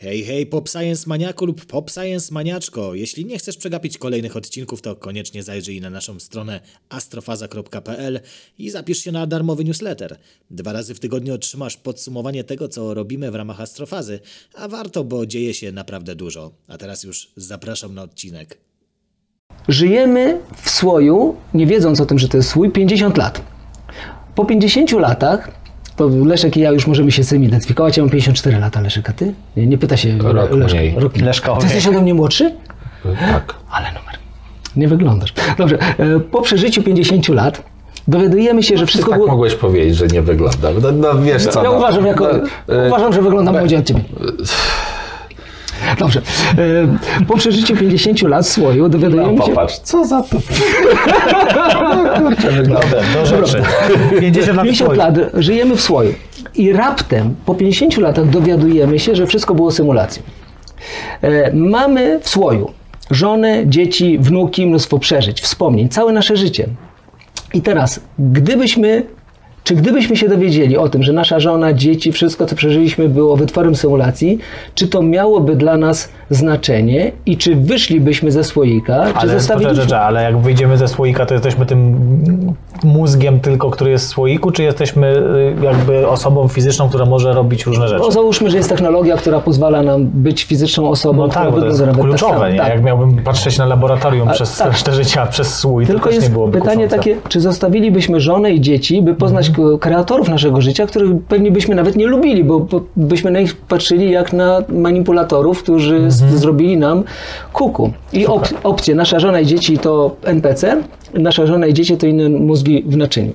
Hej, hej, Pop Science Maniaku lub Pop Science Maniaczko. Jeśli nie chcesz przegapić kolejnych odcinków, to koniecznie zajrzyj na naszą stronę astrofaza.pl i zapisz się na darmowy newsletter. 2 razy w tygodniu otrzymasz podsumowanie tego, co robimy w ramach Astrofazy, a warto, bo dzieje się naprawdę dużo. A teraz już zapraszam na odcinek. Żyjemy w słoju, nie wiedząc o tym, że to jest słój, 50 lat. Po 50 latach, to Leszek i ja już możemy się z tym identyfikować. Ja mam 54 lata, Leszek, a ty? Nie pyta się Rok mniej. Leszka. Ty jesteś ode mnie młodszy? Tak. Ale numer. Nie wyglądasz. Dobrze, po przeżyciu 50 lat dowiadujemy się, że wszystko tak było... mogłeś powiedzieć, że nie wyglądam. No wiesz co. Ja uważam, że wyglądam młodziej od ciebie. Dobrze. Po przeżyciu 50 lat słoju dowiadujemy się... Popatrz, co za to? Kurczę, wygląda do rzeczy. 50 lat żyjemy w słoju. I raptem po 50 latach dowiadujemy się, że wszystko było symulacją. Mamy w słoju żonę, dzieci, wnuki, mnóstwo przeżyć, wspomnień, całe nasze życie. I teraz, gdybyśmy się dowiedzieli o tym, że nasza żona, dzieci, wszystko co przeżyliśmy było wytworem symulacji, czy to miałoby dla nas znaczenie i czy wyszlibyśmy ze słoika, czy zostawiliśmy... Ale jak wyjdziemy ze słoika, to jesteśmy tym mózgiem tylko, który jest w słoiku, czy jesteśmy jakby osobą fizyczną, która może robić różne rzeczy? No załóżmy, że jest technologia, która pozwala nam być fizyczną osobą. No tak, bo to jest kluczowe, nie? Tak. Jak miałbym patrzeć na laboratorium przez resztę życia, przez słój, tylko to też jest nie byłoby pytanie kuszące. takie, czy zostawilibyśmy żonę i dzieci, by poznać kreatorów naszego życia, których pewnie byśmy nawet nie lubili, bo byśmy na nich patrzyli jak na manipulatorów, którzy zrobili nam kuku. I opcje, nasza żona i dzieci to NPC, nasza żona i dzieci to inne mózgi w naczyniu.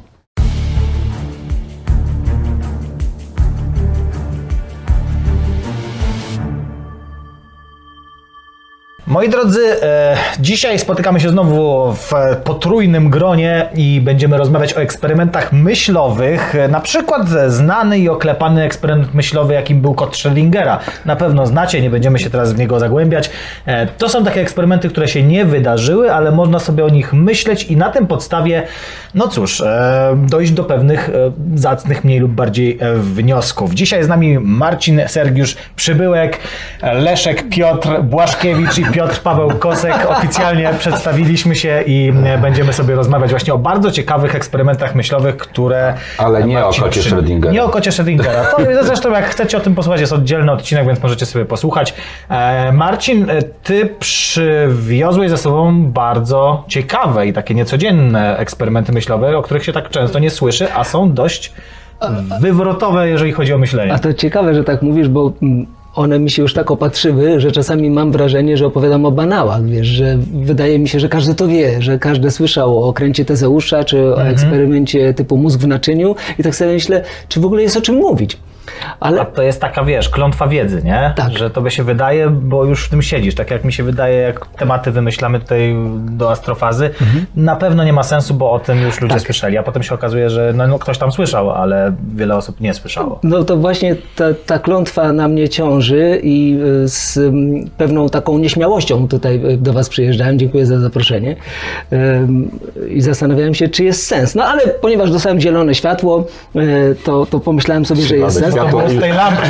Moi drodzy, dzisiaj spotykamy się znowu w potrójnym gronie i będziemy rozmawiać o eksperymentach myślowych. Na przykład znany i oklepany eksperyment myślowy, jakim był kot Schrödingera. Na pewno znacie, nie będziemy się teraz w niego zagłębiać. To są takie eksperymenty, które się nie wydarzyły, ale można sobie o nich myśleć i na tym podstawie, no cóż, dojść do pewnych zacnych, mniej lub bardziej wniosków. Dzisiaj z nami Marcin Sergiusz Przybyłek, Leszek Piotr Błaszkiewicz i Piotr Paweł Kosek. Oficjalnie przedstawiliśmy się i będziemy sobie rozmawiać właśnie o bardzo ciekawych eksperymentach myślowych, które... Ale nie o kocie Schrödingera. Nie o kocie Schrödingera. Zresztą jak chcecie o tym posłuchać, jest oddzielny odcinek, więc możecie sobie posłuchać. Marcin, ty przywiozłeś ze sobą bardzo ciekawe i takie niecodzienne eksperymenty myślowe, o których się tak często nie słyszy, a są dość wywrotowe, jeżeli chodzi o myślenie. A to ciekawe, że tak mówisz, bo one mi się już tak opatrzyły, że czasami mam wrażenie, że opowiadam o banałach, wiesz, że wydaje mi się, że każdy to wie, że każdy słyszał o okręcie Tezeusza, czy o eksperymencie typu mózg w naczyniu i tak sobie myślę, czy w ogóle jest o czym mówić. Ale... A to jest taka, wiesz, klątwa wiedzy, nie? Tak. Że tobie się wydaje, bo już w tym siedzisz. Tak jak mi się wydaje, jak tematy wymyślamy tutaj do Astrofazy, na pewno nie ma sensu, bo o tym już ludzie słyszeli, a potem się okazuje, że no, ktoś tam słyszał, ale wiele osób nie słyszało. No to właśnie ta klątwa na mnie ciąży i z pewną taką nieśmiałością tutaj do was przyjeżdżałem. Dziękuję za zaproszenie. I zastanawiałem się, czy jest sens. No ale ponieważ dostałem zielone światło, to pomyślałem sobie, że jest sens. Z tej lampki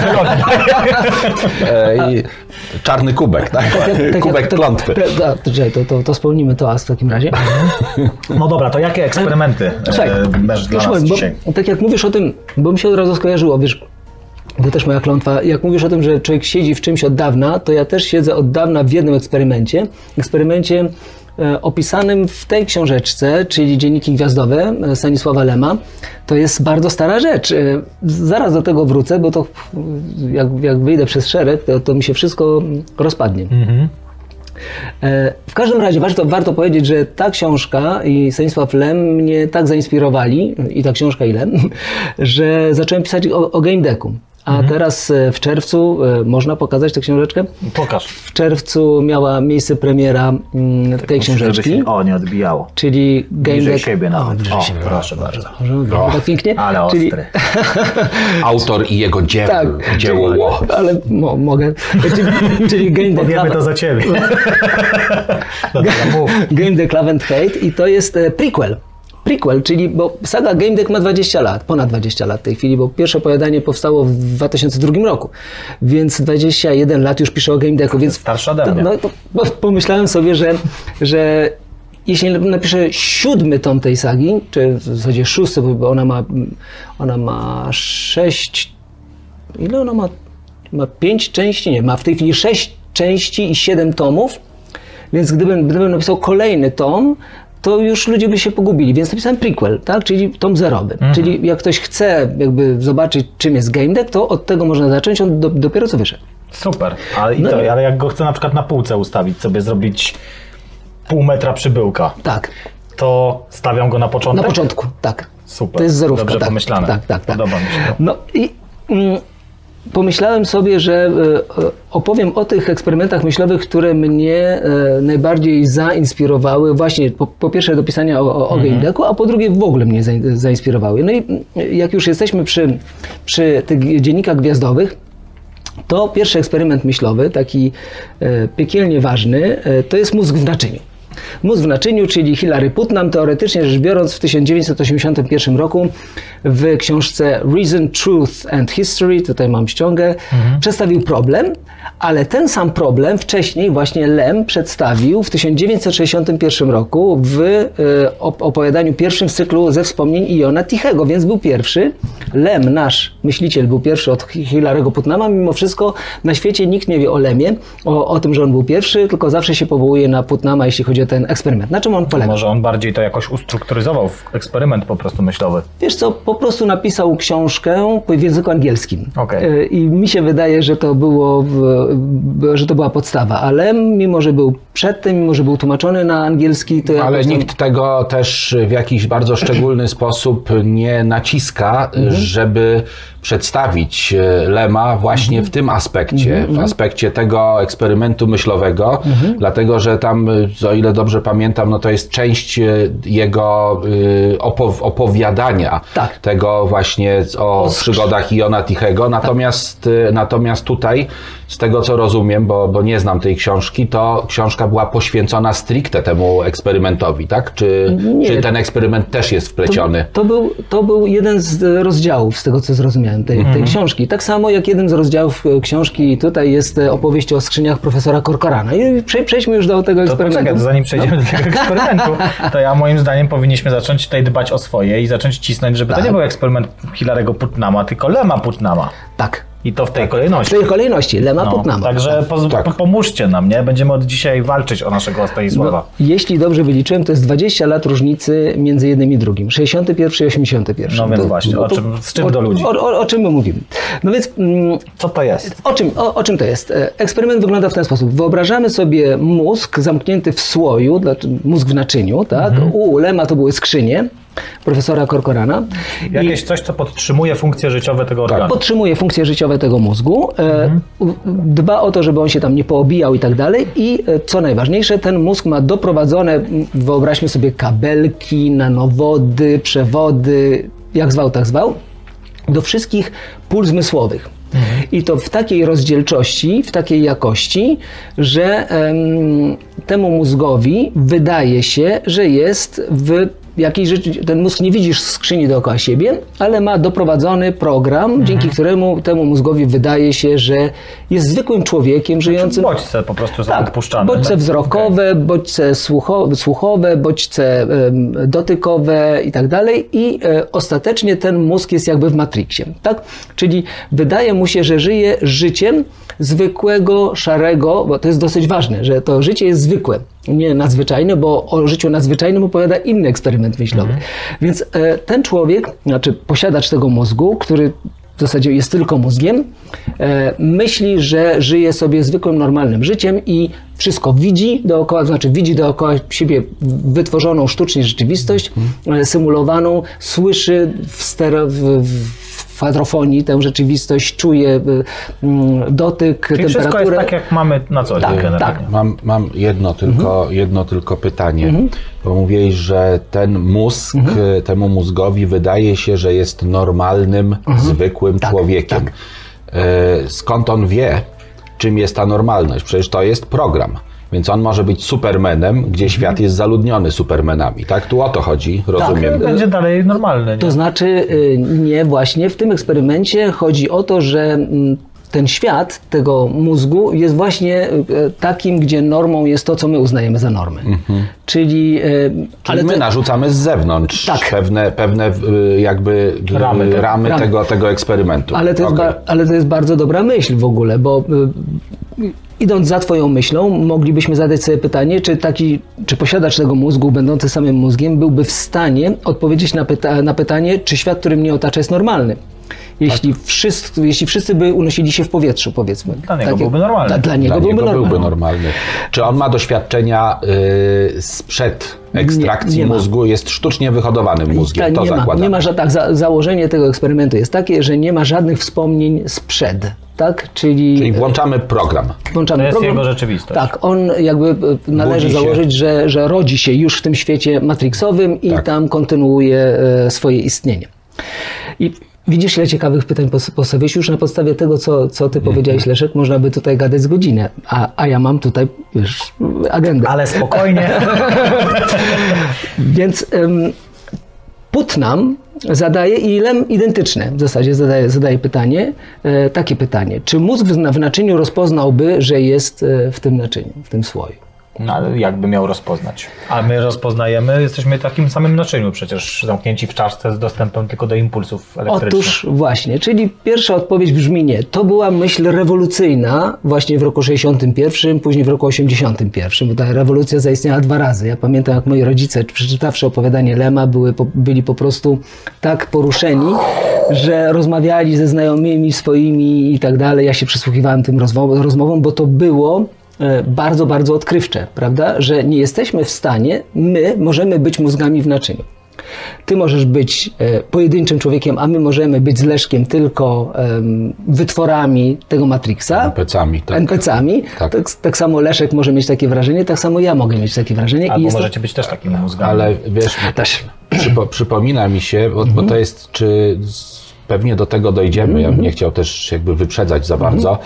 I czarny kubek, tak? Kubek klątwy. To spełnimy to w takim razie. No dobra, to jakie eksperymenty masz dla nas dzisiaj? Tak jak mówisz o tym, bo mi się od razu skojarzyło, wiesz, to też moja klątwa, jak mówisz o tym, że człowiek siedzi w czymś od dawna, to ja też siedzę od dawna w jednym eksperymencie opisanym w tej książeczce, czyli Dzienniki Gwiazdowe Stanisława Lema. To jest bardzo stara rzecz. Zaraz do tego wrócę, bo to jak wyjdę przez szereg, to mi się wszystko rozpadnie. W każdym razie warto powiedzieć, że ta książka i Stanisław Lem mnie tak zainspirowali, i ta książka i Lem, że zacząłem pisać o Game Decku. A teraz w czerwcu, można pokazać tę książeczkę? Pokaż. W czerwcu miała miejsce premiera tej książeczki. O, nie odbijało. Czyli Game Deck. Siebie nawet. Siebie. Proszę bardzo. Tak pięknie. Ale ostry. Autor i jego dzieło. Tak, dzieło. Ale mogę. Czyli Game Deck. Powiemy to za ciebie. Dobra, mów. Game Deck Love and Hate i to jest prequel. prequel, czyli bo saga Game Deck ma 20 lat, ponad 20 lat w tej chwili, bo pierwsze opowiadanie powstało w 2002 roku, więc 21 lat już piszę o Game Decku, więc starsza ode mnie. Pomyślałem sobie, że jeśli napiszę 7 tom tej sagi, czy w zasadzie 6, bo ona ma 6, ile ona ma 5 części? Nie, ma w tej chwili 6 części i 7 tomów, więc gdybym napisał kolejny tom, to już ludzie by się pogubili, więc napisałem prequel, tak? Czyli tom zerowy. Czyli jak ktoś chce jakby zobaczyć, czym jest Game Deck, to od tego można zacząć, on dopiero co wyszedł. Super, ale jak go chcę na przykład na półce ustawić, sobie zrobić pół metra przybyłka, tak, to stawiam go na początek? Na początku, tak. Super, to jest zerówka. Dobrze tak, pomyślane. Tak. Podoba mi się to. No i pomyślałem sobie, że opowiem o tych eksperymentach myślowych, które mnie najbardziej zainspirowały właśnie po pierwsze do pisania o Game Decku, a po drugie w ogóle mnie zainspirowały. No i jak już jesteśmy przy tych dziennikach gwiazdowych, to pierwszy eksperyment myślowy, taki piekielnie ważny, to jest mózg w naczyniu. Mózg w naczyniu, czyli Hilary Putnam, teoretycznie rzecz biorąc w 1981 roku w książce Reason, Truth and History, tutaj mam ściągę, przedstawił problem, ale ten sam problem wcześniej właśnie Lem przedstawił w 1961 roku w opowiadaniu pierwszym z cyklu ze wspomnień Iona Tichego, więc był pierwszy. Lem, nasz myśliciel, był pierwszy od Hilary'ego Putnama. Mimo wszystko na świecie nikt nie wie o Lemie, o tym, że on był pierwszy, tylko zawsze się powołuje na Putnama, jeśli chodzi o ten eksperyment. Na czym on polega? Może on bardziej to jakoś ustrukturyzował w eksperyment po prostu myślowy. Wiesz co, po prostu napisał książkę w języku angielskim. Okay. I mi się wydaje, że to była podstawa, ale mimo, że był przedtem, mimo, że był tłumaczony na angielski, to ale nikt tego też w jakiś bardzo szczególny sposób nie naciska, żeby przedstawić Lema właśnie w tym aspekcie, w aspekcie tego eksperymentu myślowego, dlatego, że tam, o ile dobrze pamiętam, no to jest część jego opowiadania, tak, tego właśnie o przygodach Iona Tichego, natomiast tutaj, z tego co rozumiem, bo nie znam tej książki, to książka była poświęcona stricte temu eksperymentowi, tak? Czy ten eksperyment też jest wpleciony? To był jeden z rozdziałów, z tego co zrozumiałem, tej książki. Tak samo jak jeden z rozdziałów książki, tutaj jest opowieść o skrzyniach profesora Corcorana. I przejdźmy już do tego eksperymentu. Poczekaj, zanim przejdziemy do tego eksperymentu, to ja moim zdaniem powinniśmy zacząć tutaj dbać o swoje i zacząć cisnąć, żeby to nie był eksperyment Hilary'ego Putnama, tylko Lema Putnama. Tak. I to w tej kolejności. W tej kolejności, Lema Putnama. Także pomóżcie nam, nie? Będziemy od dzisiaj walczyć o naszego Stanisława. Jeśli dobrze wyliczyłem, to jest 20 lat różnicy między jednym i drugim. 61 i 81. No więc właśnie, z czym do ludzi? O czym my mówimy? No więc... Co to jest? O czym to jest? Eksperyment wygląda w ten sposób. Wyobrażamy sobie mózg zamknięty w słoju, mózg w naczyniu, tak? U Lema to były skrzynie profesora Corcorana. Jakieś coś, co podtrzymuje funkcje życiowe tego organu. Tak, podtrzymuje funkcje życiowe tego mózgu, dba o to, żeby on się tam nie poobijał i tak dalej i co najważniejsze, ten mózg ma doprowadzone, wyobraźmy sobie, kabelki, nanowody, przewody, jak zwał, tak zwał, do wszystkich pól zmysłowych. I to w takiej rozdzielczości, w takiej jakości, że temu mózgowi wydaje się, że jest w jakiejś rzeczy, ten mózg nie widzi skrzyni dookoła siebie, ale ma doprowadzony program, dzięki któremu temu mózgowi wydaje się, że jest zwykłym człowiekiem żyjącym. Bodźce po prostu są odpuszczane. Bodźce wzrokowe, bodźce słuchowe, bodźce dotykowe i tak dalej. I ostatecznie ten mózg jest jakby w Matrixie. Tak? Czyli wydaje mu się, że żyje życiem zwykłego, szarego, bo to jest dosyć ważne, że to życie jest zwykłe, nie nadzwyczajne, bo o życiu nadzwyczajnym opowiada inny eksperyment myślowy. Więc ten człowiek, znaczy posiadacz tego mózgu, który w zasadzie jest tylko mózgiem, myśli, że żyje sobie zwykłym, normalnym życiem i wszystko widzi dookoła, znaczy widzi dookoła siebie wytworzoną sztucznie rzeczywistość, symulowaną, słyszy w kwadrofonii tę rzeczywistość, czuje dotyk, czyli temperaturę. Wszystko jest tak, jak mamy na co dzień. Tak. Mam jedno tylko pytanie, bo mówiłeś, że ten mózg, temu mózgowi wydaje się, że jest normalnym, zwykłym człowiekiem. Tak. Skąd on wie, czym jest ta normalność? Przecież to jest program. Więc on może być supermanem, gdzie świat jest zaludniony supermanami. Tak? Tu o to chodzi, rozumiem. Tak, będzie dalej normalny. Nie? To znaczy nie, właśnie w tym eksperymencie chodzi o to, że ten świat tego mózgu jest właśnie takim, gdzie normą jest to, co my uznajemy za normę. Czyli my narzucamy z zewnątrz Tak. pewne jakby ramy tego eksperymentu. Ale to jest bardzo dobra myśl w ogóle, bo idąc za twoją myślą, moglibyśmy zadać sobie pytanie, czy posiadacz tego mózgu, będący samym mózgiem, byłby w stanie odpowiedzieć na pytanie, czy świat, który mnie otacza, jest normalny. Jeśli wszyscy by unosili się w powietrzu, powiedzmy. Dla niego byłby normalny. Dla niego byłby normalny. Czy on ma doświadczenia sprzed ekstrakcji mózgu? Jest sztucznie wyhodowanym mózgiem, to zakładamy. Nie ma, założenie tego eksperymentu jest takie, że nie ma żadnych wspomnień sprzed. Tak? Czyli włączamy program. To jest jego rzeczywistość. Tak, on jakby należy założyć, że rodzi się już w tym świecie matrixowym i tam kontynuuje swoje istnienie. I widzisz, ile ciekawych pytań postawiłeś już na podstawie tego, co ty powiedziałeś, Leszek, można by tutaj gadać z godzinę, a ja mam tutaj już agendę. Ale spokojnie. Więc Putnam zadaje i Lem identyczne w zasadzie zadaje pytanie, takie pytanie, czy mózg w naczyniu rozpoznałby, że jest w tym naczyniu, w tym słoju? No ale jakby miał rozpoznać? A my rozpoznajemy, jesteśmy w takim samym naczyniu, przecież zamknięci w czaszce z dostępem tylko do impulsów elektrycznych. Otóż właśnie, czyli pierwsza odpowiedź brzmi nie. To była myśl rewolucyjna właśnie w roku 61, później w roku 81, bo ta rewolucja zaistniała 2 razy. Ja pamiętam, jak moi rodzice, przeczytawszy opowiadanie Lema, byli po prostu tak poruszeni, że rozmawiali ze znajomymi swoimi i tak dalej. Ja się przysłuchiwałem tym rozmowom, bo to było bardzo, bardzo odkrywcze, prawda? Że nie jesteśmy w stanie, my możemy być mózgami w naczyniu. Ty możesz być pojedynczym człowiekiem, a my możemy być z Leszkiem tylko wytworami tego Matrixa. NPC-ami. Tak samo Leszek może mieć takie wrażenie, tak samo ja mogę mieć takie wrażenie. Albo możecie być też takimi mózgami. Ale wiesz, też. Przypomina mi się, bo to jest, pewnie do tego dojdziemy, ja bym nie chciał też jakby wyprzedzać za bardzo,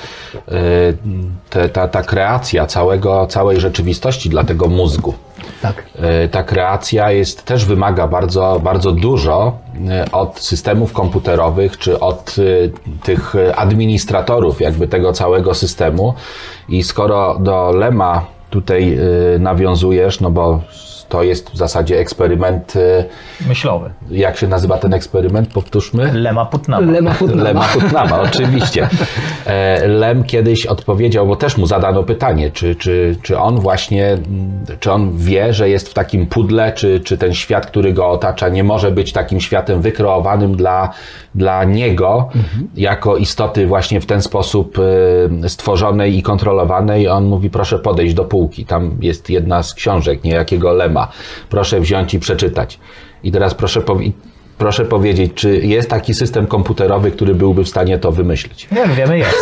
ta kreacja całej rzeczywistości dla tego mózgu. Tak. Ta kreacja też wymaga bardzo, bardzo dużo od systemów komputerowych, czy od tych administratorów jakby tego całego systemu. I skoro do Lema tutaj nawiązujesz, no bo to jest w zasadzie eksperyment myślowy. Jak się nazywa ten eksperyment? Powtórzmy. Lema Putnama. Lema Putnama, oczywiście. Lem kiedyś odpowiedział, bo też mu zadano pytanie, czy on właśnie, czy on wie, że jest w takim pudle, czy ten świat, który go otacza, nie może być takim światem wykreowanym dla niego, jako istoty właśnie w ten sposób stworzonej i kontrolowanej. On mówi, proszę podejść do półki, tam jest jedna z książek niejakiego Lema. Proszę wziąć i przeczytać. I teraz proszę powiedzieć, czy jest taki system komputerowy, który byłby w stanie to wymyślić? Jak wiemy, jest.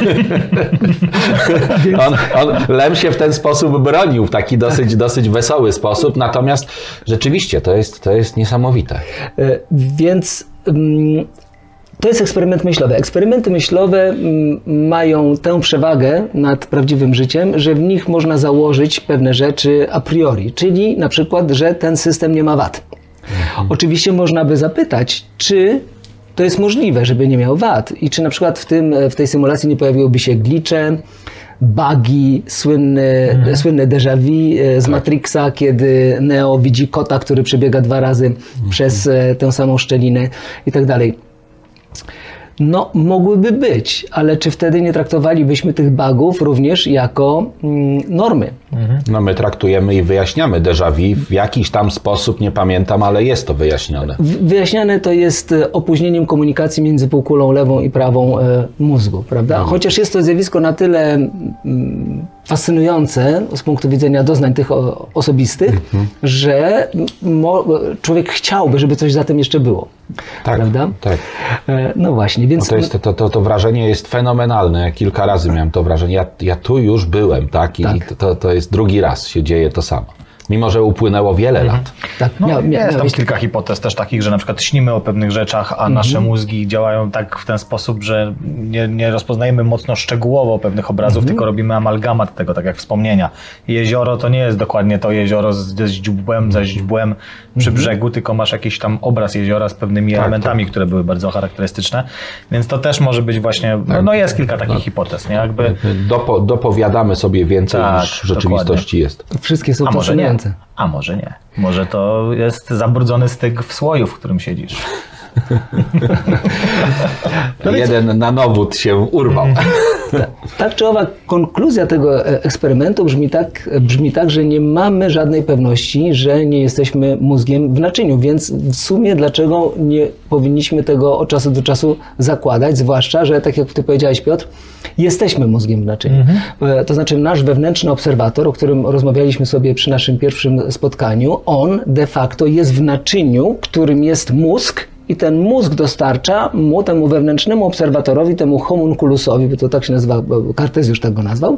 Lem się w ten sposób bronił, w taki dosyć wesoły sposób, natomiast rzeczywiście to jest niesamowite. Więc to jest eksperyment myślowy. Eksperymenty myślowe mają tę przewagę nad prawdziwym życiem, że w nich można założyć pewne rzeczy a priori, czyli na przykład, że ten system nie ma wad. Oczywiście można by zapytać, czy to jest możliwe, żeby nie miał wad i czy na przykład w tej symulacji nie pojawiłyby się glicze, bugi, słynne déjà vu z Matrixa, kiedy Neo widzi kota, który przebiega 2 razy przez tę samą szczelinę i tak dalej. No, mogłyby być, ale czy wtedy nie traktowalibyśmy tych bugów również jako normy? No my traktujemy i wyjaśniamy déjà vu w jakiś tam sposób, nie pamiętam, ale jest to wyjaśnione. Wyjaśniane to jest opóźnieniem komunikacji między półkulą lewą i prawą mózgu, prawda? Chociaż jest to zjawisko na tyle fascynujące z punktu widzenia doznań tych osobistych, że człowiek chciałby, żeby coś za tym jeszcze było. Tak, prawda? Tak. No właśnie, więc... No to wrażenie jest fenomenalne. Ja kilka razy miałem to wrażenie. Ja tu już byłem, tak? I to jest drugi raz się dzieje to samo. mimo że upłynęło wiele lat. Tak, No, jest tam kilka hipotez też takich, że na przykład śnimy o pewnych rzeczach, a nasze mózgi działają tak w ten sposób, że nie rozpoznajemy mocno szczegółowo pewnych obrazów, tylko robimy amalgamat tego, tak jak wspomnienia. Jezioro to nie jest dokładnie to jezioro ze źdźbłem przy brzegu, tylko masz jakiś tam obraz jeziora z pewnymi elementami, które były bardzo charakterystyczne, więc to też może być właśnie, no jest kilka takich hipotez, nie? Jakby... Dopowiadamy sobie więcej niż w rzeczywistości jest. Wszystkie są A może nie? fascynujące. A może nie. Może to jest zabrudzony styk w słoju, w którym siedzisz. Jeden nanowód się urwał. Tak czy owak, konkluzja tego eksperymentu brzmi tak, że nie mamy żadnej pewności, że nie jesteśmy mózgiem w naczyniu, więc w sumie dlaczego nie powinniśmy tego od czasu do czasu zakładać, zwłaszcza, że tak jak ty powiedziałeś, Piotr, jesteśmy mózgiem w naczyniu. To znaczy nasz wewnętrzny obserwator, o którym rozmawialiśmy sobie przy naszym pierwszym spotkaniu, on de facto jest w naczyniu, którym jest mózg, i ten mózg dostarcza temu wewnętrznemu obserwatorowi, temu homunculusowi, bo to tak się nazywa, Kartezjusz tak go nazwał,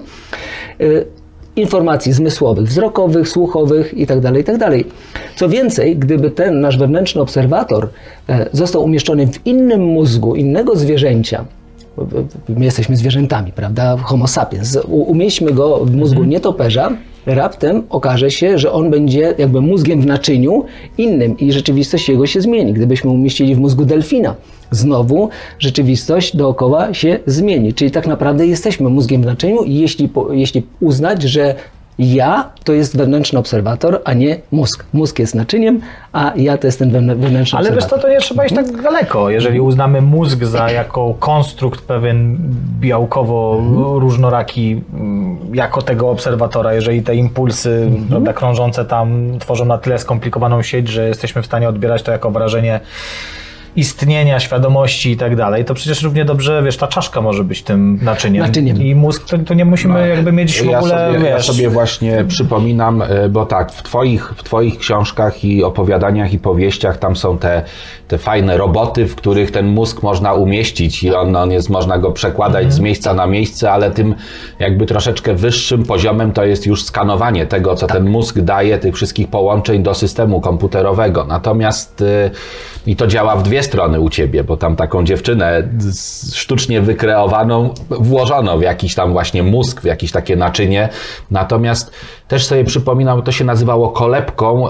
informacji zmysłowych, wzrokowych, słuchowych itd., itd. Co więcej, gdyby ten nasz wewnętrzny obserwator został umieszczony w innym mózgu, innego zwierzęcia, my jesteśmy zwierzętami, prawda, homo sapiens, umieśćmy go w mózgu nietoperza, raptem okaże się, że on będzie jakby mózgiem w naczyniu innym i rzeczywistość jego się zmieni. Gdybyśmy umieścili w mózgu delfina, znowu rzeczywistość dookoła się zmieni. Czyli tak naprawdę jesteśmy mózgiem w naczyniu i jeśli uznać, że ja to jest wewnętrzny obserwator, a nie mózg. Mózg jest naczyniem, a ja to jest ten wewnętrzny Ale obserwator. wiesz co, to nie trzeba iść tak daleko. Jeżeli uznamy mózg za jako konstrukt pewien białkowo-różnoraki, jako tego obserwatora, jeżeli te impulsy prawda, krążące tam tworzą na tyle skomplikowaną sieć, że jesteśmy w stanie odbierać to jako wrażenie istnienia, świadomości i tak dalej, to przecież równie dobrze, wiesz, ta czaszka może być tym naczyniem. I mózg, to nie musimy jakby mieć w ogóle, Ja sobie właśnie przypominam, bo tak, w twoich książkach i opowiadaniach i powieściach tam są te fajne roboty, w których ten mózg można umieścić i można go przekładać z miejsca na miejsce, ale tym jakby troszeczkę wyższym poziomem to jest już skanowanie tego, co ten mózg daje, tych wszystkich połączeń do systemu komputerowego. Natomiast i to działa w dwie strony u ciebie, bo tam taką dziewczynę sztucznie wykreowaną włożono w jakiś tam właśnie mózg, w jakieś takie naczynie. Natomiast też sobie przypominam, to się nazywało kolebką.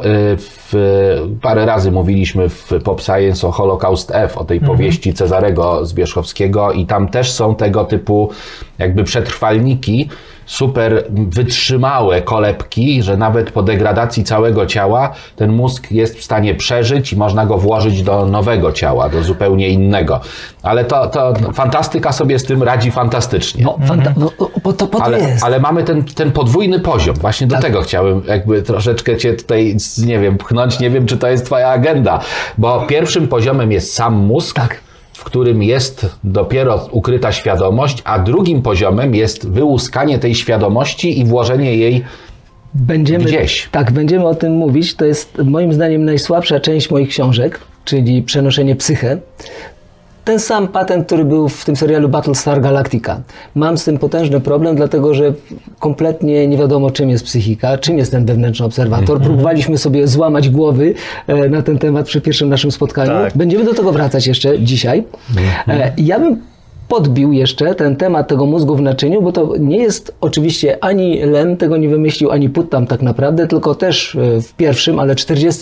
Parę razy mówiliśmy w Pop Science o Holocaust F, o tej powieści Cezarego Zwierzchowskiego i tam też są tego typu jakby przetrwalniki, super wytrzymałe kolebki, że nawet po degradacji całego ciała ten mózg jest w stanie przeżyć i można go włożyć do nowego ciała, do zupełnie innego. Ale to fantastyka sobie z tym radzi fantastycznie. Ale mamy ten podwójny poziom. Właśnie do tego chciałem jakby troszeczkę cię tutaj, nie wiem, pchnąć. Nie wiem, czy to jest twoja agenda. Bo pierwszym poziomem jest sam mózg. W którym jest dopiero ukryta świadomość, a drugim poziomem jest wyłuskanie tej świadomości i włożenie jej gdzieś. Tak, będziemy o tym mówić. To jest moim zdaniem najsłabsza część moich książek, czyli przenoszenie psyche. Ten sam patent, który był w tym serialu Battlestar Galactica. Mam z tym potężny problem, dlatego że kompletnie nie wiadomo, czym jest psychika, czym jest ten wewnętrzny obserwator. Próbowaliśmy sobie złamać głowy na ten temat przy pierwszym naszym spotkaniu. Tak. Będziemy do tego wracać jeszcze dzisiaj. Ja bym podbił jeszcze ten temat tego mózgu w naczyniu, bo to nie jest oczywiście ani Lem tego nie wymyślił, ani Putnam tak naprawdę, tylko też w pierwszym, ale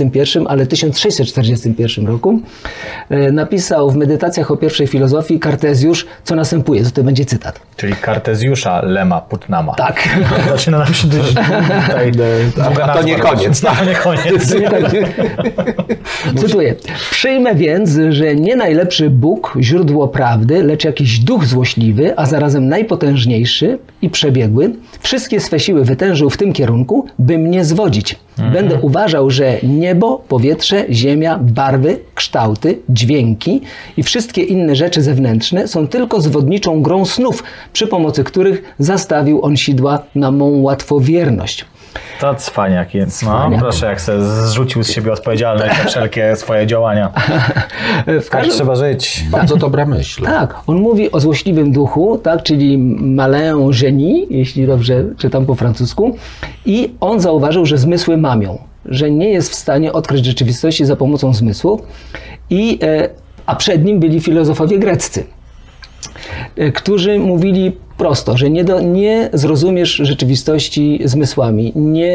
1641 roku napisał w Medytacjach o pierwszej filozofii Kartezjusz, co następuje. To będzie cytat. Czyli Kartezjusza, Lema, Putnama. Tak. Zaczyna nam się tutaj a to nie koniec. To nie koniec. Cytuję. Przyjmę więc, że nie najlepszy Bóg, źródło prawdy, lecz jakiś duch złośliwy, a zarazem najpotężniejszy i przebiegły, wszystkie swe siły wytężył w tym kierunku, by mnie zwodzić. Będę uważał, że niebo, powietrze, ziemia, barwy, kształty, dźwięki i wszystkie inne rzeczy zewnętrzne są tylko zwodniczą grą snów, przy pomocy których zastawił on sidła na mą łatwowierność. To cwaniak jest. No, Cwaniak. proszę, jak sobie zrzucił z siebie odpowiedzialność za wszelkie swoje działania. Tak trzeba żyć. Bardzo dobra myśl. Tak, on mówi o złośliwym duchu, tak, czyli malin génie, jeśli dobrze czytam po francusku. I on zauważył, że zmysły mamią, że nie jest w stanie odkryć rzeczywistości za pomocą zmysłów. A przed nim byli filozofowie greccy, którzy mówili prosto, że nie zrozumiesz rzeczywistości zmysłami,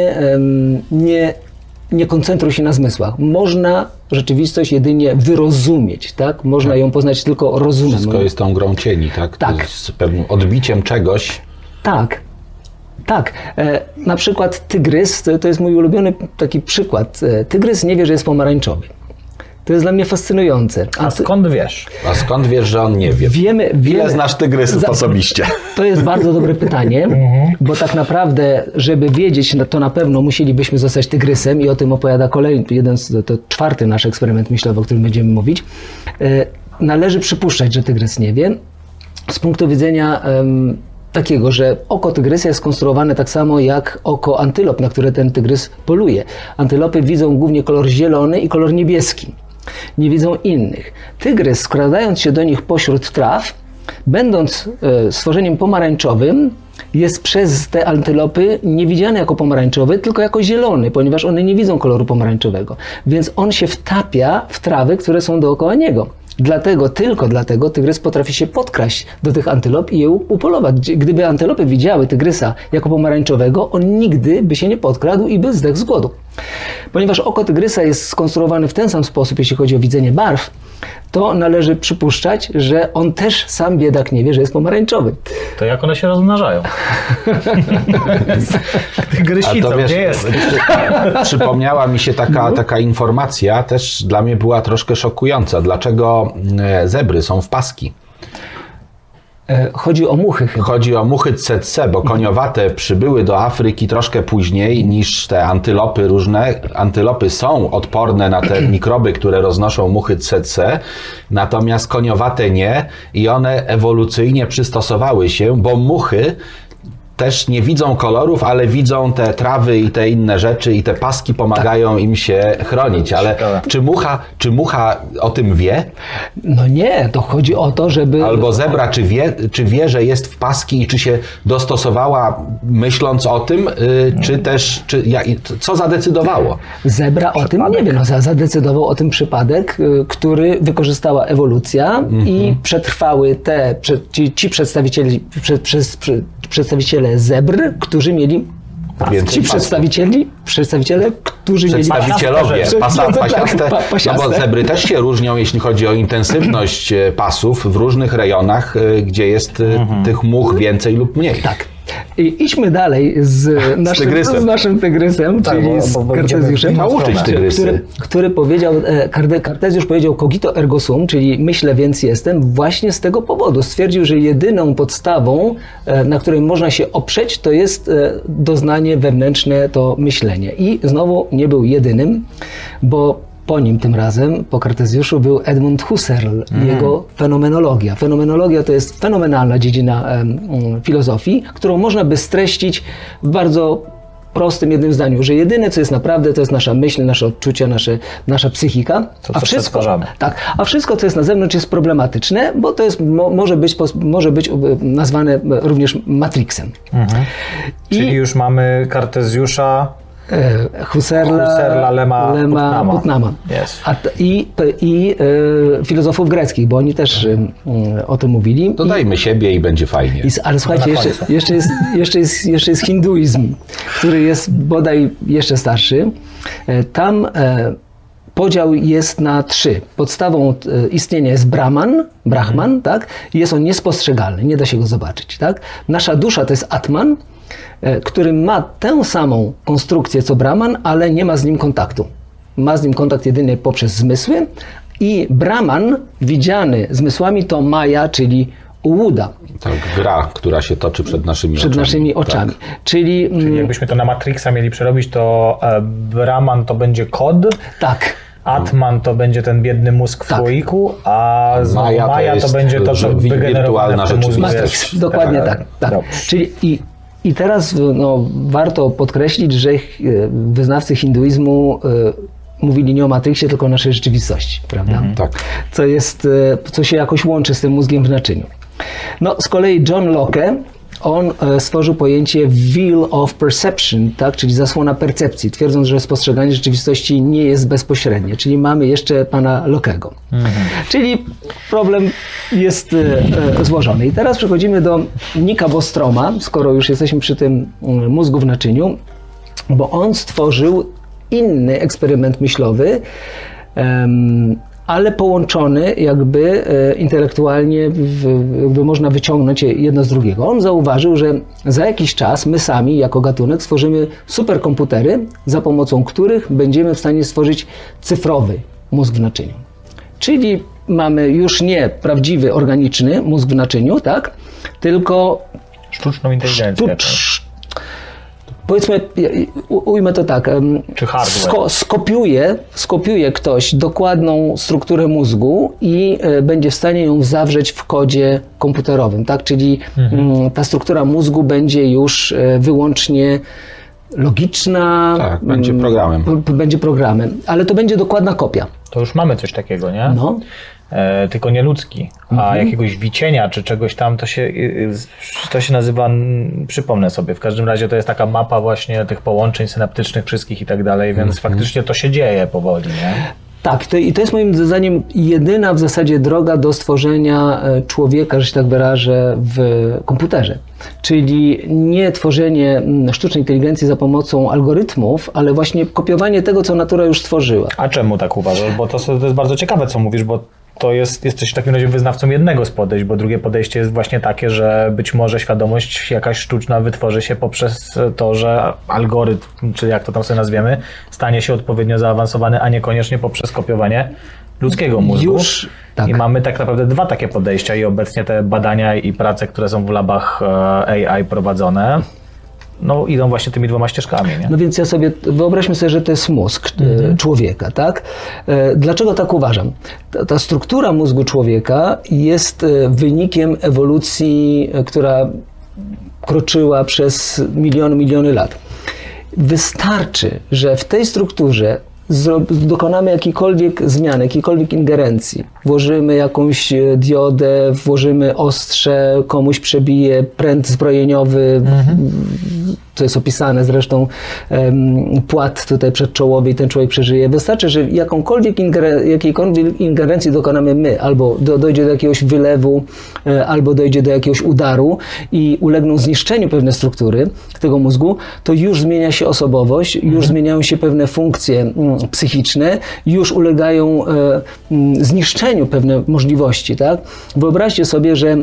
nie koncentruj się na zmysłach. Można rzeczywistość jedynie wyrozumieć, tak? Można ją poznać tylko rozumem. Wszystko jest tą grą cieni, tak? Tak. To jest z pewnym odbiciem czegoś. Tak. Tak, na przykład tygrys, to jest mój ulubiony taki przykład. Tygrys nie wie, że jest pomarańczowy. To jest dla mnie fascynujące. A skąd wiesz? A skąd wiesz, że on nie wie? Wiemy. Ile znasz tygrysów osobiście? To jest bardzo dobre pytanie, bo tak naprawdę, żeby wiedzieć, to na pewno musielibyśmy zostać tygrysem i o tym opowiada kolejny, to czwarty nasz eksperyment myślowy, o którym będziemy mówić. Należy przypuszczać, że tygrys nie wie. Z punktu widzenia takiego, że oko tygrysa jest skonstruowane tak samo jak oko antylop, na które ten tygrys poluje. Antylopy widzą głównie kolor zielony i kolor niebieski. Nie widzą innych. Tygrys, skradając się do nich pośród traw, będąc stworzeniem pomarańczowym, jest przez te antylopy nie widziany jako pomarańczowy, tylko jako zielony, ponieważ one nie widzą koloru pomarańczowego. Więc on się wtapia w trawy, które są dookoła niego. Tylko dlatego tygrys potrafi się podkraść do tych antylop i je upolować. Gdyby antylopy widziały tygrysa jako pomarańczowego, on nigdy by się nie podkradł i by zdechł z głodu. Ponieważ oko tygrysa jest skonstruowane w ten sam sposób, jeśli chodzi o widzenie barw, to należy przypuszczać, że on też sam biedak nie wie, że jest pomarańczowy. To jak one się rozmnażają? Tygrysicą, gdzie jest? Przypomniała mi się taka informacja, też dla mnie była troszkę szokująca. Dlaczego zebry są w paski? Chodzi o muchy chyba. Chodzi o muchy tsetse, bo koniowate przybyły do Afryki troszkę później niż te antylopy różne. Antylopy są odporne na te mikroby, które roznoszą muchy tsetse, natomiast koniowate nie i one ewolucyjnie przystosowały się, bo muchy też nie widzą kolorów, ale widzą te trawy i te inne rzeczy i te paski pomagają im się chronić. Ale czy mucha o tym wie? No nie, to chodzi o to, żeby... Albo zebra, czy wie, że jest w paski i czy się dostosowała myśląc o tym, czy też, co zadecydowało? Zebra o tym nie wie, no zadecydował o tym przypadek, który wykorzystała ewolucja i przetrwały ci przedstawiciele zebr, którzy mieli ci przedstawiciele, którzy mieli... Przedstawicielowie, pasiaste, no bo zebry też się różnią, jeśli chodzi o intensywność pasów w różnych rejonach, gdzie jest tych much więcej lub mniej. Tak. I idźmy dalej z naszym tygrysem, tak, czyli z Kartezjuszem, nauczyć tygrysy. który powiedział, Kartezjusz powiedział cogito ergo sum, czyli myślę więc jestem, właśnie z tego powodu. Stwierdził, że jedyną podstawą, na której można się oprzeć, to jest doznanie wewnętrzne, to myślenie. I znowu nie był jedynym, bo po nim tym razem, po Kartezjuszu, był Edmund Husserl i jego fenomenologia. Fenomenologia to jest fenomenalna dziedzina filozofii, którą można by streścić w bardzo prostym jednym zdaniu, że jedyne, co jest naprawdę, to jest nasza myśl, nasze odczucia, nasza psychika. A wszystko, co jest na zewnątrz, jest problematyczne, bo to jest, może być nazwane również matrixem. Czyli już mamy Kartezjusza, Husserla, Lema, Putnama. Yes. I filozofów greckich, bo oni też o tym mówili. Dodajmy siebie i będzie fajnie. Ale słuchajcie, jeszcze jest hinduizm, który jest bodaj jeszcze starszy. Tam podział jest na 3. Podstawą istnienia jest Brahman, tak? I jest on niespostrzegalny, nie da się go zobaczyć, tak? Nasza dusza to jest Atman, który ma tę samą konstrukcję co Brahman, ale nie ma z nim kontaktu. Ma z nim kontakt jedynie poprzez zmysły i Brahman, widziany zmysłami, to Maya, czyli ułuda. Tak, gra, która się toczy przed naszymi oczami. Tak. Czyli jakbyśmy to na Matrixa mieli przerobić, to Brahman to będzie kod. Tak. Atman to będzie ten biedny mózg w słoiku, a Maya to będzie to, co wygenerowane w tym mózgu. Dokładnie tak. Czyli I teraz warto podkreślić, że wyznawcy hinduizmu mówili nie o Matrixie, tylko o naszej rzeczywistości, prawda? Tak. Co się jakoś łączy z tym mózgiem w naczyniu. No, z kolei John Locke, on stworzył pojęcie veil of perception, tak? Czyli zasłona percepcji, twierdząc, że spostrzeganie rzeczywistości nie jest bezpośrednie, czyli mamy jeszcze pana Lockego. Czyli problem jest złożony. I teraz przechodzimy do Nicka Bostroma, skoro już jesteśmy przy tym mózgu w naczyniu, bo on stworzył inny eksperyment myślowy, ale połączony jakby intelektualnie, jakby można wyciągnąć jedno z drugiego. On zauważył, że za jakiś czas my sami jako gatunek stworzymy superkomputery, za pomocą których będziemy w stanie stworzyć cyfrowy mózg w naczyniu. Czyli mamy już nie prawdziwy, organiczny mózg w naczyniu, tak? Tylko sztuczną inteligencję. Powiedzmy, ujmę to tak, Czy hardware? skopiuje ktoś dokładną strukturę mózgu i będzie w stanie ją zawrzeć w kodzie komputerowym, tak? Czyli ta struktura mózgu będzie już wyłącznie logiczna. Tak, będzie programem. Będzie programem, ale to będzie dokładna kopia. To już mamy coś takiego, nie? No. Tylko nie ludzki, a jakiegoś wicienia czy czegoś tam, to się nazywa, przypomnę sobie, w każdym razie to jest taka mapa właśnie tych połączeń synaptycznych wszystkich i tak dalej, więc faktycznie to się dzieje powoli, nie? Tak, i to jest moim zdaniem jedyna w zasadzie droga do stworzenia człowieka, że się tak wyrażę, w komputerze. Czyli nie tworzenie sztucznej inteligencji za pomocą algorytmów, ale właśnie kopiowanie tego, co natura już stworzyła. A czemu tak uważasz? Bo to jest bardzo ciekawe, co mówisz, bo jesteś w takim razie wyznawcą jednego z podejść, bo drugie podejście jest właśnie takie, że być może świadomość jakaś sztuczna wytworzy się poprzez to, że algorytm, czy jak to tam sobie nazwiemy, stanie się odpowiednio zaawansowany, a niekoniecznie poprzez kopiowanie ludzkiego mózgu. Tak. I mamy tak naprawdę dwa takie podejścia i obecnie te badania i prace, które są w labach AI prowadzone, no idą właśnie tymi dwoma ścieżkami. Nie? No więc wyobraźmy sobie, że to jest mózg człowieka, tak? Dlaczego tak uważam? Ta struktura mózgu człowieka jest wynikiem ewolucji, która kroczyła przez miliony lat. Wystarczy, że w tej strukturze dokonamy jakiejkolwiek zmiany, jakiejkolwiek ingerencji. Włożymy jakąś diodę, włożymy ostrze, komuś przebije pręt zbrojeniowy, to jest opisane zresztą, płat tutaj przedczołowy i ten człowiek przeżyje. Wystarczy, że jakiejkolwiek ingerencji dokonamy my, albo dojdzie do jakiegoś wylewu, albo dojdzie do jakiegoś udaru i ulegną zniszczeniu pewne struktury tego mózgu, to już zmienia się osobowość, już zmieniają się pewne funkcje psychiczne, już ulegają zniszczeniu pewne możliwości, tak? Wyobraźcie sobie, że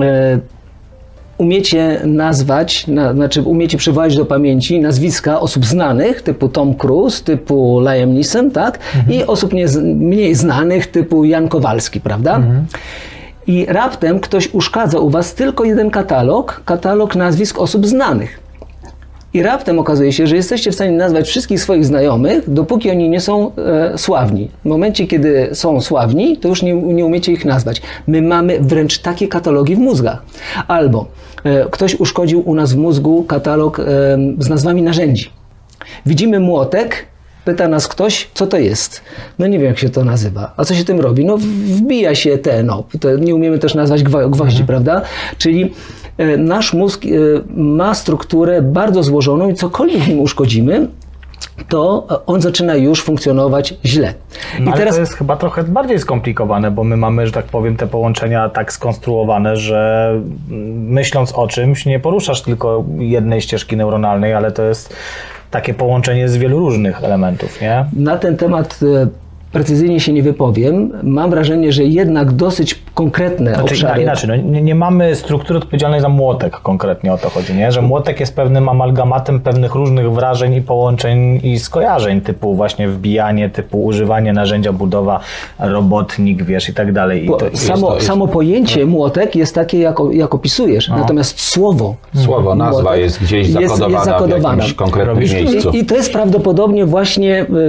umiecie nazwać, umiecie przywołać do pamięci nazwiska osób znanych, typu Tom Cruise, typu Liam Neeson, tak? I osób mniej znanych, typu Jan Kowalski, prawda? I raptem ktoś uszkadza u was tylko jeden katalog nazwisk osób znanych. I raptem okazuje się, że jesteście w stanie nazwać wszystkich swoich znajomych, dopóki oni nie są sławni. W momencie, kiedy są sławni, to już nie umiecie ich nazwać. My mamy wręcz takie katalogi w mózgach. Albo ktoś uszkodził u nas w mózgu katalog z nazwami narzędzi. Widzimy młotek, pyta nas ktoś, co to jest. No nie wiem, jak się to nazywa. A co się tym robi? No wbija się nie umiemy też nazwać gwoździ, prawda? Czyli nasz mózg ma strukturę bardzo złożoną i cokolwiek nim uszkodzimy, to on zaczyna już funkcjonować źle. No, ale to jest chyba trochę bardziej skomplikowane, bo my mamy, że tak powiem, te połączenia tak skonstruowane, że myśląc o czymś nie poruszasz tylko jednej ścieżki neuronalnej, ale to jest takie połączenie z wielu różnych elementów, nie? Na ten temat precyzyjnie się nie wypowiem. Mam wrażenie, że jednak dosyć konkretne obszary... Inaczej, nie mamy struktury odpowiedzialnej za młotek konkretnie, o to chodzi, nie? Że młotek jest pewnym amalgamatem pewnych różnych wrażeń i połączeń i skojarzeń, typu właśnie wbijanie, typu używanie narzędzia budowa, robotnik, wiesz, i tak dalej. Samo pojęcie młotek jest takie, jak opisujesz, natomiast słowo, nazwa jest gdzieś zakodowana w jakimś konkretnym miejscu. I to jest prawdopodobnie właśnie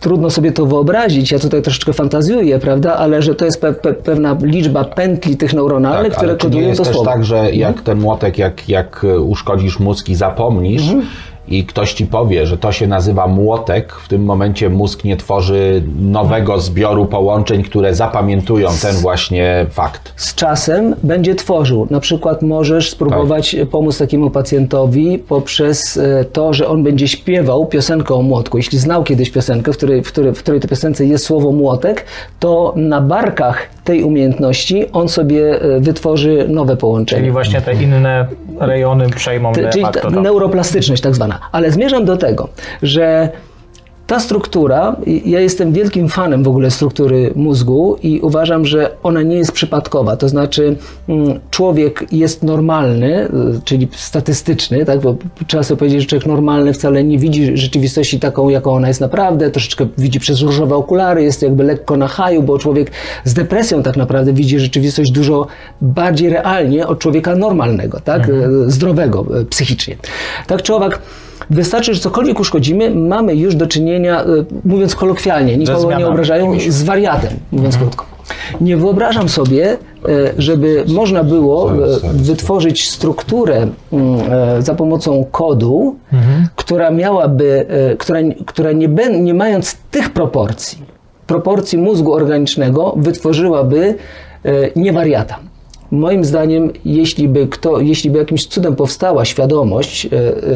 trudno sobie to wyobrazić, ja tutaj troszeczkę fantazjuję, prawda, ale że to jest pewna liczba pętli tych neuronalnych, tak, które kodują to słowo. To jest też tak, że jak ten młotek, jak uszkodzisz mózg i zapomnisz, i ktoś ci powie, że to się nazywa młotek, w tym momencie mózg nie tworzy nowego zbioru połączeń, które zapamiętują ten właśnie fakt. Z czasem będzie tworzył. Na przykład możesz spróbować pomóc takiemu pacjentowi poprzez to, że on będzie śpiewał piosenkę o młotku. Jeśli znał kiedyś piosenkę, w której tej piosence jest słowo młotek, to na barkach tej umiejętności on sobie wytworzy nowe połączenia. Czyli właśnie te inne rejony przejmą Czyli neuroplastyczność tak zwana. Ale zmierzam do tego, że ta struktura, ja jestem wielkim fanem w ogóle struktury mózgu i uważam, że ona nie jest przypadkowa. To znaczy człowiek jest normalny, czyli statystyczny, tak? Bo trzeba sobie powiedzieć, że człowiek normalny wcale nie widzi rzeczywistości taką, jaką ona jest naprawdę, troszeczkę widzi przez różowe okulary, jest jakby lekko na haju, bo człowiek z depresją tak naprawdę widzi rzeczywistość dużo bardziej realnie od człowieka normalnego, tak? Zdrowego psychicznie. Tak czy owak, wystarczy, że cokolwiek uszkodzimy, mamy już do czynienia, mówiąc kolokwialnie, nikogo nie obrażają, z wariatem, mówiąc krótko. Nie wyobrażam sobie, żeby można było wytworzyć strukturę za pomocą kodu, która miałaby, która nie mając tych proporcji mózgu organicznego, wytworzyłaby nie wariata. Moim zdaniem, jeśli by jakimś cudem powstała świadomość,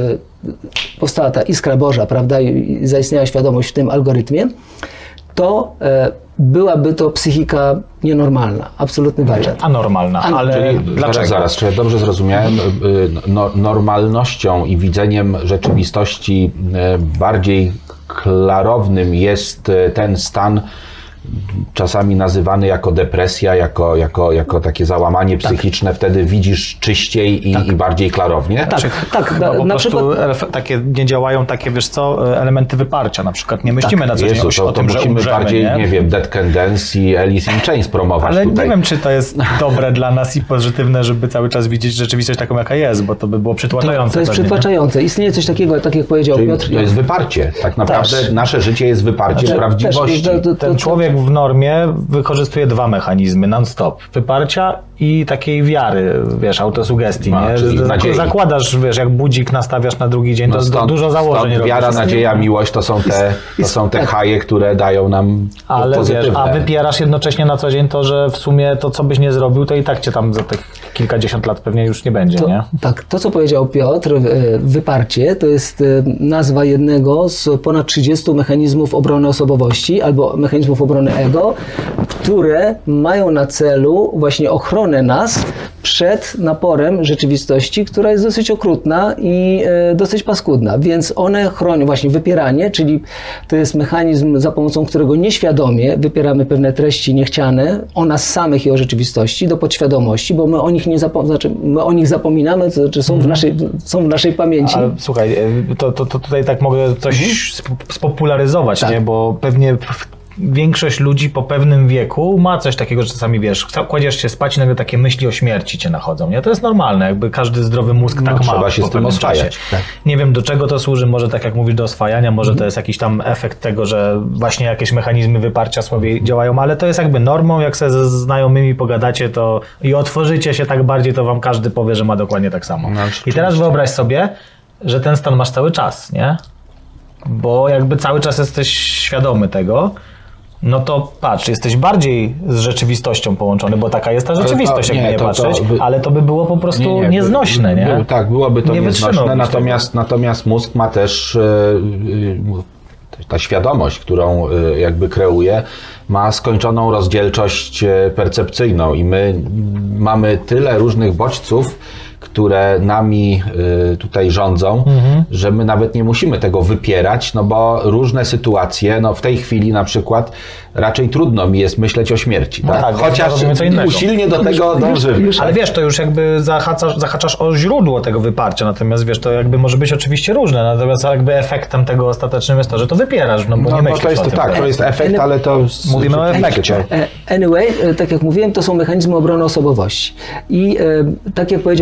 powstała ta iskra Boża, prawda, i zaistniała świadomość w tym algorytmie, to byłaby to psychika nienormalna, absolutny wariat. Anormalna, ale Czyli dlaczego? Zaraz, czy ja dobrze zrozumiałem, normalnością i widzeniem rzeczywistości bardziej klarownym jest ten stan, czasami nazywany jako depresja, jako takie załamanie psychiczne, wtedy widzisz czyściej i bardziej klarownie? Tak. No, po na prostu przykład nie działają takie, wiesz co, elementy wyparcia. Na przykład nie myślimy na co dzień o tym, że musimy umrzemy, bardziej, nie wiem, Dead Can Dance i Alice in Chains promować ale tutaj. nie wiem, czy to jest dobre dla nas i pozytywne, żeby cały czas widzieć rzeczywistość taką, jaka jest, bo to by było przytłaczające. To jest pewnie, przytłaczające. Istnieje coś takiego, tak jak powiedział Czyli Piotr. to jest wyparcie. Tak naprawdę nasze życie jest wyparciem prawdziwości. Ten człowiek w normie wykorzystuje dwa mechanizmy non-stop. Wyparcia i takiej wiary, wiesz, autosugestii, nie? Czyli nadziei. Zakładasz, wiesz, jak budzik nastawiasz na drugi dzień, to dużo założeń robisz. Wiara, nadzieja, miłość to są te haje, które dają nam ale pozytywne. wiesz, a wypierasz jednocześnie na co dzień to, że w sumie to, co byś nie zrobił, to i tak cię tam za tych kilkadziesiąt lat pewnie już nie będzie, nie? Tak, to co powiedział Piotr, wyparcie, to jest nazwa jednego z ponad 30 mechanizmów obrony osobowości albo mechanizmów obrony ego, które mają na celu właśnie ochronę nas przed naporem rzeczywistości, która jest dosyć okrutna i dosyć paskudna, więc one chronią właśnie wypieranie, czyli to jest mechanizm, za pomocą którego nieświadomie wypieramy pewne treści niechciane o nas samych i o rzeczywistości do podświadomości, bo my o nich my o nich zapominamy, to znaczy są w naszej pamięci. Ale słuchaj, to tutaj tak mogę coś spopularyzować, nie? Bo pewnie większość ludzi po pewnym wieku ma coś takiego, że czasami wiesz, kładziesz się spać i nagle takie myśli o śmierci cię nachodzą, nie? To jest normalne, jakby każdy zdrowy mózg tak ma. Trzeba się z tym oswajać. Tak. Nie wiem, do czego to służy, może tak jak mówisz, do oswajania, może to jest jakiś tam efekt tego, że właśnie jakieś mechanizmy wyparcia słabiej działają, ale to jest jakby normą, jak sobie ze znajomymi pogadacie to i otworzycie się tak bardziej, to wam każdy powie, że ma dokładnie tak samo. No, i teraz wyobraź sobie, że ten stan masz cały czas, nie? Bo jakby cały czas jesteś świadomy tego, no to patrz, jesteś bardziej z rzeczywistością połączony, bo taka jest ta rzeczywistość, jak nie patrzeć, ale to by było po prostu nieznośne, nie? Tak, byłoby to nieznośne, natomiast mózg ma też ta świadomość, którą jakby kreuje, ma skończoną rozdzielczość percepcyjną i my mamy tyle różnych bodźców, które nami tutaj rządzą, że my nawet nie musimy tego wypierać, no bo różne sytuacje, no w tej chwili na przykład raczej trudno mi jest myśleć o śmierci, tak? Tak, chociaż usilnie do tego dążymy. Ale wiesz, to już jakby zahaczasz o źródło tego wyparcia, natomiast wiesz, to jakby może być oczywiście różne, natomiast jakby efektem tego ostatecznym jest to, że to wypierasz, no bo nie myślisz to jest, o tym. tak, to jest efekt, ale to mówimy o efekcie. Anyway, tak jak mówiłem, to są mechanizmy obrony osobowości. I tak jak powiedział Piotr,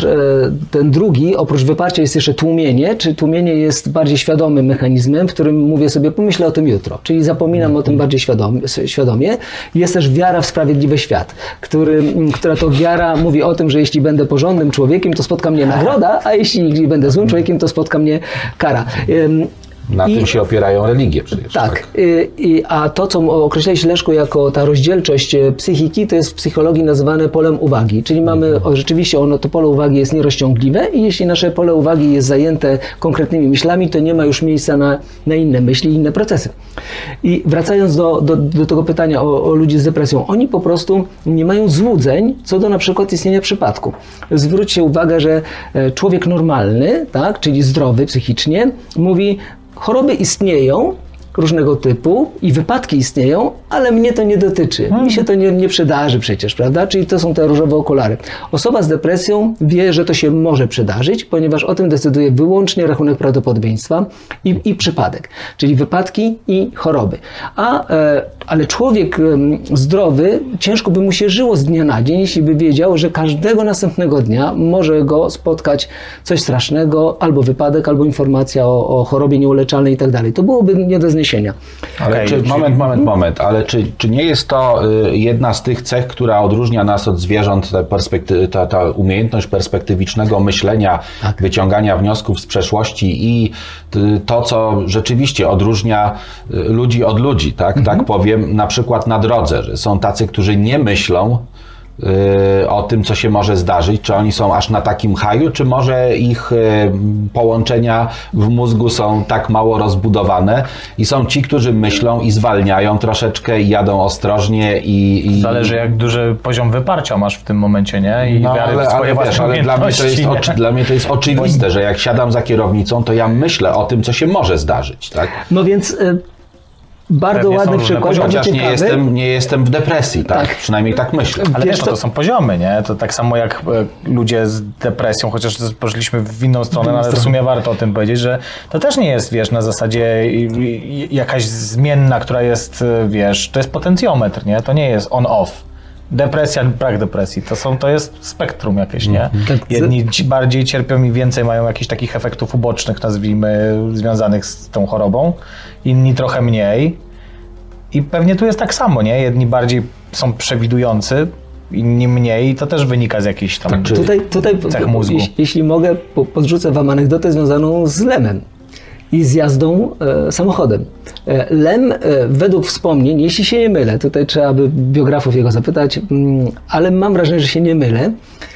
ten drugi, oprócz wyparcia jest jeszcze tłumienie, czy tłumienie jest bardziej świadomym mechanizmem, w którym mówię sobie, pomyślę o tym jutro, czyli zapominam o tym bardziej świadomie. Jest też wiara w sprawiedliwy świat, która to wiara mówi o tym, że jeśli będę porządnym człowiekiem, to spotka mnie nagroda, a jeśli będę złym człowiekiem, to spotka mnie kara. Na tym się opierają religie przecież. Tak. A to, co określałeś, Leszku, jako ta rozdzielczość psychiki, to jest w psychologii nazywane polem uwagi. Czyli mamy, rzeczywiście to pole uwagi jest nierozciągliwe i jeśli nasze pole uwagi jest zajęte konkretnymi myślami, to nie ma już miejsca na inne myśli i inne procesy. I wracając do tego pytania o ludzi z depresją, oni po prostu nie mają złudzeń co do na przykład istnienia przypadku. Zwróćcie uwagę, że człowiek normalny, tak, czyli zdrowy psychicznie, mówi, choroby istnieją różnego typu i wypadki istnieją, ale mnie to nie dotyczy. Mi się to nie przydarzy przecież, prawda? Czyli to są te różowe okulary. Osoba z depresją wie, że to się może przydarzyć, ponieważ o tym decyduje wyłącznie rachunek prawdopodobieństwa i przypadek, czyli wypadki i choroby. Ale człowiek zdrowy, ciężko by mu się żyło z dnia na dzień, jeśli by wiedział, że każdego następnego dnia może go spotkać coś strasznego, albo wypadek, albo informacja o chorobie nieuleczalnej i tak dalej. To byłoby nie do zniesienia. Ale moment, ale czy nie jest to jedna z tych cech, która odróżnia nas od zwierząt, ta umiejętność perspektywicznego myślenia, tak, wyciągania wniosków z przeszłości i to, co rzeczywiście odróżnia ludzi od ludzi, tak, tak powiem, na przykład na drodze, że są tacy, którzy nie myślą o tym, co się może zdarzyć, czy oni są aż na takim haju, czy może ich połączenia w mózgu są tak mało rozbudowane i są ci, którzy myślą i zwalniają troszeczkę i jadą ostrożnie i zależy, jak duży poziom wyparcia masz w tym momencie, nie? I wiary w swoje własne umiejętności. Dla mnie to jest oczywiste, że jak siadam za kierownicą, to ja myślę o tym, co się może zdarzyć, tak? No więc bardzo pewnie ładny przykład. Chociaż nie jestem w depresji, tak? Przynajmniej tak myślę. Ale wiesz, to są poziomy, nie? To tak samo jak ludzie z depresją, chociaż poszliśmy w inną stronę, ale w sumie warto o tym powiedzieć, że to też nie jest, wiesz, na zasadzie jakaś zmienna, która jest, wiesz, to jest potencjometr, nie? To nie jest on-off. Depresja, brak depresji, to jest spektrum jakieś, nie? Jedni bardziej cierpią i więcej mają jakichś takich efektów ubocznych, nazwijmy, związanych z tą chorobą, inni trochę mniej i pewnie tu jest tak samo, nie? Jedni bardziej są przewidujący, inni mniej i to też wynika z jakichś tam cech mózgu. Jeśli mogę, podrzucę wam anegdotę związaną z Lemem i z jazdą samochodem. Lem, według wspomnień, jeśli się nie mylę, tutaj trzeba by biografów jego zapytać, ale mam wrażenie, że się nie mylę,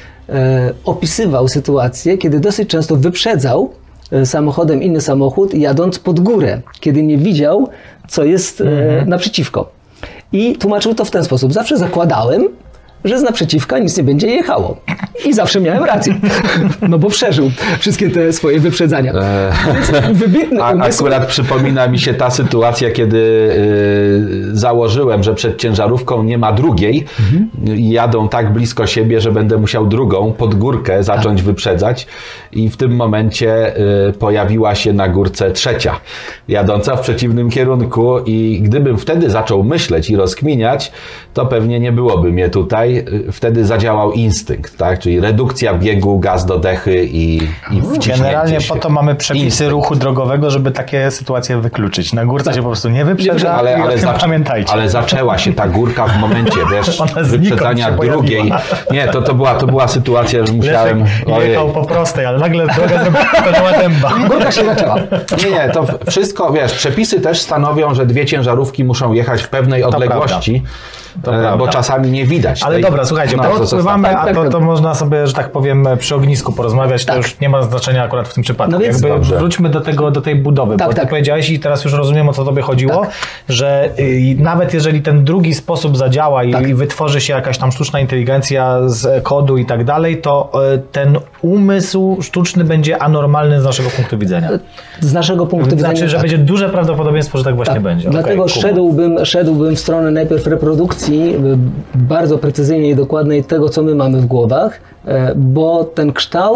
opisywał sytuację, kiedy dosyć często wyprzedzał samochodem inny samochód, jadąc pod górę, kiedy nie widział, co jest naprzeciwko. I tłumaczył to w ten sposób. Zawsze zakładałem, że z naprzeciwka nic nie będzie jechało. I zawsze miałem rację. No bo przeżył wszystkie te swoje wyprzedzania. Wybitny umysł. Akurat przypomina mi się ta sytuacja, kiedy założyłem, że przed ciężarówką nie ma drugiej i jadą tak blisko siebie, że będę musiał drugą pod górkę zacząć wyprzedzać i w tym momencie pojawiła się na górce trzecia, jadąca w przeciwnym kierunku i gdybym wtedy zaczął myśleć i rozkminiać, to pewnie nie byłoby mnie tutaj. Wtedy zadziałał instynkt, tak? Czyli redukcja biegu, gaz do dechy i wciśnięcie generalnie się. Po to mamy przepisy ruchu drogowego, żeby takie sytuacje wykluczyć. Na górce się po prostu nie wyprzedza, ale pamiętajcie. Ale zaczęła się ta górka w momencie, wiesz, wyprzedzania drugiej. Nie, to była sytuacja, że musiałem... Jechał po prostej, ale nagle droga zrobiła dęba. Górka się zaczęła. Nie, to wszystko, wiesz, przepisy też stanowią, że dwie ciężarówki muszą jechać w pewnej odległości. Bo czasami nie widać. Ale dobra, słuchajcie, odpływamy, to można sobie, że tak powiem, przy ognisku porozmawiać, to już nie ma znaczenia akurat w tym przypadku. No więc wróćmy do tej budowy, bo ty powiedziałeś i teraz już rozumiem, o co tobie chodziło, że nawet jeżeli ten drugi sposób zadziała i wytworzy się jakaś tam sztuczna inteligencja z kodu i tak dalej, to ten umysł sztuczny będzie anormalny z naszego punktu widzenia. Z naszego punktu widzenia. Znaczy, że będzie duże prawdopodobieństwo, że tak właśnie będzie. Dlatego szedłbym w stronę najpierw reprodukcji, bardzo precyzyjnej i dokładnej tego, co my mamy w głowach, bo ten kształt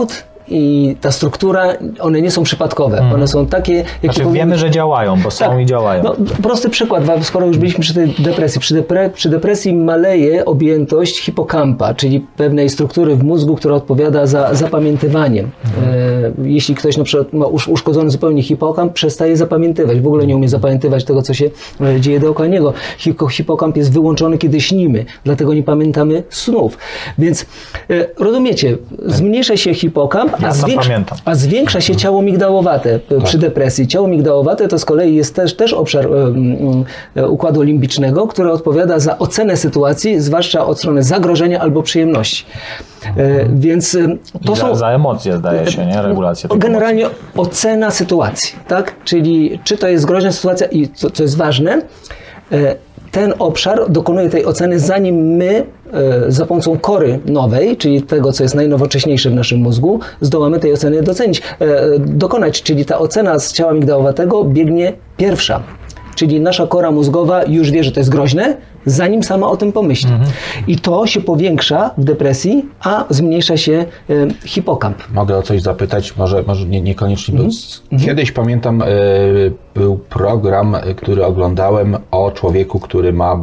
i ta struktura, one nie są przypadkowe. One są takie, jakie Znaczy wiemy, że działają, bo są i działają. No, prosty przykład, skoro już byliśmy przy tej depresji. Przy depresji maleje objętość hipokampa, czyli pewnej struktury w mózgu, która odpowiada za zapamiętywanie. Jeśli ktoś na przykład ma uszkodzony zupełnie hipokamp, przestaje zapamiętywać, w ogóle nie umie zapamiętywać tego, co się dzieje dookoła niego. Hipokamp jest wyłączony, kiedy śnimy, dlatego nie pamiętamy snów. Więc rozumiecie, zmniejsza się hipokamp, a zwiększa się ciało migdałowate przy depresji. Ciało migdałowate to z kolei jest też obszar układu limbicznego, który odpowiada za ocenę sytuacji, zwłaszcza od strony zagrożenia albo przyjemności. Więc to są za emocje, zdaje się, nie? Regulacja tych generalnie ocena sytuacji, tak? Czyli czy to jest groźna sytuacja i co jest ważne, ten obszar dokonuje tej oceny, zanim my za pomocą kory nowej, czyli tego, co jest najnowocześniejsze w naszym mózgu, zdołamy tej oceny dokonać. Czyli ta ocena z ciała migdałowatego biegnie pierwsza. Czyli nasza kora mózgowa już wie, że to jest groźne, zanim sama o tym pomyśli. I to się powiększa w depresji, a zmniejsza się hipokamp. Mogę o coś zapytać? Może niekoniecznie. Kiedyś pamiętam, był program, który oglądałem o człowieku, który ma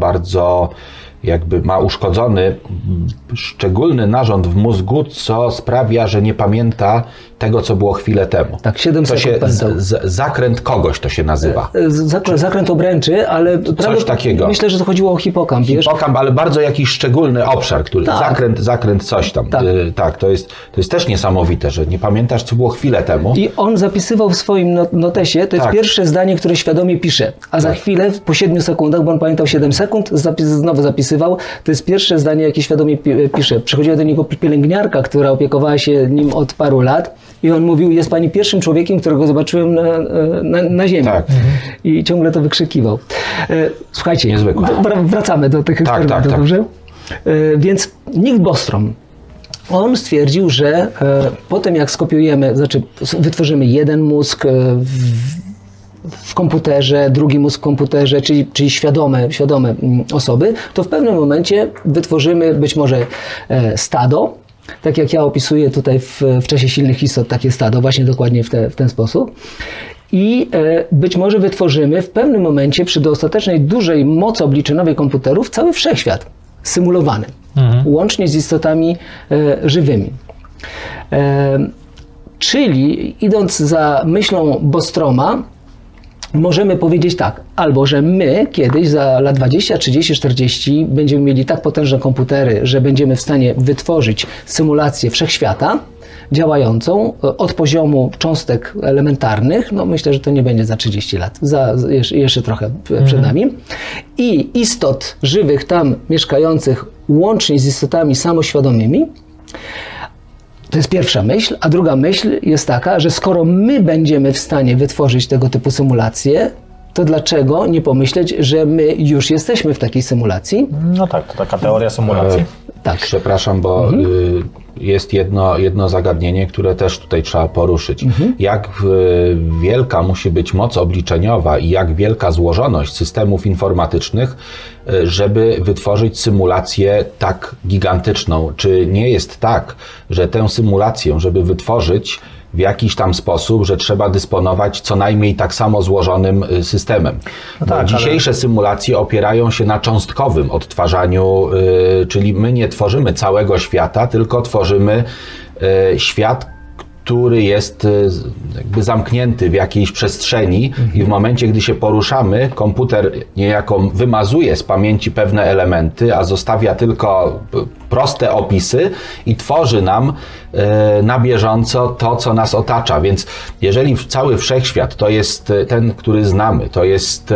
ma uszkodzony szczególny narząd w mózgu, co sprawia, że nie pamięta tego, co było chwilę temu. Tak, 7 sekund. Zakręt kogoś to się nazywa. Zakręt obręczy, ale coś takiego. Myślę, że to chodziło o hipokamp. Hipokamp, ale bardzo jakiś szczególny obszar, który zakręt coś tam. Tak, to jest też niesamowite, że nie pamiętasz, co było chwilę temu. I on zapisywał w swoim notesie, to jest pierwsze zdanie, które świadomie pisze, a za chwilę, po 7 sekundach, bo on pamiętał 7 sekund, znowu zapisywał, to jest pierwsze zdanie, jakie świadomie pisze. Przychodziła do niego pielęgniarka, która opiekowała się nim od paru lat i on mówił, jest pani pierwszym człowiekiem, którego zobaczyłem na ziemi. Tak. I ciągle to wykrzykiwał. Słuchajcie, niezwykle. Wracamy do tych eksperymentów, dobrze? Więc Nick Bostrom, on stwierdził, że po tym jak skopiujemy, wytworzymy jeden mózg w komputerze, drugi mózg w komputerze, czyli świadome osoby, to w pewnym momencie wytworzymy być może stado, tak jak ja opisuję tutaj w czasie silnych istot takie stado, właśnie dokładnie w ten sposób. I być może wytworzymy w pewnym momencie przy dostatecznej dużej mocy obliczeniowej komputerów cały wszechświat symulowany, łącznie z istotami żywymi. Czyli idąc za myślą Bostroma, możemy powiedzieć tak, albo że my kiedyś za lat 20, 30, 40 będziemy mieli tak potężne komputery, że będziemy w stanie wytworzyć symulację wszechświata działającą od poziomu cząstek elementarnych, no myślę, że to nie będzie za 30 lat, jeszcze trochę przed nami, i istot żywych tam mieszkających łącznie z istotami samoświadomymi. To jest pierwsza myśl, a druga myśl jest taka, że skoro my będziemy w stanie wytworzyć tego typu symulacje, to dlaczego nie pomyśleć, że my już jesteśmy w takiej symulacji? No tak, to taka teoria symulacji. Tak. Przepraszam, bo jest jedno zagadnienie, które też tutaj trzeba poruszyć. Jak wielka musi być moc obliczeniowa i jak wielka złożoność systemów informatycznych, żeby wytworzyć symulację tak gigantyczną? Czy nie jest tak, że tę symulację, żeby wytworzyć w jakiś tam sposób, że trzeba dysponować co najmniej tak samo złożonym systemem? No tak, dzisiejsze symulacje opierają się na cząstkowym odtwarzaniu, czyli my nie tworzymy całego świata, tylko tworzymy świat, który jest jakby zamknięty w jakiejś przestrzeni i w momencie, gdy się poruszamy, komputer niejako wymazuje z pamięci pewne elementy, a zostawia tylko proste opisy i tworzy nam na bieżąco to, co nas otacza. Więc jeżeli cały wszechświat to jest ten, który znamy, to jest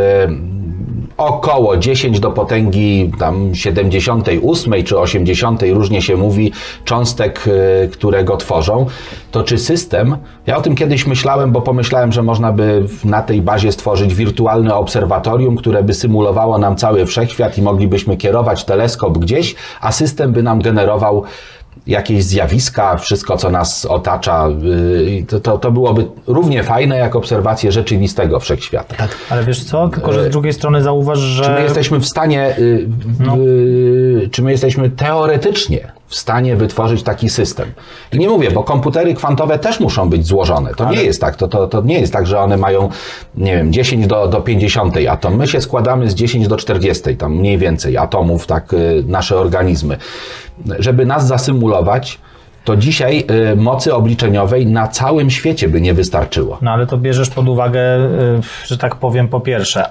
około 10 do potęgi tam 78 czy 80, różnie się mówi, cząstek, które go tworzą, to czy system, ja o tym kiedyś myślałem, bo pomyślałem, że można by na tej bazie stworzyć wirtualne obserwatorium, które by symulowało nam cały wszechświat i moglibyśmy kierować teleskop gdzieś, a system by nam generował jakieś zjawiska, wszystko, co nas otacza. To byłoby równie fajne, jak obserwacje rzeczywistego wszechświata. Tak. Ale wiesz co? Tylko, że z drugiej strony zauważ, że... Czy my jesteśmy w stanie, czy my jesteśmy teoretycznie w w stanie wytworzyć taki system. I nie mówię, bo komputery kwantowe też muszą być złożone. To nie jest tak. To nie jest tak, że one mają, nie wiem, 10 do 50 atom. My się składamy z 10 do 40, tam mniej więcej atomów, tak, nasze organizmy. Żeby nas zasymulować, to dzisiaj mocy obliczeniowej na całym świecie by nie wystarczyło. No ale to bierzesz pod uwagę, że tak powiem, po pierwsze,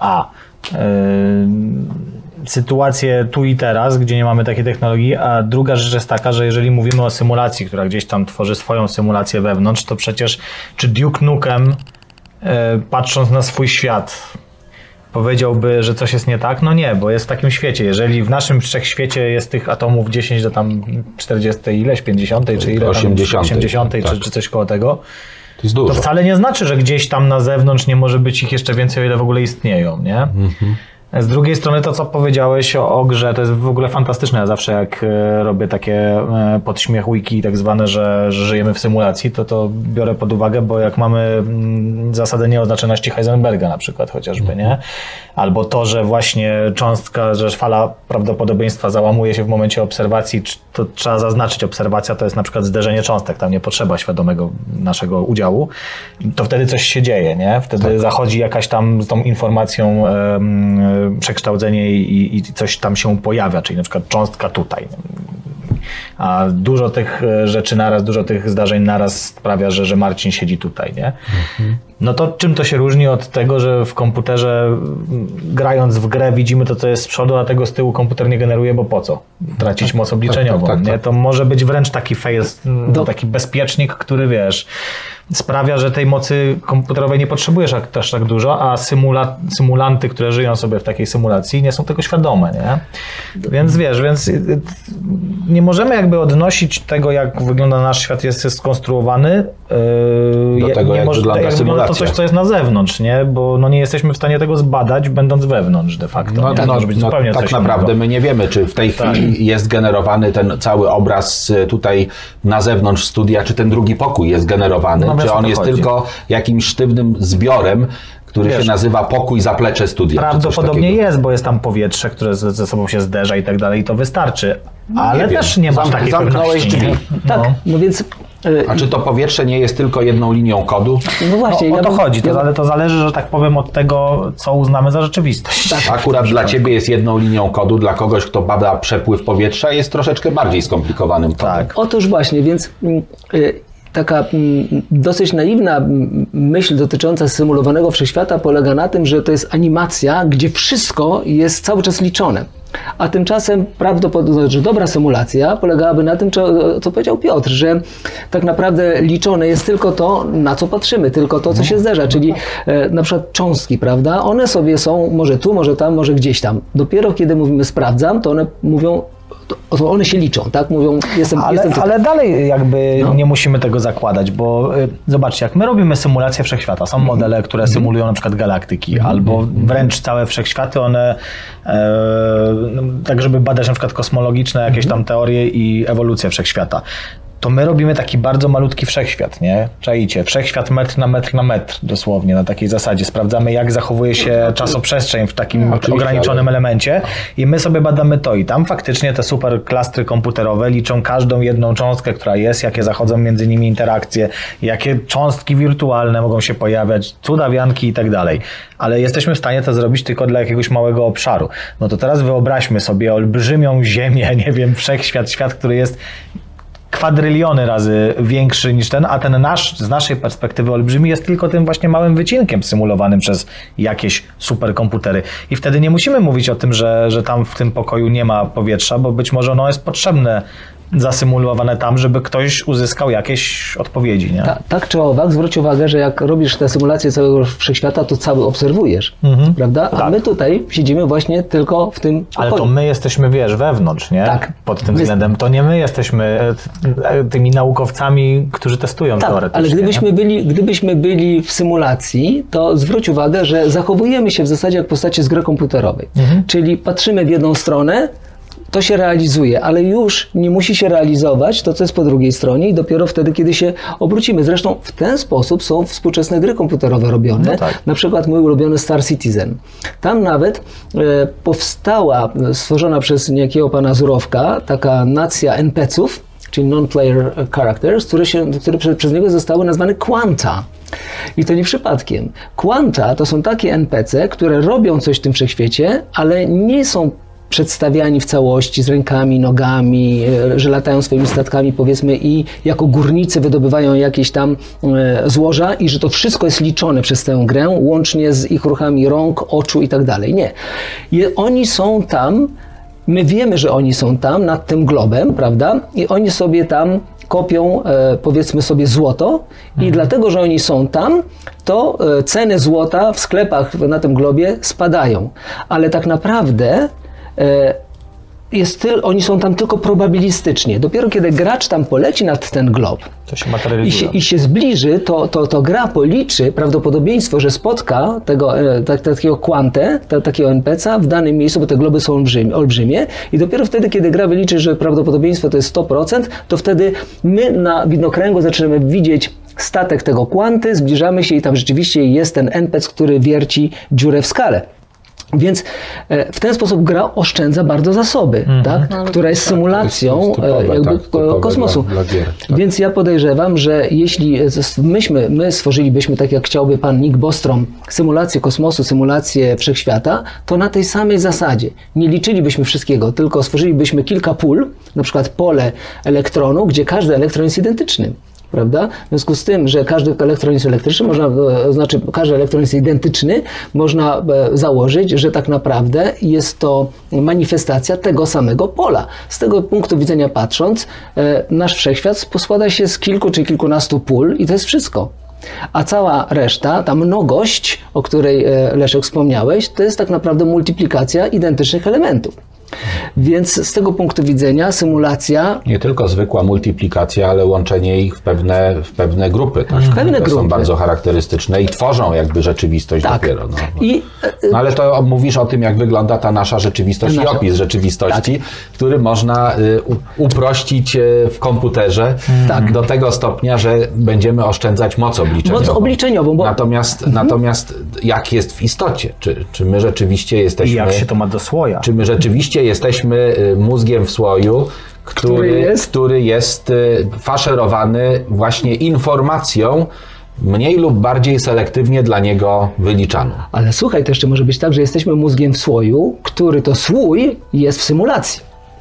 sytuację tu i teraz, gdzie nie mamy takiej technologii, a druga rzecz jest taka, że jeżeli mówimy o symulacji, która gdzieś tam tworzy swoją symulację wewnątrz, to przecież czy Duke Nukem, patrząc na swój świat, powiedziałby, że coś jest nie tak? No nie, bo jest w takim świecie. Jeżeli w naszym wszechświecie jest tych atomów 10 do tam 40 ileś, 50 czy ile 80 tak. czy coś koło tego, To jest dużo. to wcale nie znaczy, że gdzieś tam na zewnątrz nie może być ich jeszcze więcej, o ile w ogóle istnieją, nie? Z drugiej strony to, co powiedziałeś o grze, to jest w ogóle fantastyczne. Ja zawsze jak robię takie podśmiech wiki tak zwane, że żyjemy w symulacji, to biorę pod uwagę, bo jak mamy zasadę nieoznaczoności Heisenberga na przykład chociażby, nie? Albo to, że właśnie cząstka, że fala prawdopodobieństwa załamuje się w momencie obserwacji, to trzeba zaznaczyć, obserwacja to jest na przykład zderzenie cząstek, tam nie potrzeba świadomego naszego udziału, to wtedy coś się dzieje, nie? Wtedy zachodzi jakaś tam z tą informacją przekształcenie i coś tam się pojawia, czyli na przykład cząstka tutaj. A dużo tych rzeczy naraz, dużo tych zdarzeń naraz sprawia, że Marcin siedzi tutaj, nie? No to czym to się różni od tego, że w komputerze grając w grę widzimy to, co jest z przodu, a tego z tyłu komputer nie generuje, bo po co? Tracić moc obliczeniową, nie? To może być wręcz taki fail, taki bezpiecznik, który wiesz, sprawia, że tej mocy komputerowej nie potrzebujesz aż tak dużo, a symulanty, które żyją sobie w takiej symulacji, nie są tego świadome, nie? Więc wiesz, nie możemy jakby odnosić tego, jak wygląda nasz świat, jest skonstruowany do tego, jak wygląda symulacja. To coś, co jest na zewnątrz, nie? Bo no nie jesteśmy w stanie tego zbadać, będąc wewnątrz de facto. Może być zupełnie tak coś naprawdę innego. my nie wiemy, czy w tej chwili jest generowany ten cały obraz tutaj na zewnątrz studia, czy ten drugi pokój jest generowany, czy on jest tylko jakimś sztywnym zbiorem, który się nazywa pokój, zaplecze studia. Prawdopodobnie jest, bo jest tam powietrze, które ze sobą się zderza i tak dalej, i to wystarczy. Ale nie też nie ma takiej zamknąłeś pewności. drzwi. Tak, no więc... A czy to powietrze nie jest tylko jedną linią kodu? No właśnie. O to chodzi, ale to zależy, że tak powiem, od tego, co uznamy za rzeczywistość. Tak. Akurat dla ciebie jest jedną linią kodu, dla kogoś, kto bada przepływ powietrza, jest troszeczkę bardziej skomplikowanym kodem. Tak. Otóż właśnie, więc taka dosyć naiwna myśl dotycząca symulowanego wszechświata polega na tym, że to jest animacja, gdzie wszystko jest cały czas liczone. A tymczasem prawdopodobnie, że dobra symulacja polegałaby na tym, co powiedział Piotr, że tak naprawdę liczone jest tylko to, na co patrzymy, tylko to, co się zdarza, czyli na przykład cząstki, prawda? One sobie są może tu, może tam, może gdzieś tam. Dopiero kiedy mówimy sprawdzam, to one mówią, to one się liczą, tak? Mówią, jestem ale dalej jakby nie musimy tego zakładać, bo zobaczcie, jak my robimy symulację wszechświata, są modele, które symulują na przykład galaktyki, albo wręcz całe wszechświaty, one tak, żeby badać na przykład kosmologiczne jakieś tam teorie i ewolucję wszechświata. To my robimy taki bardzo malutki wszechświat, nie? Czajcie, wszechświat metr na metr dosłownie, na takiej zasadzie. Sprawdzamy, jak zachowuje się czasoprzestrzeń w takim ograniczonym elemencie i my sobie badamy to i tam faktycznie te super klastry komputerowe liczą każdą jedną cząstkę, która jest, jakie zachodzą między nimi interakcje, jakie cząstki wirtualne mogą się pojawiać, cudawianki i tak dalej. Ale jesteśmy w stanie to zrobić tylko dla jakiegoś małego obszaru. No to teraz wyobraźmy sobie olbrzymią Ziemię, nie wiem, wszechświat, świat, który jest kwadryliony razy większy niż ten, a ten nasz, z naszej perspektywy olbrzymi, jest tylko tym właśnie małym wycinkiem symulowanym przez jakieś superkomputery. I wtedy nie musimy mówić o tym, że tam w tym pokoju nie ma powietrza, bo być może ono jest potrzebne, zasymulowane tam, żeby ktoś uzyskał jakieś odpowiedzi. Nie? Tak czy owak, zwróć uwagę, że jak robisz tę symulację całego wszechświata, to cały obserwujesz, prawda? A my tutaj siedzimy właśnie tylko w tym pokoju. Ale to my jesteśmy, wiesz, wewnątrz, nie? Tak. Pod tym względem. To nie my jesteśmy tymi naukowcami, którzy testują teoretycznie. Ale gdybyśmy byli w symulacji, to zwróć uwagę, że zachowujemy się w zasadzie jak w postaci z gry komputerowej. Czyli patrzymy w jedną stronę, to się realizuje, ale już nie musi się realizować to, co jest po drugiej stronie i dopiero wtedy, kiedy się obrócimy. Zresztą w ten sposób są współczesne gry komputerowe robione. No tak. Na przykład mój ulubiony Star Citizen. Tam nawet powstała, stworzona przez niejakiego pana Zurowka, taka nacja NPC-ów, czyli non-player characters, które przez niego zostały nazwane Quanta. I to nie przypadkiem. Quanta to są takie NPC, które robią coś w tym wszechświecie, ale nie są przedstawiani w całości z rękami, nogami, że latają swoimi statkami, powiedzmy, i jako górnicy wydobywają jakieś tam złoża i że to wszystko jest liczone przez tę grę, łącznie z ich ruchami rąk, oczu i tak dalej. Nie. Oni są tam, my wiemy, że oni są tam nad tym globem, prawda? I oni sobie tam kopią, powiedzmy sobie, złoto i dlatego, że oni są tam, to ceny złota w sklepach na tym globie spadają. Ale tak naprawdę oni są tam tylko probabilistycznie. Dopiero kiedy gracz tam poleci nad ten glob to się materializuje. I się zbliży, to gra policzy prawdopodobieństwo, że spotka takiego quantę, takiego NPC-a w danym miejscu, bo te globy są olbrzymie i dopiero wtedy, kiedy gra wyliczy, że prawdopodobieństwo to jest 100%, to wtedy my na widnokręgu zaczynamy widzieć statek tego quanty, zbliżamy się i tam rzeczywiście jest ten NPC, który wierci dziurę w skale. Więc w ten sposób gra oszczędza bardzo zasoby, tak? Która jest symulacją typowe kosmosu. Dla gier, tak. Więc ja podejrzewam, że jeśli my stworzylibyśmy, tak jak chciałby pan Nick Bostrom, symulację kosmosu, symulację wszechświata, to na tej samej zasadzie. Nie liczylibyśmy wszystkiego, tylko stworzylibyśmy kilka pól, na przykład pole elektronu, gdzie każdy elektron jest identyczny. Prawda? W związku z tym, że każdy elektron jest elektryczny, każdy elektron jest identyczny, można założyć, że tak naprawdę jest to manifestacja tego samego pola. Z tego punktu widzenia patrząc, nasz wszechświat składa się z kilku czy kilkunastu pól i to jest wszystko. A cała reszta, ta mnogość, o której Leszek wspomniałeś, to jest tak naprawdę multiplikacja identycznych elementów. Więc z tego punktu widzenia symulacja... Nie tylko zwykła multiplikacja, ale łączenie ich w pewne grupy. Tak? Pewne grupy. Są bardzo charakterystyczne i tworzą jakby rzeczywistość dopiero. No ale to mówisz o tym, jak wygląda ta nasza rzeczywistość i opis rzeczywistości, który można uprościć w komputerze do tego stopnia, że będziemy oszczędzać moc obliczeniową. Moc obliczeniową. Bo... Natomiast jak jest w istocie? Czy my rzeczywiście jesteśmy... I jak się to ma do słoja? Czy my rzeczywiście jesteśmy mózgiem w słoju, który jest faszerowany właśnie informacją, mniej lub bardziej selektywnie dla niego wyliczaną. Ale słuchaj, to jeszcze może być tak, że jesteśmy mózgiem w słoju, który to słój jest w symulacji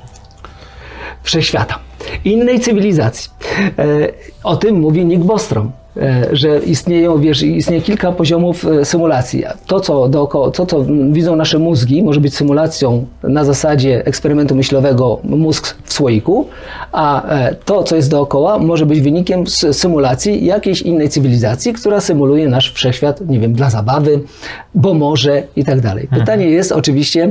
wszechświata, innej cywilizacji. O tym mówi Nick Bostrom, że istnieje kilka poziomów symulacji. To, co widzą nasze mózgi, może być symulacją na zasadzie eksperymentu myślowego mózg w słoiku, a to, co jest dookoła, może być wynikiem symulacji jakiejś innej cywilizacji, która symuluje nasz wszechświat, nie wiem, dla zabawy, bo może i tak dalej. Pytanie jest oczywiście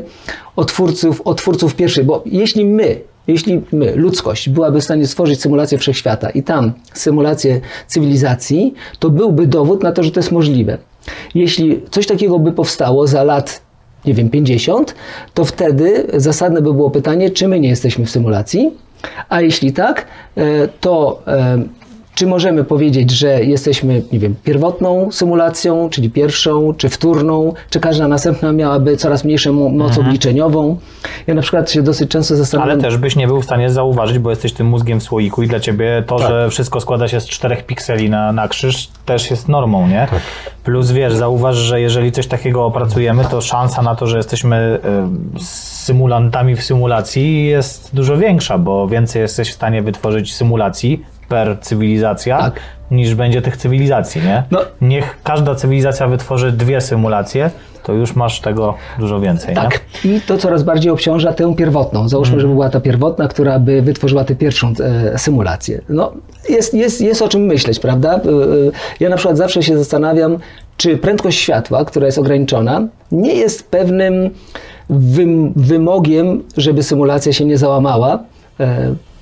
o twórców pierwszej, bo jeśli my, ludzkość, byłaby w stanie stworzyć symulację wszechświata i tam symulację cywilizacji, to byłby dowód na to, że to jest możliwe. Jeśli coś takiego by powstało za lat, nie wiem, 50, to wtedy zasadne by było pytanie, czy my nie jesteśmy w symulacji, a jeśli tak, to czy możemy powiedzieć, że jesteśmy, nie wiem, pierwotną symulacją, czyli pierwszą, czy wtórną, czy każda następna miałaby coraz mniejszą moc obliczeniową? Ja na przykład się dosyć często zastanawiam... Ale też byś nie był w stanie zauważyć, bo jesteś tym mózgiem w słoiku i dla ciebie to, że wszystko składa się z 4 pikseli na krzyż, też jest normą, nie? Tak. Plus wiesz, zauważ, że jeżeli coś takiego opracujemy, to szansa na to, że jesteśmy symulantami w symulacji jest dużo większa, bo więcej jesteś w stanie wytworzyć symulacji per cywilizacja, niż będzie tych cywilizacji, nie? No. Niech każda cywilizacja wytworzy 2 symulacje, to już masz tego dużo więcej, tak. Nie? I to coraz bardziej obciąża tę pierwotną. Załóżmy, że była ta pierwotna, która by wytworzyła tę pierwszą symulację. No, jest o czym myśleć, prawda? Ja na przykład zawsze się zastanawiam, czy prędkość światła, która jest ograniczona, nie jest pewnym wymogiem, żeby symulacja się nie załamała.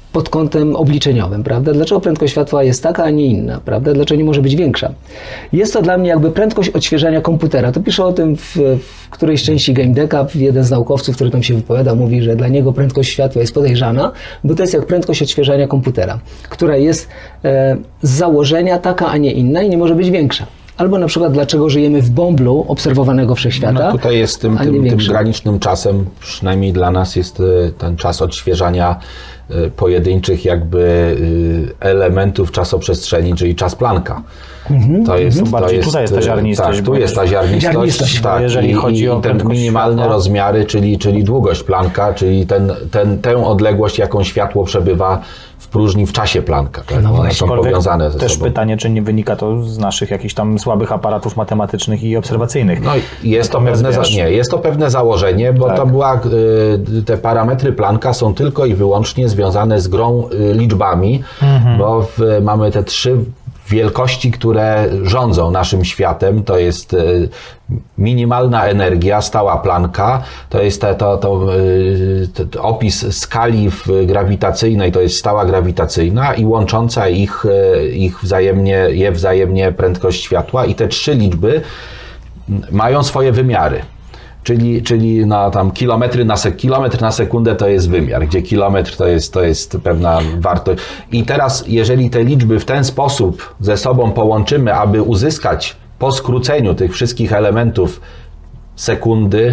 pod kątem obliczeniowym, prawda? Dlaczego prędkość światła jest taka, a nie inna, prawda? Dlaczego nie może być większa? Jest to dla mnie jakby prędkość odświeżania komputera. To pisze o tym w którejś części Game Decka. Jeden z naukowców, który tam się wypowiada, mówi, że dla niego prędkość światła jest podejrzana, bo to jest jak prędkość odświeżania komputera, która jest z założenia taka, a nie inna i nie może być większa. Albo na przykład dlaczego żyjemy w bąblu obserwowanego wszechświata. No tutaj jest tym granicznym czasem, przynajmniej dla nas jest ten czas odświeżania pojedynczych jakby elementów czasoprzestrzeni, czyli czas Plancka. To jest, tutaj jest ta ziarnistość. Tak, tu jest ta ziarnistość, tak, jeżeli chodzi o te minimalne światła. rozmiary, czyli długość Plancka, czyli tę odległość, jaką światło przebywa w próżni w czasie Plancka. Tak? One są powiązane ze też sobą. pytanie, czy nie wynika to z naszych jakichś tam słabych aparatów matematycznych i obserwacyjnych. No jest to pewne założenie, bo to była, te parametry Plancka są tylko i wyłącznie związane z grą liczbami, bo mamy te 3 wielkości, które rządzą naszym światem. To jest minimalna energia, stała Plancka, to jest opis skali grawitacyjnej, to jest stała grawitacyjna i łącząca ich wzajemnie prędkość światła i te 3 liczby mają swoje wymiary. Czyli no, tam kilometr na sekundę to jest wymiar, gdzie kilometr to jest pewna wartość. I teraz, jeżeli te liczby w ten sposób ze sobą połączymy, aby uzyskać po skróceniu tych wszystkich elementów sekundy,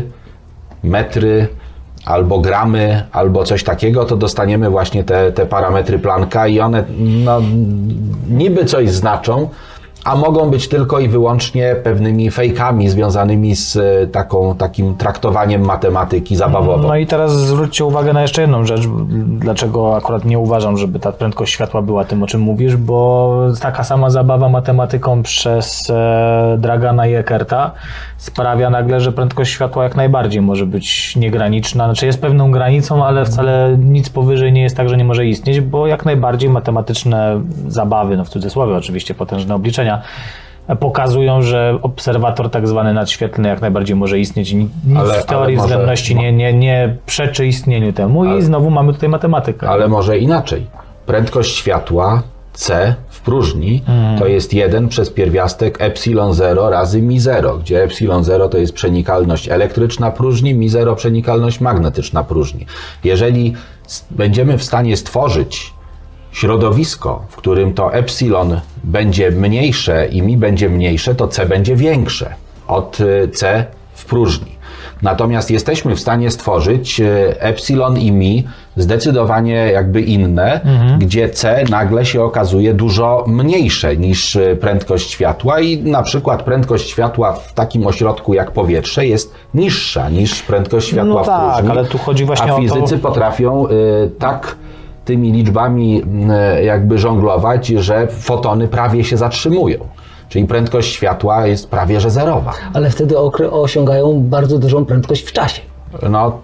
metry, albo gramy, albo coś takiego, to dostaniemy właśnie te parametry Plancka i one no, niby coś znaczą, a mogą być tylko i wyłącznie pewnymi fejkami związanymi z takim traktowaniem matematyki zabawowo. No i teraz zwróćcie uwagę na jeszcze jedną rzecz, dlaczego akurat nie uważam, żeby ta prędkość światła była tym, o czym mówisz, bo taka sama zabawa matematyką przez Dragana i Eckerta sprawia nagle, że prędkość światła jak najbardziej może być niegraniczna, znaczy jest pewną granicą, ale wcale nic powyżej nie jest tak, że nie może istnieć, bo jak najbardziej matematyczne zabawy, no w cudzysłowie oczywiście, potężne obliczenia, pokazują, że obserwator tak zwany nadświetlny jak najbardziej może istnieć i nic w teorii względności nie przeczy istnieniu temu i znowu mamy tutaj matematykę. Ale może inaczej. Prędkość światła C w próżni to jest 1 przez pierwiastek epsilon 0 razy mi 0, gdzie epsilon 0 to jest przenikalność elektryczna próżni, mi 0 przenikalność magnetyczna próżni. Jeżeli będziemy w stanie stworzyć środowisko, w którym to epsilon będzie mniejsze i mi będzie mniejsze, to C będzie większe od C w próżni. Natomiast jesteśmy w stanie stworzyć epsilon i mi zdecydowanie jakby inne, gdzie C nagle się okazuje dużo mniejsze niż prędkość światła i na przykład prędkość światła w takim ośrodku jak powietrze jest niższa niż prędkość światła w próżni. Ale tu chodzi właśnie a fizycy potrafią tak tymi liczbami jakby żonglować, że fotony prawie się zatrzymują. Czyli prędkość światła jest prawie że zerowa. Ale wtedy osiągają bardzo dużą prędkość w czasie. No.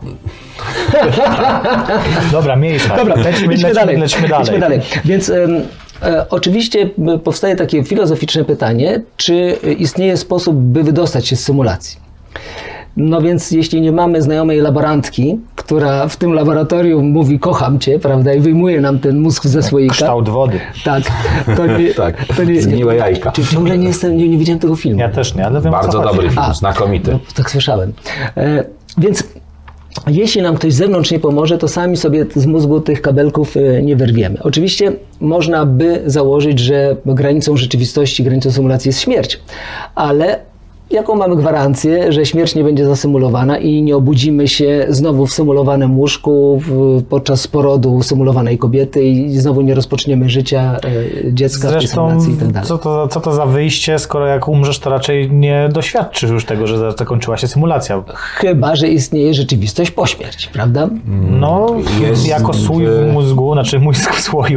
Dobra, mniejsza. Dobra, lecimy dalej. Więc oczywiście powstaje takie filozoficzne pytanie, czy istnieje sposób, by wydostać się z symulacji? No więc jeśli nie mamy znajomej laborantki, która w tym laboratorium mówi kocham cię, prawda, i wyjmuje nam ten mózg ze słoika. Kształt wody. Tak. To nie, zgniłe jajka. Czy ciągle nie widziałem tego filmu? Ja też nie, ale wiem, bardzo dobry film, znakomity. No, tak słyszałem. Więc jeśli nam ktoś z zewnątrz nie pomoże, to sami sobie z mózgu tych kabelków nie wyrwiemy. Oczywiście można by założyć, że granicą rzeczywistości, granicą symulacji jest śmierć, ale jaką mamy gwarancję, że śmierć nie będzie zasymulowana i nie obudzimy się znowu w symulowanym łóżku podczas porodu symulowanej kobiety i znowu nie rozpoczniemy życia dziecka w tej symulacji i tak dalej. Co to za wyjście, skoro jak umrzesz, to raczej nie doświadczysz już tego, że zakończyła się symulacja. Chyba że istnieje rzeczywistość po śmierci, prawda? No, jako słój w mózgu, znaczy mózg w słoju.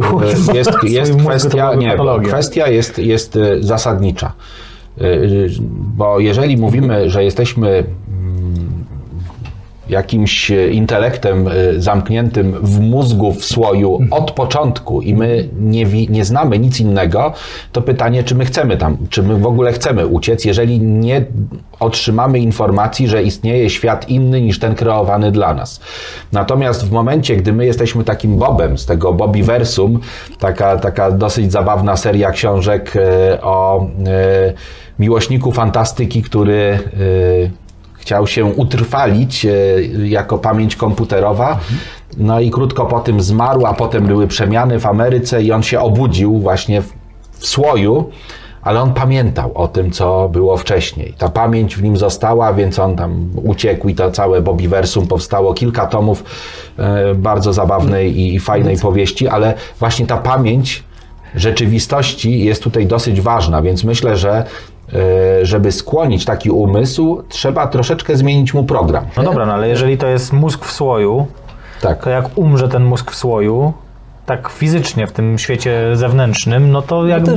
Kwestia jest zasadnicza. Bo jeżeli mówimy, że jesteśmy jakimś intelektem zamkniętym w mózgu, w słoju od początku i my nie znamy nic innego, to pytanie, czy my chcemy tam, czy my w ogóle chcemy uciec, jeżeli nie otrzymamy informacji, że istnieje świat inny niż ten kreowany dla nas. Natomiast w momencie, gdy my jesteśmy takim Bobem z tego Bobiversum, taka dosyć zabawna seria książek o miłośniku fantastyki, który chciał się utrwalić jako pamięć komputerowa, no i krótko po tym zmarł, a potem były przemiany w Ameryce i on się obudził właśnie w słoju, ale on pamiętał o tym, co było wcześniej. Ta pamięć w nim została, więc on tam uciekł i to całe Bobiversum powstało. Kilka tomów bardzo zabawnej i fajnej powieści, ale właśnie ta pamięć rzeczywistości jest tutaj dosyć ważna, więc myślę, że żeby skłonić taki umysł, trzeba troszeczkę zmienić mu program. No dobra, no ale jeżeli to jest mózg w słoju, tak. To jak umrze ten mózg w słoju, tak fizycznie w tym świecie zewnętrznym, no to jakby...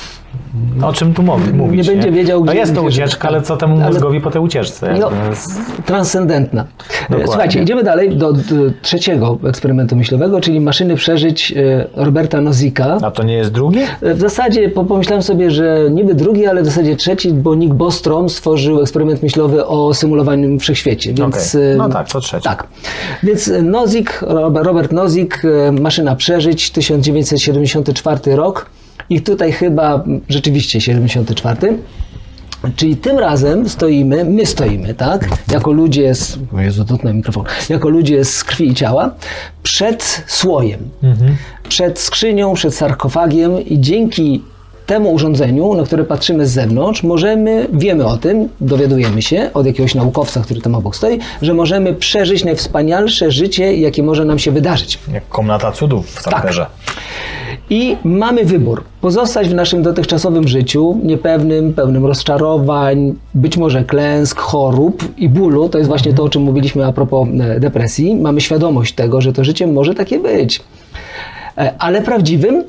O czym tu mówić? Nie będzie wiedział, gdzie... No jest to ucieczka, ale co temu mózgowi po tej ucieczce? No, transcendentna. Dokładnie. Słuchajcie, idziemy dalej do trzeciego eksperymentu myślowego, czyli maszyny przeżyć Roberta Nozika. A to nie jest drugi? W zasadzie pomyślałem sobie, że niby drugi, ale w zasadzie trzeci, bo Nick Bostrom stworzył eksperyment myślowy o symulowaniu wszechświecie. Więc, no tak, to trzeci. Tak. Więc Nozick, Robert Nozick, Maszyna przeżyć, 1974 rok. I tutaj chyba rzeczywiście 74. Czyli tym razem my stoimy, tak? Jako ludzie Jezu, dotknę mikrofon. Jako ludzie z krwi i ciała przed słojem, przed skrzynią, przed sarkofagiem i dzięki temu urządzeniu, na które patrzymy z zewnątrz, wiemy o tym, dowiadujemy się od jakiegoś naukowca, który tam obok stoi, że możemy przeżyć najwspanialsze życie, jakie może nam się wydarzyć. Jak komnata cudów w Samperze. Tak. I mamy wybór. Pozostać w naszym dotychczasowym życiu, niepewnym, pełnym rozczarowań, być może klęsk, chorób i bólu. To jest właśnie to, o czym mówiliśmy a propos depresji. Mamy świadomość tego, że to życie może takie być. Ale prawdziwym,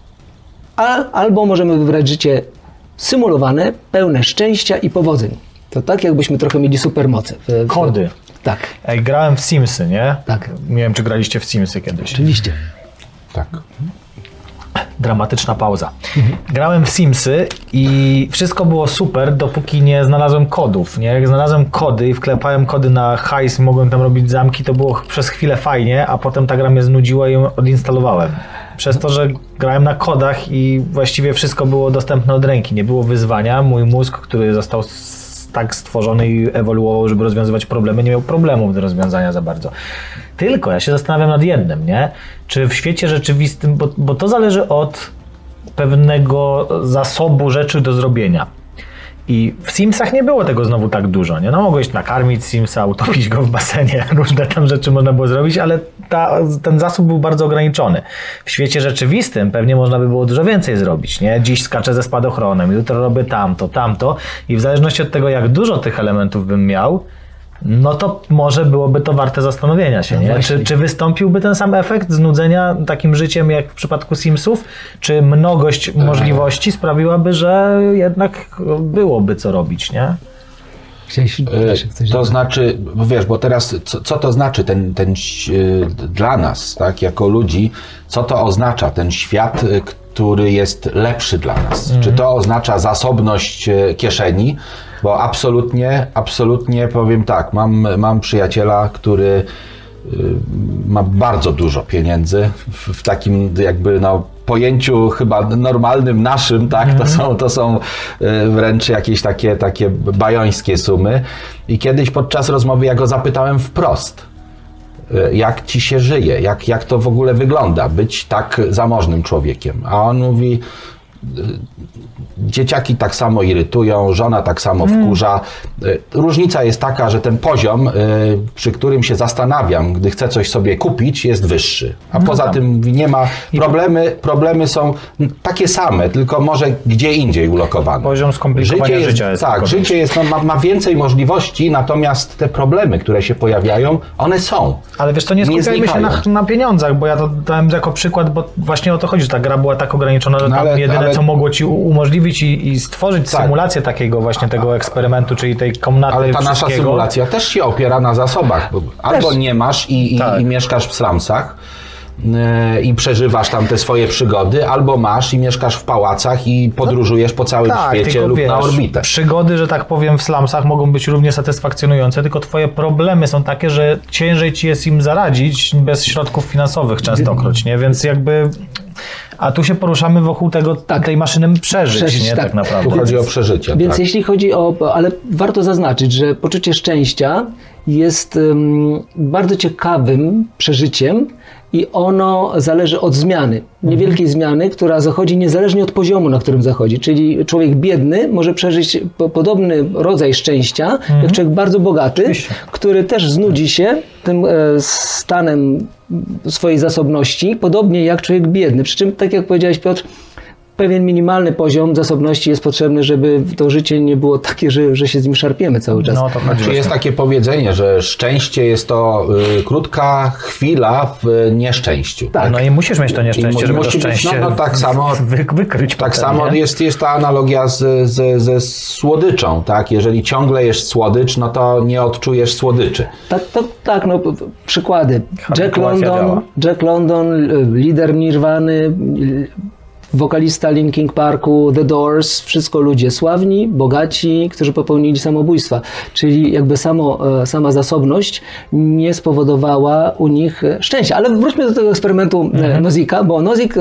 albo możemy wybrać życie symulowane, pełne szczęścia i powodzeń. To tak, jakbyśmy trochę mieli supermoce. Kody. Tak. Grałem w Simsy, nie? Tak. Nie wiem, czy graliście w Simsy kiedyś. Oczywiście. Tak. Dramatyczna pauza. Grałem w Simsy i wszystko było super, dopóki nie znalazłem kodów. Nie? Jak znalazłem kody i wklepałem kody na hajs i mogłem tam robić zamki, to było przez chwilę fajnie, a potem ta gra mnie znudziła i ją odinstalowałem. Przez to, że grałem na kodach i właściwie wszystko było dostępne od ręki. Nie było wyzwania. Mój mózg, który został tak stworzony i ewoluował, żeby rozwiązywać problemy, nie miał problemów do rozwiązania za bardzo. Tylko ja się zastanawiam nad jednym, nie? Czy w świecie rzeczywistym, bo to zależy od pewnego zasobu rzeczy do zrobienia. I w Simsach nie było tego znowu tak dużo, nie? No mogłeś nakarmić Simsa, utopić go w basenie, różne tam rzeczy można było zrobić, ale ten zasób był bardzo ograniczony. W świecie rzeczywistym pewnie można by było dużo więcej zrobić, nie? Dziś skaczę ze spadochronem, jutro robię tamto i w zależności od tego, jak dużo tych elementów bym miał, no to może byłoby to warte zastanowienia się, nie? Czy wystąpiłby ten sam efekt znudzenia takim życiem jak w przypadku Simsów? Czy mnogość możliwości sprawiłaby, że jednak byłoby co robić, nie? To znaczy, wiesz, bo teraz co to znaczy ten dla nas, tak, jako ludzi, co to oznacza ten świat, który jest lepszy dla nas? Czy to oznacza zasobność kieszeni? Bo absolutnie powiem tak, mam przyjaciela, który ma bardzo dużo pieniędzy w takim jakby pojęciu chyba normalnym naszym, tak, to są wręcz jakieś takie bajońskie sumy. I kiedyś podczas rozmowy ja go zapytałem wprost, jak ci się żyje, jak to w ogóle wygląda, być tak zamożnym człowiekiem. A on mówi, dzieciaki tak samo irytują, żona tak samo wkurza. Różnica jest taka, że ten poziom, przy którym się zastanawiam, gdy chcę coś sobie kupić, jest wyższy. A poza tym nie ma problemy są takie same, tylko może gdzie indziej ulokowane. Poziom skomplikowania życia jest tak, życie jest, ma więcej możliwości, natomiast te problemy, które się pojawiają, one są. Ale wiesz, to nie skupiajmy się na pieniądzach, bo ja to dałem jako przykład, bo właśnie o to chodzi, że ta gra była tak ograniczona, że tam jedyne co mogło ci umożliwić i stworzyć symulację takiego właśnie tego eksperymentu, czyli tej komnaty. Ale ta nasza symulacja też się opiera na zasobach. Albo nie masz i mieszkasz w slumsach i przeżywasz tam te swoje przygody, albo masz i mieszkasz w pałacach i podróżujesz po całym świecie lub na orbitę. Przygody, że tak powiem, w slumsach mogą być równie satysfakcjonujące, tylko twoje problemy są takie, że ciężej ci jest im zaradzić bez środków finansowych częstokroć, nie? Więc jakby... A tu się poruszamy wokół tej maszyny przeżyć, nie? Tak naprawdę. Tu chodzi o przeżycie. Więc jeśli chodzi ale warto zaznaczyć, że poczucie szczęścia jest bardzo ciekawym przeżyciem i ono zależy od zmiany, niewielkiej zmiany, która zachodzi niezależnie od poziomu, na którym zachodzi. Czyli człowiek biedny może przeżyć podobny rodzaj szczęścia, jak człowiek bardzo bogaty, który też znudzi się tym stanem swojej zasobności, podobnie jak człowiek biedny. Przy czym, tak jak powiedziałeś, Piotr, pewien minimalny poziom zasobności jest potrzebny, żeby to życie nie było takie, że się z nim szarpiemy cały czas. No, to chodzi. Czy jest takie powiedzenie, że szczęście jest to krótka chwila w nieszczęściu. Tak. No i musisz mieć to nieszczęście, żeby to szczęście tak samo, wykryć. Tak potem, samo nie? jest ta analogia ze słodyczą. Tak? Jeżeli ciągle jesz słodycz, no to nie odczujesz słodyczy. Tak, no przykłady. Habituacja Jack London, lider Nirwany, wokalista Linkin Parku, The Doors, wszystko ludzie sławni, bogaci, którzy popełnili samobójstwa. Czyli jakby sama zasobność nie spowodowała u nich szczęścia. Ale wróćmy do tego eksperymentu Nozika, bo Nozik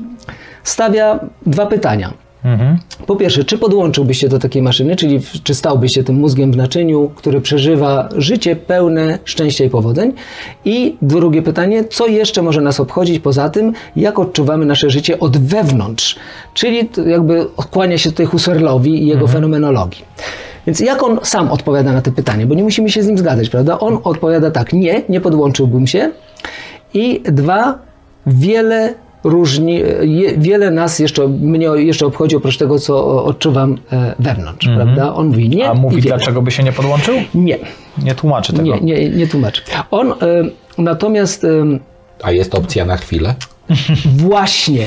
stawia dwa pytania. Po pierwsze, czy podłączyłbyś się do takiej maszyny, czyli czy stałbyś się tym mózgiem w naczyniu, który przeżywa życie pełne szczęścia i powodzeń? I drugie pytanie, co jeszcze może nas obchodzić poza tym, jak odczuwamy nasze życie od wewnątrz? Czyli jakby kłania się tutaj Husserlowi i jego fenomenologii. Więc jak on sam odpowiada na te pytanie? Bo nie musimy się z nim zgadzać, prawda? On odpowiada tak, nie podłączyłbym się. I dwa, wiele nas mnie jeszcze obchodzi oprócz tego, co odczuwam wewnątrz, prawda? On mówi nie. A mówi, dlaczego by się nie podłączył? Nie. Nie tłumaczy tego. Nie tłumaczy. On natomiast... A jest opcja na chwilę? Właśnie.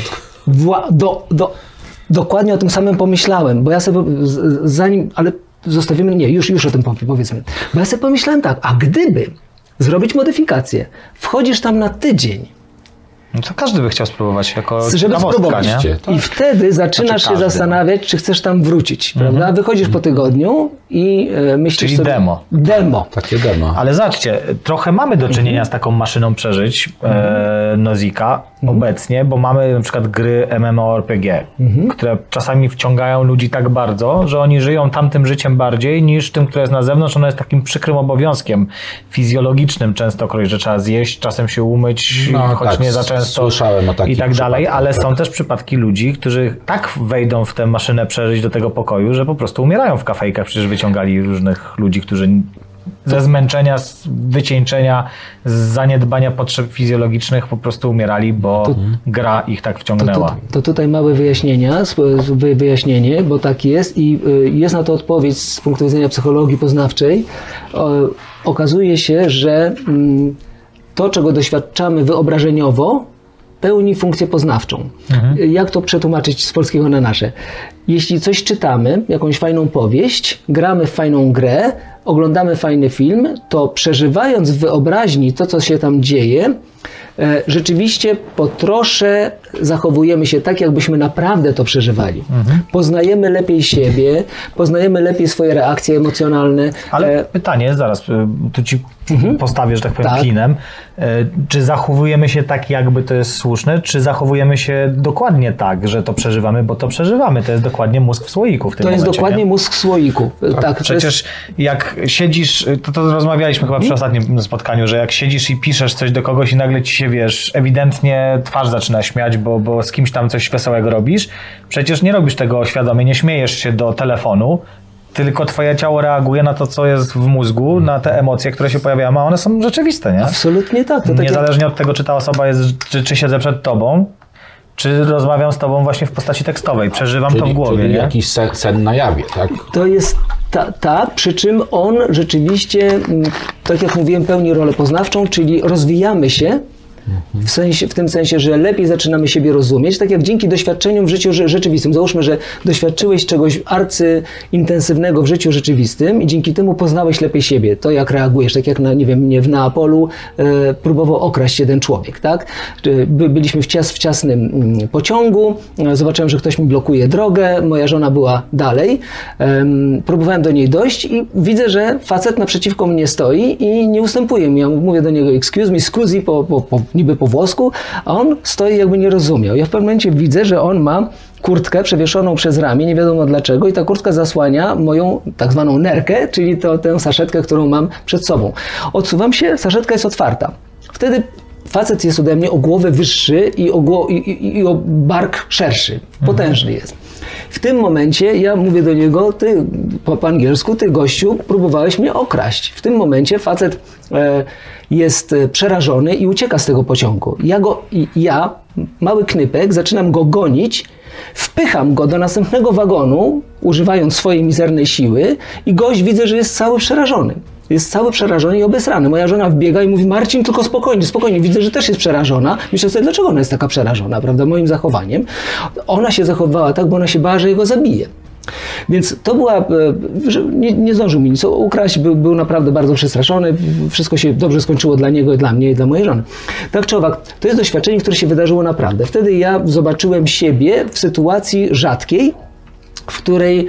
Dokładnie o tym samym pomyślałem, bo ja sobie ale zostawimy... Nie, już o tym powiedzmy. Bo ja sobie pomyślałem tak, a gdyby zrobić modyfikację, wchodzisz tam na tydzień, No to każdy by chciał spróbować jako żeby spróbować. Nie? I wtedy zaczynasz się zastanawiać, czy chcesz tam wrócić, prawda? Wychodzisz po tygodniu i myślisz Czyli sobie... Demo. Takie demo. Ale zobaczcie, trochę mamy do czynienia z taką maszyną przeżyć Nozika obecnie, bo mamy na przykład gry MMORPG, które czasami wciągają ludzi tak bardzo, że oni żyją tamtym życiem bardziej niż tym, które jest na zewnątrz. Ono jest takim przykrym obowiązkiem fizjologicznym częstokroć, że trzeba zjeść, czasem się umyć, choć nie za często słyszałem o takich i tak dalej, ale tak. są też przypadki ludzi, którzy tak wejdą w tę maszynę przeżyć do tego pokoju, że po prostu umierają w kafejkach. Przecież wyciągali różnych ludzi, którzy ze zmęczenia, z wycieńczenia, z zaniedbania potrzeb fizjologicznych po prostu umierali, bo gra ich tak wciągnęła. To tutaj małe wyjaśnienie, bo tak jest i jest na to odpowiedź z punktu widzenia psychologii poznawczej. Okazuje się, że to, czego doświadczamy wyobrażeniowo, pełni funkcję poznawczą. Jak to przetłumaczyć z polskiego na nasze? Jeśli coś czytamy, jakąś fajną powieść, gramy w fajną grę, oglądamy fajny film, to przeżywając w wyobraźni to, co się tam dzieje, rzeczywiście po trosze zachowujemy się tak, jakbyśmy naprawdę to przeżywali. Poznajemy lepiej siebie, poznajemy lepiej swoje reakcje emocjonalne. Ale pytanie, zaraz, tu ci postawię, że tak powiem, klinem. Czy zachowujemy się tak, jakby to jest słuszne, czy zachowujemy się dokładnie tak, że to przeżywamy, bo to przeżywamy. To jest dokładnie mózg w słoiku w tym momencie. To jest dokładnie mózg w słoiku. Tak, przecież jak siedzisz, to rozmawialiśmy chyba przy ostatnim spotkaniu, że jak siedzisz i piszesz coś do kogoś i nagle ci się, wiesz, ewidentnie twarz zaczyna śmiać, bo z kimś tam coś wesołego robisz, przecież nie robisz tego świadomie, nie śmiejesz się do telefonu, tylko twoje ciało reaguje na to, co jest w mózgu, na te emocje, które się pojawiają, a one są rzeczywiste, nie? Absolutnie tak. To niezależnie od tego, czy ta osoba jest, czy siedzę przed tobą, czy rozmawiam z tobą właśnie w postaci tekstowej. Przeżywam to w głowie, czyli nie? jakiś sen na jawie, tak? To jest tak, przy czym on rzeczywiście, tak jak mówiłem, pełni rolę poznawczą, czyli rozwijamy się W tym sensie, że lepiej zaczynamy siebie rozumieć, tak jak dzięki doświadczeniom w życiu rzeczywistym. Załóżmy, że doświadczyłeś czegoś arcyintensywnego w życiu rzeczywistym i dzięki temu poznałeś lepiej siebie, to jak reagujesz, tak jak nie wiem, mnie w Neapolu próbował okraść jeden człowiek, tak? Byliśmy w ciasnym pociągu, zobaczyłem, że ktoś mi blokuje drogę, moja żona była dalej, próbowałem do niej dojść i widzę, że facet naprzeciwko mnie stoi i nie ustępuje mi. Ja mówię do niego excuse me, scusi niby po włosku, a on stoi jakby nie rozumiał. Ja w pewnym momencie widzę, że on ma kurtkę przewieszoną przez ramię, nie wiadomo dlaczego, i ta kurtka zasłania moją tak zwaną nerkę, czyli tę saszetkę, którą mam przed sobą. Odsuwam się, saszetka jest otwarta. Wtedy facet jest ode mnie o głowę wyższy i o bark szerszy, potężny jest. W tym momencie ja mówię do niego, ty po angielsku, ty gościu, próbowałeś mnie okraść. W tym momencie facet jest przerażony i ucieka z tego pociągu. Ja, mały knypek, zaczynam go gonić, wpycham go do następnego wagonu, używając swojej mizernej siły, i gość widzę, że jest cały przerażony. Jest cały przerażony i obesrany. Moja żona wbiega i mówi: Marcin, tylko spokojnie, spokojnie. Widzę, że też jest przerażona. Myślę sobie, dlaczego ona jest taka przerażona, prawda, moim zachowaniem. Ona się zachowywała tak, bo ona się bała, że jego zabije. Więc to była, że nie zdążył mi nic ukraść, był naprawdę bardzo przestraszony, wszystko się dobrze skończyło dla niego i dla mnie i dla mojej żony. Tak czy owak, to jest doświadczenie, które się wydarzyło naprawdę. Wtedy ja zobaczyłem siebie w sytuacji rzadkiej, w której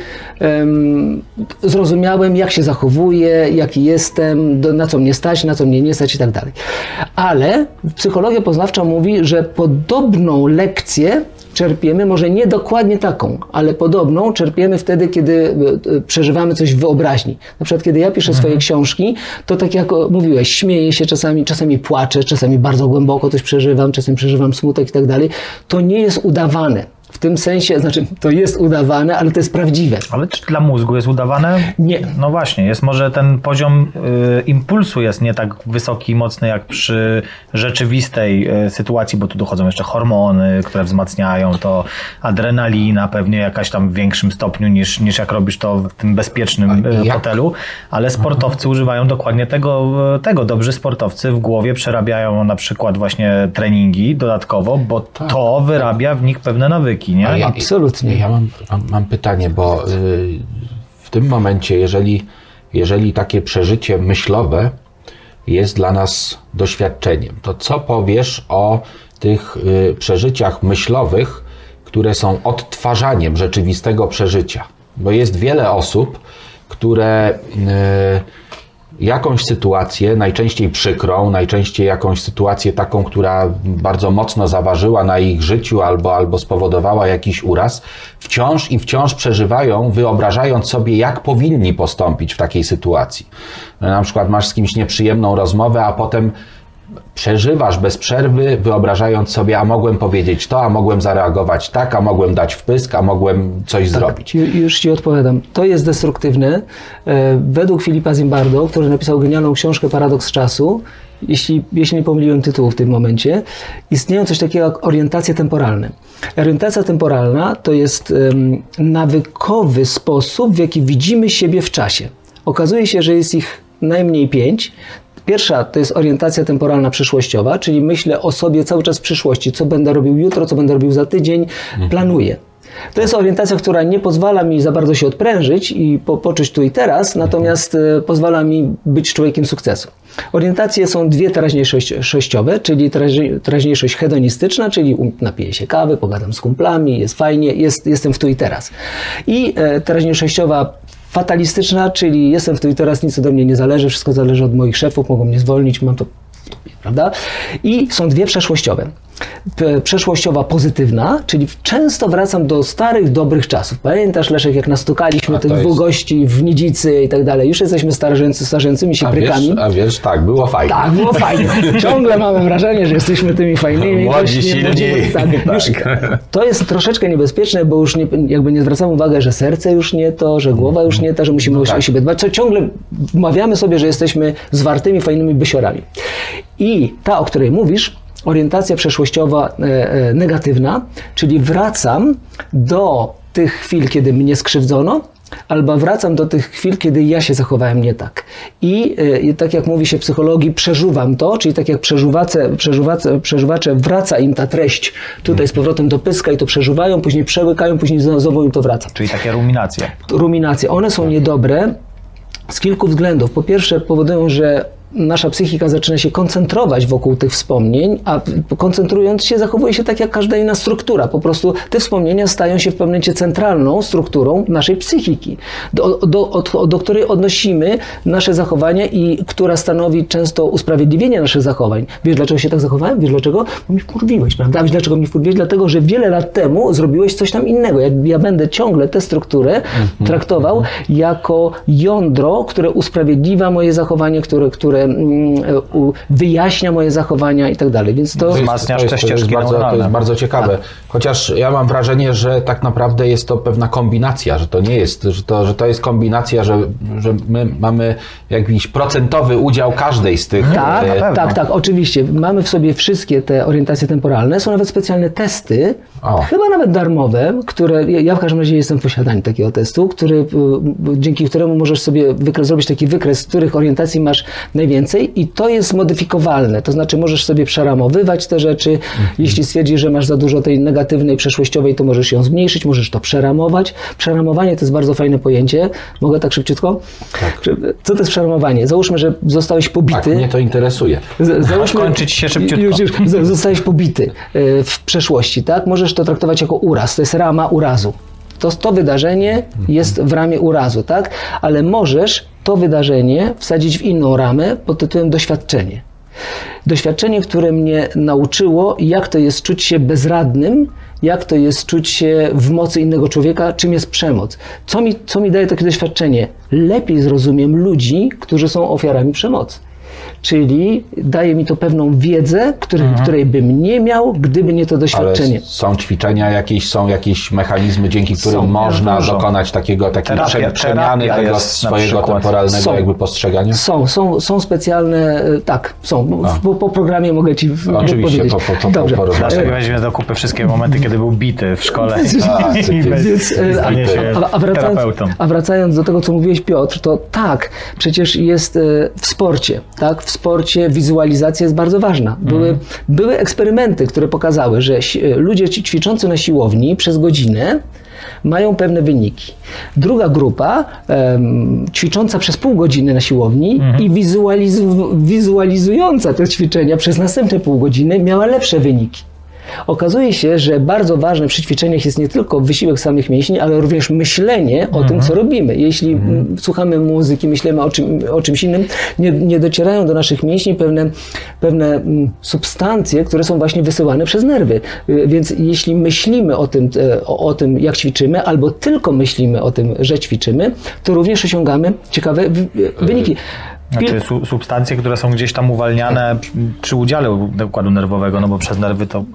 zrozumiałem, jak się zachowuję, jaki jestem, na co mnie stać, na co mnie nie stać i tak dalej. Ale psychologia poznawcza mówi, że podobną lekcję czerpiemy, może nie dokładnie taką, ale podobną czerpiemy wtedy, kiedy przeżywamy coś w wyobraźni. Na przykład, kiedy ja piszę swoje książki, to tak jak mówiłeś, śmieję się czasami płaczę, czasami bardzo głęboko coś przeżywam, czasem przeżywam smutek i tak dalej. To nie jest udawane. W tym sensie, znaczy to jest udawane, ale to jest prawdziwe. Ale czy dla mózgu jest udawane? Nie. No właśnie, jest może ten poziom impulsu jest nie tak wysoki i mocny jak przy rzeczywistej sytuacji, bo tu dochodzą jeszcze hormony, które wzmacniają to, adrenalina pewnie jakaś tam w większym stopniu niż jak robisz to w tym bezpiecznym hotelu, ale sportowcy używają dokładnie tego. Dobrzy sportowcy w głowie przerabiają na przykład właśnie treningi dodatkowo, bo to wyrabia w nich pewne nawyki. Nie? Absolutnie. Ja mam pytanie, bo w tym momencie, jeżeli takie przeżycie myślowe jest dla nas doświadczeniem, to co powiesz o tych przeżyciach myślowych, które są odtwarzaniem rzeczywistego przeżycia? Bo jest wiele osób, które jakąś sytuację, najczęściej przykrą, najczęściej jakąś sytuację taką, która bardzo mocno zaważyła na ich życiu albo spowodowała jakiś uraz, wciąż przeżywają, wyobrażając sobie, jak powinni postąpić w takiej sytuacji. Na przykład masz z kimś nieprzyjemną rozmowę, a potem przeżywasz bez przerwy, wyobrażając sobie, a mogłem powiedzieć to, a mogłem zareagować tak, a mogłem dać wpysk, a mogłem coś zrobić. Już Ci odpowiadam. To jest destruktywne. Według Philippa Zimbardo, który napisał genialną książkę Paradoks czasu, jeśli nie pomyliłem tytułu w tym momencie, istnieją coś takiego jak orientacje temporalne. Orientacja temporalna to jest nawykowy sposób, w jaki widzimy siebie w czasie. Okazuje się, że jest ich najmniej 5. Pierwsza to jest orientacja temporalna przyszłościowa, czyli myślę o sobie cały czas w przyszłości, co będę robił jutro, co będę robił za tydzień, planuję. To jest orientacja, która nie pozwala mi za bardzo się odprężyć i poczuć tu i teraz, natomiast pozwala mi być człowiekiem sukcesu. Orientacje są dwie teraźniejszościowe, czyli teraźniejszość hedonistyczna, czyli napiję się kawy, pogadam z kumplami, jest fajnie, jestem w tu i teraz. I teraźniejszościowa fatalistyczna, czyli jestem w tu i teraz, nic ode mnie nie zależy, wszystko zależy od moich szefów, mogą mnie zwolnić, mam to w dupie, prawda? I są dwie przeszłościowe. Przeszłościowa pozytywna, czyli często wracam do starych, dobrych czasów. Pamiętasz, Leszek, jak nastukaliśmy tych dwóch gości w Nidzicy i tak dalej. Już jesteśmy starzejącymi się prykami. Wiesz, tak, było fajnie. Tak, było fajnie. Ciągle mamy wrażenie, że jesteśmy tymi fajnymi. Młodzi, silni. To jest troszeczkę niebezpieczne, bo już nie zwracamy uwagi, że serce już nie to, że głowa już nie ta, że musimy o siebie dbać. Co ciągle wmawiamy sobie, że jesteśmy zwartymi, fajnymi bysiorami. I ta, o której mówisz, orientacja przeszłościowa negatywna, czyli wracam do tych chwil, kiedy mnie skrzywdzono albo wracam do tych chwil, kiedy ja się zachowałem nie tak. I tak jak mówi się w psychologii, przeżuwam to, czyli tak jak przeżuwacze wraca im ta treść tutaj z powrotem do pyska i to przeżuwają, później przełykają, później znowu im to wraca. Czyli takie ruminacje. Ruminacje. One są niedobre z kilku względów. Po pierwsze powodują, że nasza psychika zaczyna się koncentrować wokół tych wspomnień, a koncentrując się zachowuje się tak jak każda inna struktura. Po prostu te wspomnienia stają się w pewnym momencie centralną strukturą naszej psychiki, do której odnosimy nasze zachowania i która stanowi często usprawiedliwienie naszych zachowań. Wiesz, dlaczego się tak zachowałem? Wiesz, dlaczego? Bo mi wkurwiłeś, prawda? Wiesz, dlaczego mi wkurwiłeś? Dlatego, że wiele lat temu zrobiłeś coś tam innego. Ja będę ciągle tę strukturę traktował jako jądro, które usprawiedliwia moje zachowanie, które wyjaśnia moje zachowania i tak dalej. Więc to wzmacniasz te ścieżki to jest bardzo ciekawe. Chociaż ja mam wrażenie, że tak naprawdę jest to pewna kombinacja, że to nie jest, że to jest kombinacja, że my mamy jakiś procentowy udział każdej z tych... Tak, oczywiście. Mamy w sobie wszystkie te orientacje temporalne. Są nawet specjalne testy, chyba nawet darmowe, które, ja w każdym razie jestem w posiadaniu takiego testu, dzięki któremu możesz sobie zrobić taki wykres, z których orientacji masz najwięcej i to jest modyfikowalne. To znaczy możesz sobie przeramowywać te rzeczy. Jeśli stwierdzisz, że masz za dużo tej negatywnej, przeszłościowej, to możesz ją zmniejszyć, możesz to przeramować. Przeramowanie to jest bardzo fajne pojęcie. Mogę tak szybciutko? Tak. Co to jest przeramowanie? Załóżmy, że zostałeś pobity. Tak, mnie to interesuje. Załóżmy, kończyć się szybciutko. Zostałeś pobity w przeszłości, tak? Możesz to traktować jako uraz. To jest rama urazu. To wydarzenie jest w ramie urazu, tak? Ale możesz to wydarzenie wsadzić w inną ramę pod tytułem doświadczenie. Doświadczenie, które mnie nauczyło, jak to jest czuć się bezradnym, jak to jest czuć się w mocy innego człowieka, czym jest przemoc. Co mi daje takie doświadczenie? Lepiej zrozumiem ludzi, którzy są ofiarami przemocy. Czyli daje mi to pewną wiedzę, której bym nie miał, gdyby nie to doświadczenie. Ale są ćwiczenia jakieś, są jakieś mechanizmy, dzięki którym można dokonać takiej przemiany tego swojego temporalnego jakby postrzegania? Są specjalne, tak, są. Po programie mogę Ci powiedzieć. Dobrze. Dlaczego weźmiemy do kupy wszystkie momenty, kiedy był bity w szkole a wracając do tego, co mówiłeś, Piotr, to tak, przecież jest w sporcie. Tak, w sporcie wizualizacja jest bardzo ważna. Były eksperymenty, które pokazały, że ludzie ćwiczący na siłowni przez godzinę mają pewne wyniki. Druga grupa ćwicząca przez pół godziny na siłowni i wizualizująca te ćwiczenia przez następne pół godziny miała lepsze wyniki. Okazuje się, że bardzo ważne przy ćwiczeniach jest nie tylko wysiłek samych mięśni, ale również myślenie o tym, co robimy. Jeśli słuchamy muzyki, myślimy o czymś innym, nie docierają do naszych mięśni pewne substancje, które są właśnie wysyłane przez nerwy. Więc jeśli myślimy o tym, jak ćwiczymy, albo tylko myślimy o tym, że ćwiczymy, to również osiągamy ciekawe wyniki. Znaczy substancje, które są gdzieś tam uwalniane przy udziale układu nerwowego, no bo przez nerwy to...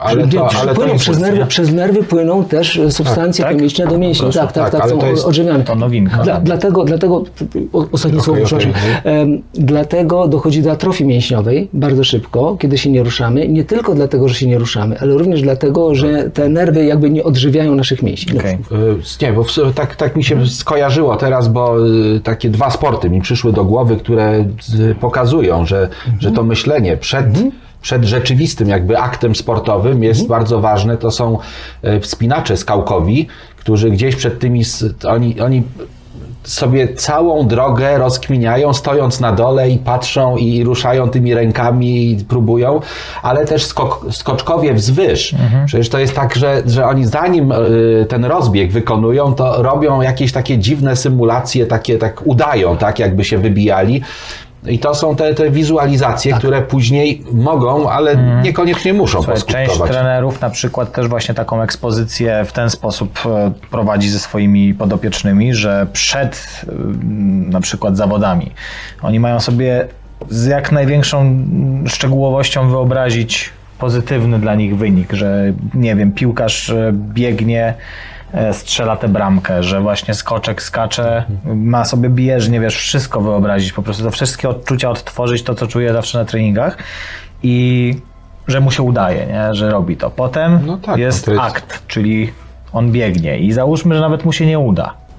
Przez nerwy płyną też substancje chemiczne do mięśni. Tak, są odżywiane. To nowinka. Dlatego ostatnie słowo, przepraszam. Dlatego dochodzi do atrofii mięśniowej bardzo szybko, kiedy się nie ruszamy. Nie tylko dlatego, że się nie ruszamy, ale również dlatego, że te nerwy jakby nie odżywiają naszych mięśni. Nie, bo tak mi się skojarzyło teraz, bo takie dwa sporty mi przyszły do głowy, które pokazują, że to myślenie przed rzeczywistym jakby aktem sportowym jest bardzo ważne. To są wspinacze skałkowi, którzy gdzieś przed tymi, oni sobie całą drogę rozkminiają, stojąc na dole i patrzą i ruszają tymi rękami i próbują, ale też skoczkowie wzwyż. Przecież to jest tak, że oni zanim ten rozbieg wykonują, to robią jakieś takie dziwne symulacje, tak udają, tak jakby się wybijali. I to są te wizualizacje, które później mogą, ale niekoniecznie muszą poskutkować. Część trenerów na przykład też właśnie taką ekspozycję w ten sposób prowadzi ze swoimi podopiecznymi, że przed na przykład zawodami oni mają sobie z jak największą szczegółowością wyobrazić pozytywny dla nich wynik, że nie wiem, piłkarz biegnie, strzela tę bramkę, że właśnie skoczek skacze, ma sobie bieżnie, wiesz, wszystko wyobrazić, po prostu to wszystkie odczucia odtworzyć, to co czuje zawsze na treningach i że mu się udaje, nie? Że robi to. Potem jest akt, czyli on biegnie i załóżmy, że nawet mu się nie uda.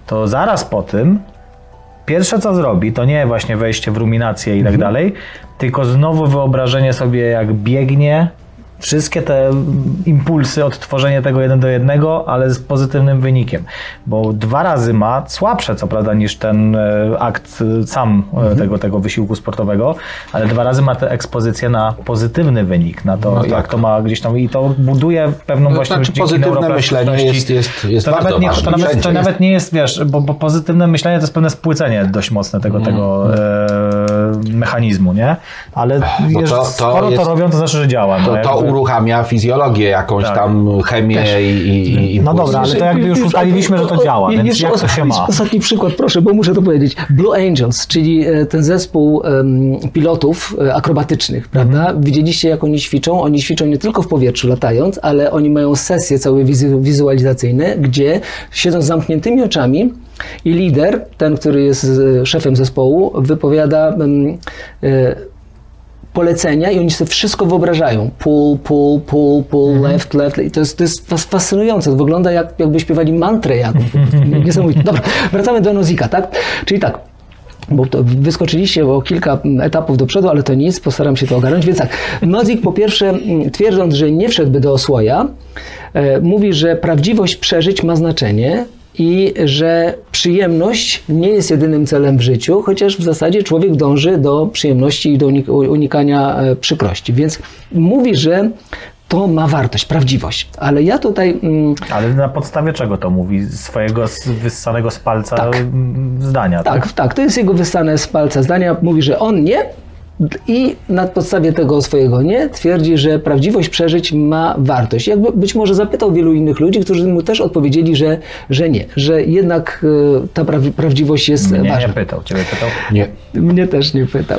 to zaraz po tym pierwsze co zrobi, to nie właśnie wejście w ruminację i tak dalej, tylko znowu wyobrażenie sobie jak biegnie, wszystkie te impulsy, odtworzenie tego 1:1, ale z pozytywnym wynikiem. Bo 2 razy ma słabsze, co prawda, niż ten akt sam tego wysiłku sportowego, ale 2 razy ma tę ekspozycję na pozytywny wynik, na to, jak to ma gdzieś tam. I to buduje pewną właśnie pozytywne myślenie jest bardzo ważne. To nawet nie jest, wiesz, bo pozytywne myślenie to jest pewne spłycenie dość mocne tego mechanizmu, nie? Ale skoro to robią, to znaczy, że działa. To uruchamia fizjologię, jakąś tam chemię i no dobra, ale to jakby już ustaliliśmy, że to działa, więc jak to się ma? Ostatni przykład, proszę, bo muszę to powiedzieć. Blue Angels, czyli ten zespół pilotów akrobatycznych, prawda? Widzieliście, jak oni ćwiczą? Oni ćwiczą nie tylko w powietrzu latając, ale oni mają sesje całe wizualizacyjne, gdzie siedzą z zamkniętymi oczami i lider, ten, który jest szefem zespołu, wypowiada polecenia i oni sobie wszystko wyobrażają. Pull, left. I to jest fascynujące. To wygląda jakby śpiewali mantrę jakąś. Niesamowite. Dobra, wracamy do Nozika, tak? Czyli tak, bo to wyskoczyliście o kilka etapów do przodu, ale to nic, postaram się to ogarnąć. Więc tak, Nozik po pierwsze, twierdząc, że nie wszedłby do Oswoja, mówi, że prawdziwość przeżyć ma znaczenie i że przyjemność nie jest jedynym celem w życiu, chociaż w zasadzie człowiek dąży do przyjemności i do unikania przykrości. Więc mówi, że to ma wartość, prawdziwość. Ale ja tutaj... Ale na podstawie czego to mówi? Swojego wyssanego z palca zdania, tak? Tak, to jest jego wyssane z palca zdania. Mówi, że on nie, i na podstawie tego swojego nie twierdzi, że prawdziwość przeżyć ma wartość. Jakby być może zapytał wielu innych ludzi, którzy mu też odpowiedzieli, że nie, że jednak ta prawdziwość jest ważna. Nie pytał, ciebie pytał? Nie. Mnie też nie pytał.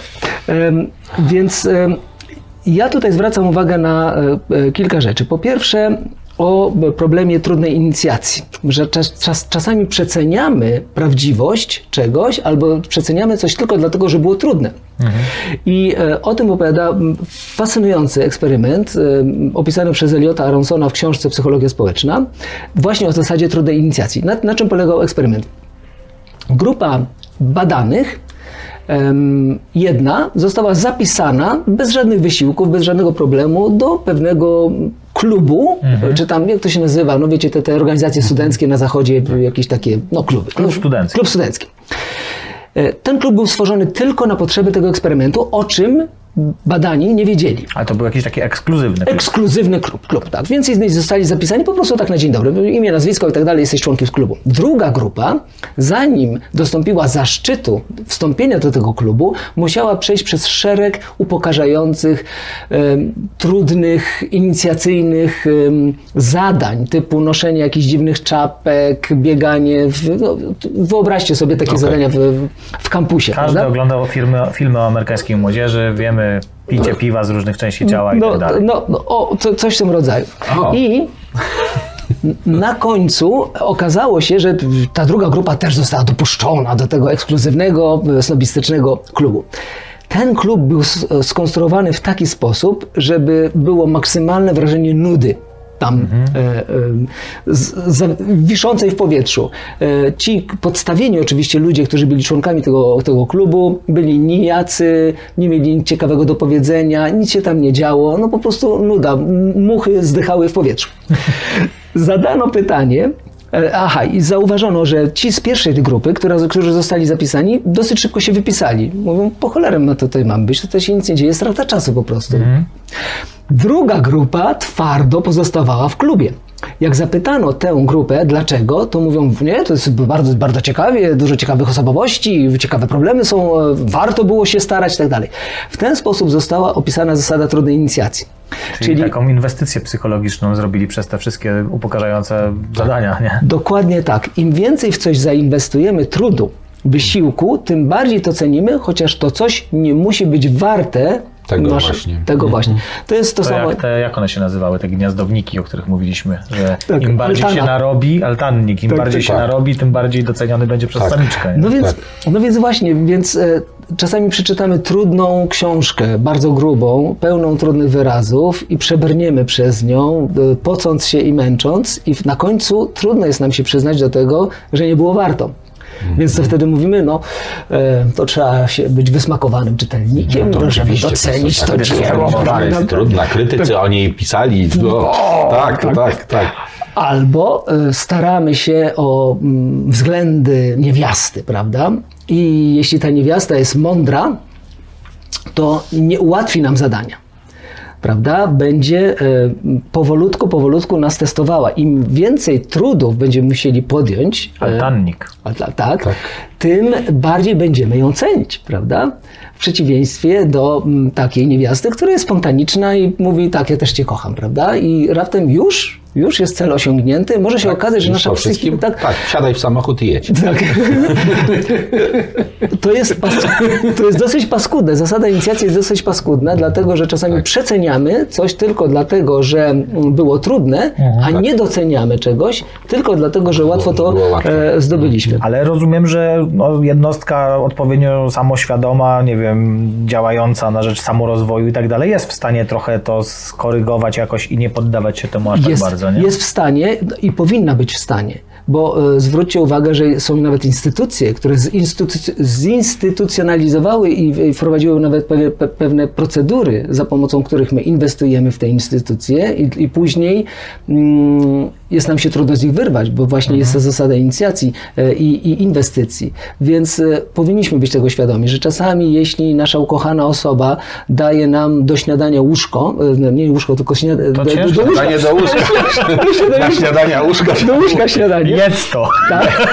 Więc ja tutaj zwracam uwagę na kilka rzeczy. Po pierwsze, o problemie trudnej inicjacji, że czasami przeceniamy prawdziwość czegoś albo przeceniamy coś tylko dlatego, że było trudne. I o tym opowiada fascynujący eksperyment opisany przez Eliota Aronsona w książce Psychologia społeczna, właśnie o zasadzie trudnej inicjacji. Na czym polegał eksperyment? Grupa badanych jedna została zapisana bez żadnych wysiłków, bez żadnego problemu do pewnego klubu, czy tam, jak to się nazywa, no wiecie, te organizacje studenckie na zachodzie, jakieś takie, kluby. Klub studencki. Klub studencki. Ten klub był stworzony tylko na potrzeby tego eksperymentu, o czym badani nie wiedzieli. Ale to był jakiś taki ekskluzywny klub. Ekskluzywny klub, tak. Więcej z nich zostali zapisani po prostu tak na dzień dobry. Imię, nazwisko i tak dalej, jesteś członkiem klubu. Druga grupa, zanim dostąpiła zaszczytu wstąpienia do tego klubu, musiała przejść przez szereg upokarzających, trudnych, inicjacyjnych zadań, typu noszenie jakichś dziwnych czapek, bieganie. Wyobraźcie sobie takie zadania w kampusie. Każdy oglądał filmy o amerykańskiej młodzieży, wiemy, picie piwa z różnych części ciała i tak dalej. Coś w tym rodzaju. I na końcu okazało się, że ta druga grupa też została dopuszczona do tego ekskluzywnego, snobistycznego klubu. Ten klub był skonstruowany w taki sposób, żeby było maksymalne wrażenie nudy tam wiszącej w powietrzu. Ci podstawieni oczywiście ludzie, którzy byli członkami tego klubu, byli nijacy, nie mieli nic ciekawego do powiedzenia, nic się tam nie działo, po prostu nuda, muchy zdychały w powietrzu. Zadano pytanie, i zauważono, że ci z pierwszej grupy, którzy zostali zapisani, dosyć szybko się wypisali. Mówią, po cholerę my tutaj mamy być, tutaj się nic nie dzieje, strata czasu po prostu. Druga grupa twardo pozostawała w klubie. Jak zapytano tę grupę, dlaczego, to mówią, nie, to jest bardzo, bardzo ciekawie, dużo ciekawych osobowości, ciekawe problemy są, warto było się starać i tak dalej. W ten sposób została opisana zasada trudnej inicjacji. Czyli taką inwestycję psychologiczną zrobili przez te wszystkie upokarzające zadania, nie? Dokładnie tak. Im więcej w coś zainwestujemy trudu, wysiłku, tym bardziej to cenimy, chociaż to coś nie musi być warte Tego właśnie. To jest to samo. Jak one się nazywały, te gniazdowniki, o których mówiliśmy, że Tak, im bardziej altana. się narobi, altannik, im bardziej się narobi, tym bardziej doceniony będzie przez samiczkę. Nie? No więc właśnie, czasami przeczytamy trudną książkę, bardzo grubą, pełną trudnych wyrazów i przebrniemy przez nią, pocąc się i męcząc, i na końcu trudno jest nam się przyznać do tego, że nie było warto. Więc to wtedy mówimy, to trzeba być wysmakowanym czytelnikiem, żeby docenić to dzieło. To jest trudna, krytycy o niej pisali. Tak. Albo staramy się o względy niewiasty, prawda? I jeśli ta niewiasta jest mądra, to nie ułatwi nam zadania. Prawda? Będzie powolutku nas testowała. Im więcej trudów będziemy musieli podjąć, altannik. Tym bardziej będziemy ją cenić, prawda? W przeciwieństwie do takiej niewiasty, która jest spontaniczna i mówi, tak, ja też cię kocham, prawda? I raptem już jest cel osiągnięty. Może się okazać, że nasza psychika... Tak, wsiadaj w samochód i jedź. Tak. To jest dosyć paskudne. Zasada inicjacji jest dosyć paskudna, dlatego że czasami przeceniamy coś tylko dlatego, że było trudne, a nie doceniamy czegoś tylko dlatego, że łatwo to zdobyliśmy. Ale rozumiem, że jednostka odpowiednio samoświadoma, nie wiem, działająca na rzecz samorozwoju i tak dalej, jest w stanie trochę to skorygować jakoś i nie poddawać się temu aż tak bardzo, nie? Jest w stanie i powinna być w stanie. Bo zwróćcie uwagę, że są nawet instytucje, które zinstytucjonalizowały i wprowadziły nawet pewne procedury, za pomocą których my inwestujemy w te instytucje i później jest nam się trudno z nich wyrwać, bo właśnie jest to zasada inicjacji i inwestycji. Więc powinniśmy być tego świadomi, że czasami jeśli nasza ukochana osoba daje nam do śniadania łóżko, nie łóżko, tylko śniadanie do łóżka. Do łóżka. Na śniadania łóżka. Do łóżka śniadanie. Jedz to. Tak?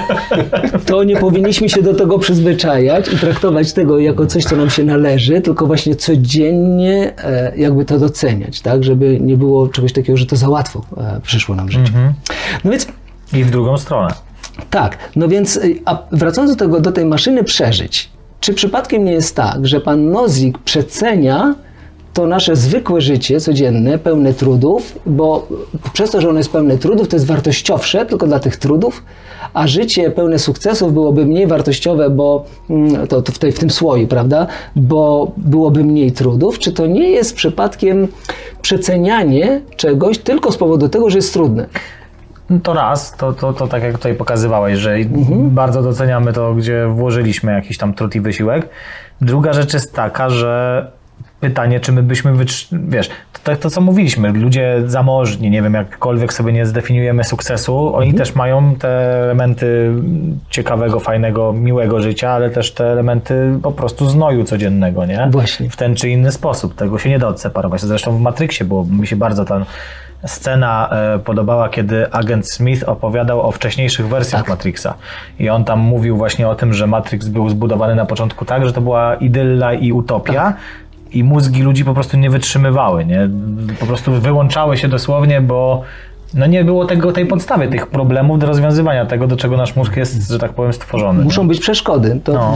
To nie powinniśmy się do tego przyzwyczajać i traktować tego jako coś, co nam się należy, tylko właśnie codziennie jakby to doceniać, tak? Żeby nie było czegoś takiego, że to za łatwo przyszło nam w życiu. No więc... I w drugą stronę. Tak, no więc a wracając do tej maszyny przeżyć, czy przypadkiem nie jest tak, że pan Nozick przecenia to nasze zwykłe życie codzienne, pełne trudów, bo przez to, że ono jest pełne trudów, to jest wartościowsze tylko dla tych trudów, a życie pełne sukcesów byłoby mniej wartościowe, bo to w tym słoju, prawda, bo byłoby mniej trudów. Czy to nie jest przypadkiem przecenianie czegoś tylko z powodu tego, że jest trudne? To raz, to tak jak tutaj pokazywałeś, że bardzo doceniamy to, gdzie włożyliśmy jakiś tam trud i wysiłek. Druga rzecz jest taka, że pytanie, czy my byśmy, wiesz, to co mówiliśmy, ludzie zamożni, nie wiem, jakkolwiek sobie nie zdefiniujemy sukcesu, oni też mają te elementy ciekawego, fajnego, miłego życia, ale też te elementy po prostu znoju codziennego, nie? Właśnie. W ten czy inny sposób. Tego się nie da odseparować. Zresztą w Matrixie było, mi się bardzo ta scena podobała, kiedy agent Smith opowiadał o wcześniejszych wersjach Matrixa. I on tam mówił właśnie o tym, że Matrix był zbudowany na początku tak, że to była idylla i utopia. I mózgi ludzi po prostu nie wytrzymywały, nie? Po prostu wyłączały się dosłownie, bo nie było tej podstawy, tych problemów do rozwiązywania tego, do czego nasz mózg jest, że tak powiem, stworzony. Muszą być przeszkody. To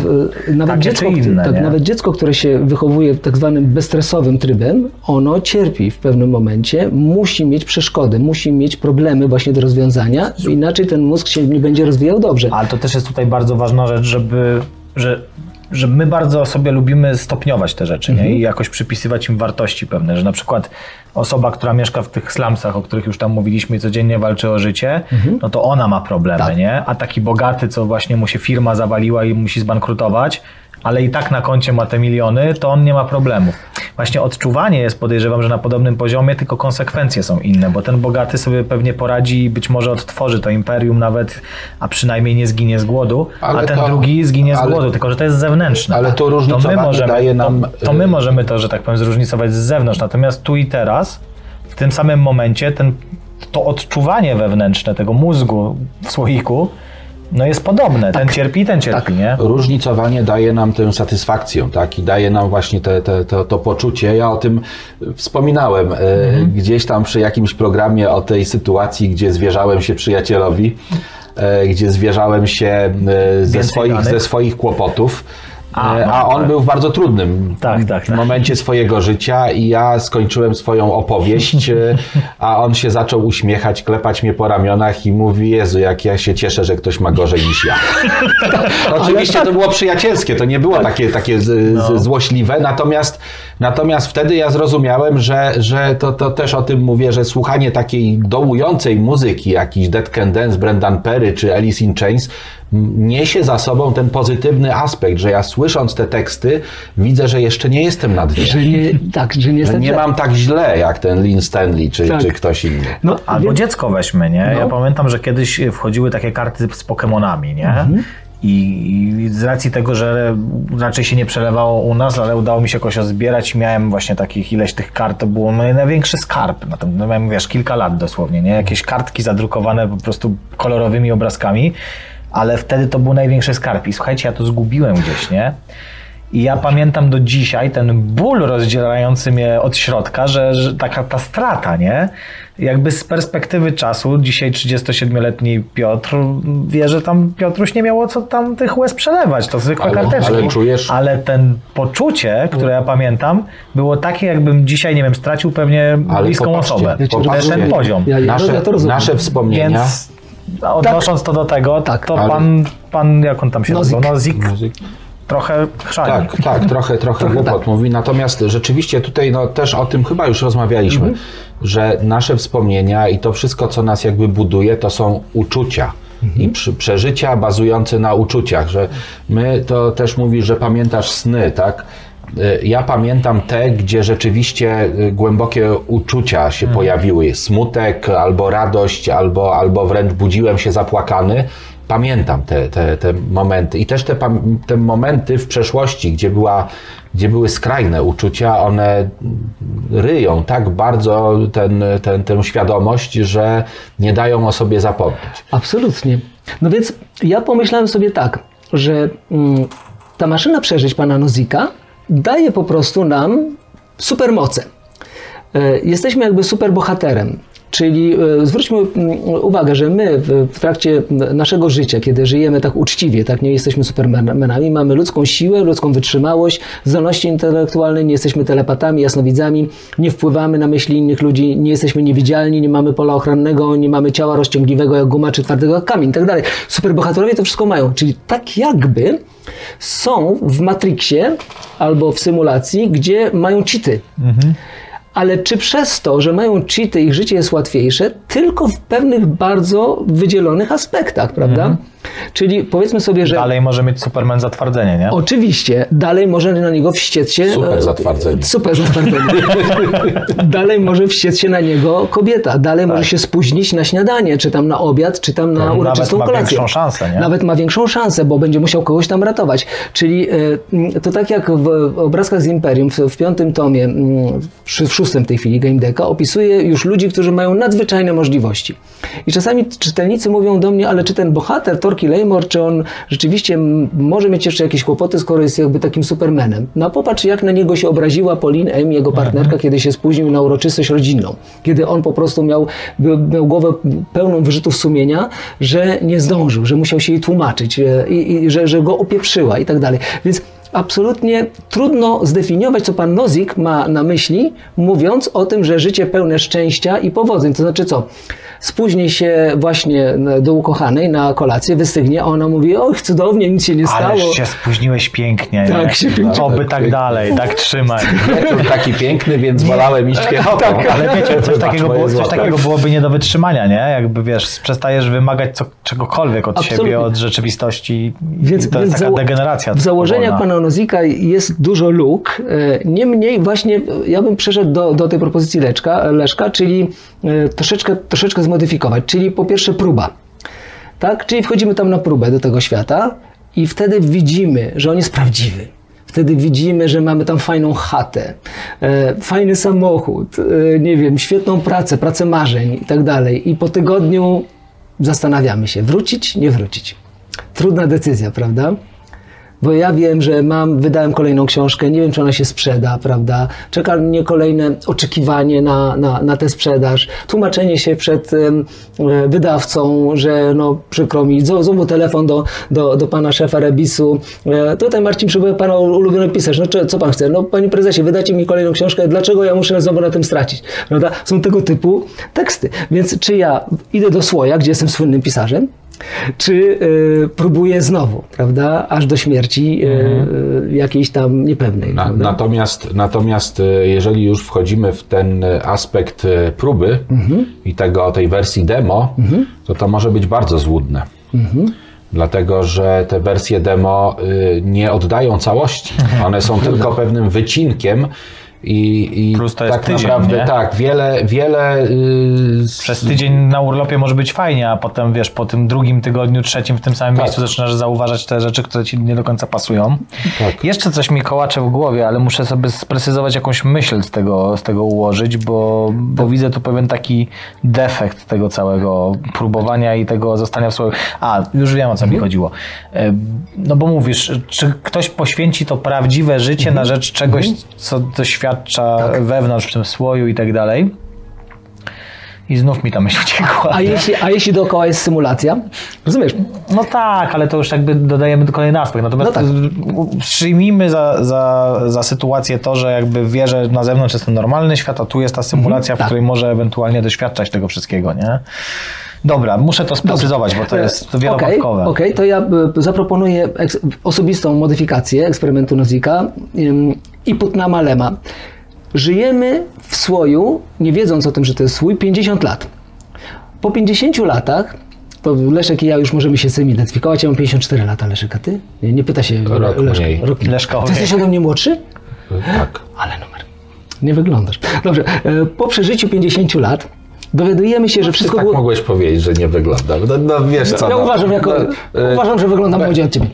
nawet dziecko, które się wychowuje tak zwanym bezstresowym trybem, ono cierpi w pewnym momencie, musi mieć przeszkody, musi mieć problemy właśnie do rozwiązania, inaczej ten mózg się nie będzie rozwijał dobrze. Ale to też jest tutaj bardzo ważna rzecz, że my bardzo sobie lubimy stopniować te rzeczy, nie? I jakoś przypisywać im wartości pewne, że na przykład osoba, która mieszka w tych slumsach, o których już tam mówiliśmy i codziennie walczy o życie, no to ona ma problemy, nie? A taki bogaty, co właśnie mu się firma zawaliła i musi zbankrutować, ale i tak na koncie ma te miliony, to on nie ma problemów. Właśnie odczuwanie jest, podejrzewam, że na podobnym poziomie, tylko konsekwencje są inne, bo ten bogaty sobie pewnie poradzi i być może odtworzy to imperium nawet, a przynajmniej nie zginie z głodu, a ten drugi zginie z głodu, tylko że to jest zewnętrzne. Ale to różnicowanie daje nam... To my możemy to, że tak powiem, zróżnicować z zewnątrz, natomiast tu i teraz, w tym samym momencie, to odczuwanie wewnętrzne tego mózgu w słoiku, jest podobne. Ten cierpi, nie? Różnicowanie daje nam tę satysfakcję, tak? I daje nam właśnie to poczucie. Ja o tym wspominałem gdzieś tam przy jakimś programie o tej sytuacji, gdzie zwierzałem się przyjacielowi, gdzie zwierzałem się ze swoich kłopotów. A on był w bardzo trudnym momencie swojego życia i ja skończyłem swoją opowieść, a on się zaczął uśmiechać, klepać mnie po ramionach i mówi: Jezu, jak ja się cieszę, że ktoś ma gorzej niż ja. Oczywiście to było przyjacielskie, to nie było takie złośliwe, natomiast wtedy ja zrozumiałem, że to też o tym mówię, że słuchanie takiej dołującej muzyki, jakiś Dead Can Dance, Brendan Perry czy Alice in Chains, niesie za sobą ten pozytywny aspekt, że ja słysząc te teksty widzę, że jeszcze nie jestem na dnie. Że nie mam tak źle jak ten Lynn Stanley czy ktoś inny. Albo dziecko weźmy, nie? Ja pamiętam, że kiedyś wchodziły takie karty z Pokemonami, nie? I z racji tego, że raczej się nie przelewało u nas, ale udało mi się jakoś zbierać, miałem właśnie takich ileś tych kart, to było największy skarb. Miałem, kilka lat dosłownie, nie? Jakieś kartki zadrukowane po prostu kolorowymi obrazkami, ale wtedy to był największy skarb. I słuchajcie, ja to zgubiłem gdzieś, nie? I ja pamiętam do dzisiaj ten ból rozdzielający mnie od środka, że taka ta strata, nie? Jakby z perspektywy czasu, dzisiaj 37-letni Piotr wie, że tam Piotruś nie miało co tam tych łez przelewać, to zwykłe karteczki. Ale ten poczucie, które ja pamiętam, było takie, jakbym dzisiaj, nie wiem, stracił pewnie bliską osobę. Ten poziom. Nasze wspomnienia... Więc odnosząc to do tego, to pan jak on tam się nazywał? Nozik. Trochę chrzani. Trochę głupot mówi. Natomiast rzeczywiście tutaj też o tym chyba już rozmawialiśmy, że nasze wspomnienia i to wszystko, co nas jakby buduje, to są uczucia. I przeżycia bazujące na uczuciach, że my, to też mówi, że pamiętasz sny, tak? Ja pamiętam te, gdzie rzeczywiście głębokie uczucia się pojawiły. Smutek, albo radość, albo wręcz budziłem się zapłakany. Pamiętam te momenty. I też te momenty w przeszłości, gdzie były skrajne uczucia, one ryją tak bardzo tę świadomość, że nie dają o sobie zapomnieć. Absolutnie. No więc ja pomyślałem sobie tak, że ta maszyna przeżyć pana Nozika daje po prostu nam supermoce. Jesteśmy jakby superbohaterem. Czyli zwróćmy uwagę, że my w trakcie naszego życia, kiedy żyjemy tak uczciwie, tak, nie jesteśmy supermenami, mamy ludzką siłę, ludzką wytrzymałość, zdolności intelektualne, nie jesteśmy telepatami, jasnowidzami, nie wpływamy na myśli innych ludzi, nie jesteśmy niewidzialni, nie mamy pola ochronnego, nie mamy ciała rozciągliwego jak guma czy twardego jak kamień i tak dalej. Superbohaterowie to wszystko mają, czyli tak jakby są w Matrixie albo w symulacji, gdzie mają cheaty. Ale czy przez to, że mają cheaty, ich życie jest łatwiejsze, tylko w pewnych bardzo wydzielonych aspektach, prawda? Czyli powiedzmy sobie, że... Dalej może mieć Superman zatwardzenie, nie? Oczywiście. Dalej może na niego wściec się... Super zatwardzenie. Dalej może wściec się na niego kobieta. Dalej może się spóźnić na śniadanie, czy tam na obiad, czy tam na uroczystą kolację. Nawet ma większą szansę, nie? Nawet ma większą szansę, bo będzie musiał kogoś tam ratować. Czyli to tak jak w obrazkach z Imperium, w 5. tomie, w 6. w tej chwili Game Decka, opisuje już ludzi, którzy mają nadzwyczajne możliwości. I czasami czytelnicy mówią do mnie, ale czy ten bohater, Torki Lejmor, czy on rzeczywiście może mieć jeszcze jakieś kłopoty, skoro jest jakby takim supermanem. No popatrz, jak na niego się obraziła Pauline M., jego partnerka, kiedy się spóźnił na uroczystość rodzinną. Kiedy on po prostu miał głowę pełną wyrzutów sumienia, że nie zdążył, że musiał się jej tłumaczyć i że go opieprzyła i tak dalej. Więc absolutnie trudno zdefiniować, co pan Nozik ma na myśli, mówiąc o tym, że życie pełne szczęścia i powodzeń. To znaczy co? Spóźni się właśnie do ukochanej na kolację, wystygnie, a ona mówi: oj, cudownie, nic się nie stało. Ależ się spóźniłeś pięknie. Tak, się pięknie. Oby tak dalej, tak trzymaj. Wieczór taki piękny, więc wolałem iść piechotą. Tak, ale wiecie, coś takiego byłoby nie do wytrzymania, nie? Jakby wiesz, przestajesz wymagać czegokolwiek od siebie, od rzeczywistości. Więc to jest taka degeneracja. W założeniach pana Nozika jest dużo luk. Niemniej właśnie ja bym przeszedł do tej propozycji Leszka, czyli troszeczkę zmodyfikować. Czyli po pierwsze próba. Tak? Czyli wchodzimy tam na próbę do tego świata i wtedy widzimy, że on jest prawdziwy. Wtedy widzimy, że mamy tam fajną chatę, fajny samochód, nie wiem, świetną pracę marzeń i tak dalej. I po tygodniu zastanawiamy się, wrócić, nie wrócić. Trudna decyzja, prawda? bo ja wiem, że wydałem kolejną książkę, nie wiem, czy ona się sprzeda, prawda? Czeka mnie kolejne oczekiwanie na tę sprzedaż, tłumaczenie się przed wydawcą, że no przykro mi, znowu telefon do pana szefa Rebisu. Tutaj Marcin, przybył pana ulubiony pisarz, no co pan chce? No panie prezesie, wydajcie mi kolejną książkę, dlaczego ja muszę znowu na tym stracić? Prawda? Są tego typu teksty. Więc czy ja idę do Słoja, gdzie jestem słynnym pisarzem, czy próbuję znowu, prawda, aż do śmierci jakiejś tam niepewnej. Natomiast jeżeli już wchodzimy w ten aspekt próby i tej wersji demo, to może być bardzo złudne. Dlatego, że te wersje demo nie oddają całości. One są tylko pewnym wycinkiem i plus to jest tak tydzień, naprawdę nie? tak, wiele przez tydzień na urlopie może być fajnie, a potem wiesz, po tym drugim tygodniu, trzecim w tym samym miejscu zaczynasz zauważać te rzeczy, które ci nie do końca pasują. Tak. Jeszcze coś mi kołacze w głowie, ale muszę sobie sprecyzować jakąś myśl z tego ułożyć, bo widzę tu pewien taki defekt tego całego próbowania i tego zostania w swoim... już wiem, o co mi chodziło. No bo mówisz, czy ktoś poświęci to prawdziwe życie na rzecz czegoś, co doświadcza wewnątrz w tym słoju i tak dalej. I znów mi ta myśl uciekła. A jeśli dookoła jest symulacja? Rozumiesz? No tak, ale to już jakby dodajemy kolejny aspekt. Natomiast przyjmijmy za sytuację to, że jakby wie, że na zewnątrz jest ten normalny świat, a tu jest ta symulacja, w której może ewentualnie doświadczać tego wszystkiego, nie? Dobra, muszę to sprecyzować, bo to jest wielowątkowe. Okej, to ja zaproponuję osobistą modyfikację eksperymentu Nozika i Putnama Lema. Żyjemy w słoju, nie wiedząc o tym, że to jest słój, 50 lat. Po 50 latach, to Leszek i ja już możemy się z tym identyfikować. Ja mam 54 lata, Leszek, a ty? Nie pyta się Rok mniej. Leszka. Ty jesteś ode mnie młodszy? Tak. Ale numer. Nie wyglądasz. Dobrze, po przeżyciu 50 lat dowiadujemy się, że wszystko tak było... mogłeś powiedzieć, że nie wygląda. No wiesz co. Ja uważam, że wyglądam młodziej od ciebie.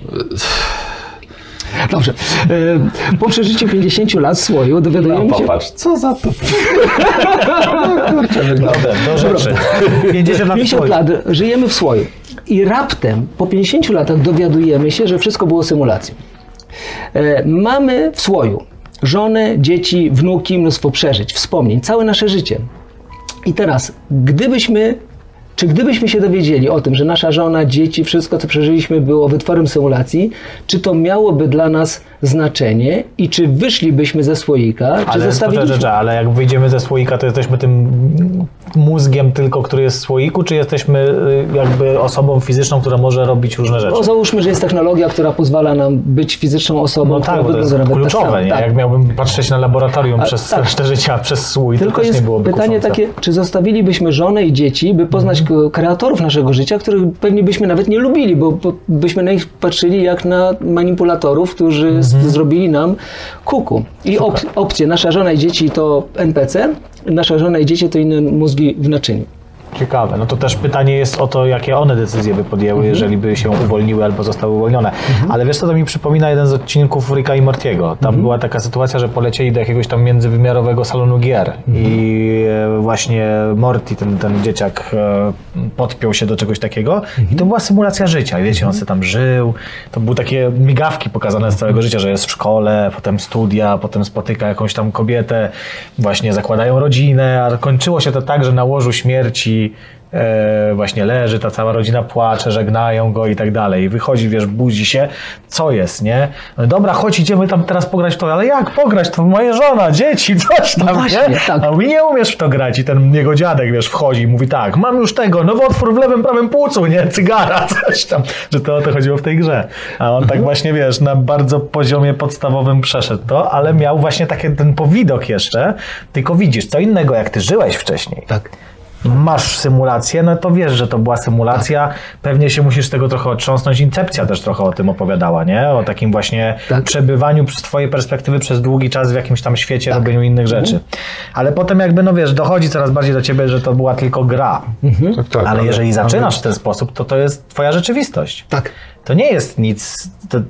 Dobrze. Po przeżyciu 50 lat słoju dowiadujemy się... Popatrz, co za to? Do rzeczy. 50 lat żyjemy w słoju i raptem po 50 latach dowiadujemy się, że wszystko było symulacją. Mamy w słoju żonę, dzieci, wnuki, mnóstwo przeżyć, wspomnień, całe nasze życie. I teraz, gdybyśmy się dowiedzieli o tym, że nasza żona, dzieci, wszystko co przeżyliśmy było wytworem symulacji, czy to miałoby dla nas znaczenie i czy wyszlibyśmy ze słoika, czy zostawiliśmy... Ale jak wyjdziemy ze słoika, to jesteśmy tym mózgiem tylko, który jest w słoiku, czy jesteśmy jakby osobą fizyczną, która może robić różne rzeczy? No, załóżmy, że jest technologia, która pozwala nam być fizyczną osobą. No tak, bo to jest kluczowe, nie? Tak. Jak miałbym patrzeć na laboratorium przez resztę życia, przez słój, tylko to też jest nie byłoby pytanie kuszące. takie, czy zostawilibyśmy żonę i dzieci, by poznać kreatorów naszego życia, których pewnie byśmy nawet nie lubili, bo byśmy na nich patrzyli jak na manipulatorów, którzy zrobili nam kuku. I opcje, nasza żona i dzieci to NPC, nasza żona i dzieci to inne mózgi w naczyniu. Ciekawe. No to też pytanie jest o to, jakie one decyzje by podjęły, jeżeli by się uwolniły albo zostały uwolnione. Ale wiesz co, to mi przypomina jeden z odcinków Ricka i Mortiego. Tam była taka sytuacja, że polecieli do jakiegoś tam międzywymiarowego salonu gier i właśnie Morty, ten dzieciak, podpiął się do czegoś takiego i to była symulacja życia. I wiecie, on sobie tam żył. To były takie migawki pokazane z całego życia, że jest w szkole, potem studia, potem spotyka jakąś tam kobietę, właśnie zakładają rodzinę, a kończyło się to tak, że na łożu śmierci właśnie leży, ta cała rodzina płacze, żegnają go i tak dalej. I wychodzi, wiesz, budzi się, co jest, nie? No dobra, chodź, idziemy tam teraz pograć w to, ale jak pograć? To moja żona, dzieci, coś tam, właśnie, nie? tak. A mi nie umiesz w to grać i ten jego dziadek, wiesz, wchodzi i mówi tak, mam już tego, nowotwór w lewym, prawym płucu, nie? Cygara, coś tam, że to o to chodziło w tej grze. A on tak właśnie, wiesz, na bardzo poziomie podstawowym przeszedł to, ale miał właśnie ten powidok jeszcze, tylko widzisz, co innego jak ty żyłeś wcześniej. Tak. Masz symulację, no to wiesz, że to była symulacja, pewnie się musisz z tego trochę otrząsnąć. Incepcja też trochę o tym opowiadała, nie? O takim właśnie przebywaniu z twojej perspektywy przez długi czas w jakimś tam świecie, robieniu innych rzeczy. Ale potem jakby, no wiesz, dochodzi coraz bardziej do ciebie, że to była tylko gra. Ale jeżeli zaczynasz w ten sposób, to jest twoja rzeczywistość. Tak. To nie jest nic,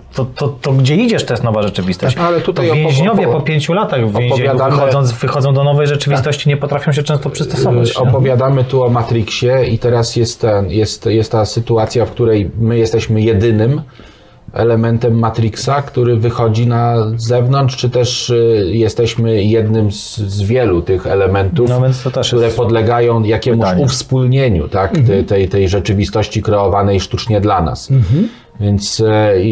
to gdzie idziesz, to jest nowa rzeczywistość. Tak, ale tutaj to więźniowie po 5 latach w więzieniu wychodzą do nowej rzeczywistości, nie potrafią się często przystosować. Opowiadamy tu o Matrixie i teraz jest ta sytuacja, w której my jesteśmy jedynym elementem Matrixa, który wychodzi na zewnątrz, czy też jesteśmy jednym z wielu tych elementów, No więc to też które jest podlegają jakiemuś pytanie. uwspólnieniu, tak? tej rzeczywistości kreowanej sztucznie dla nas. Więc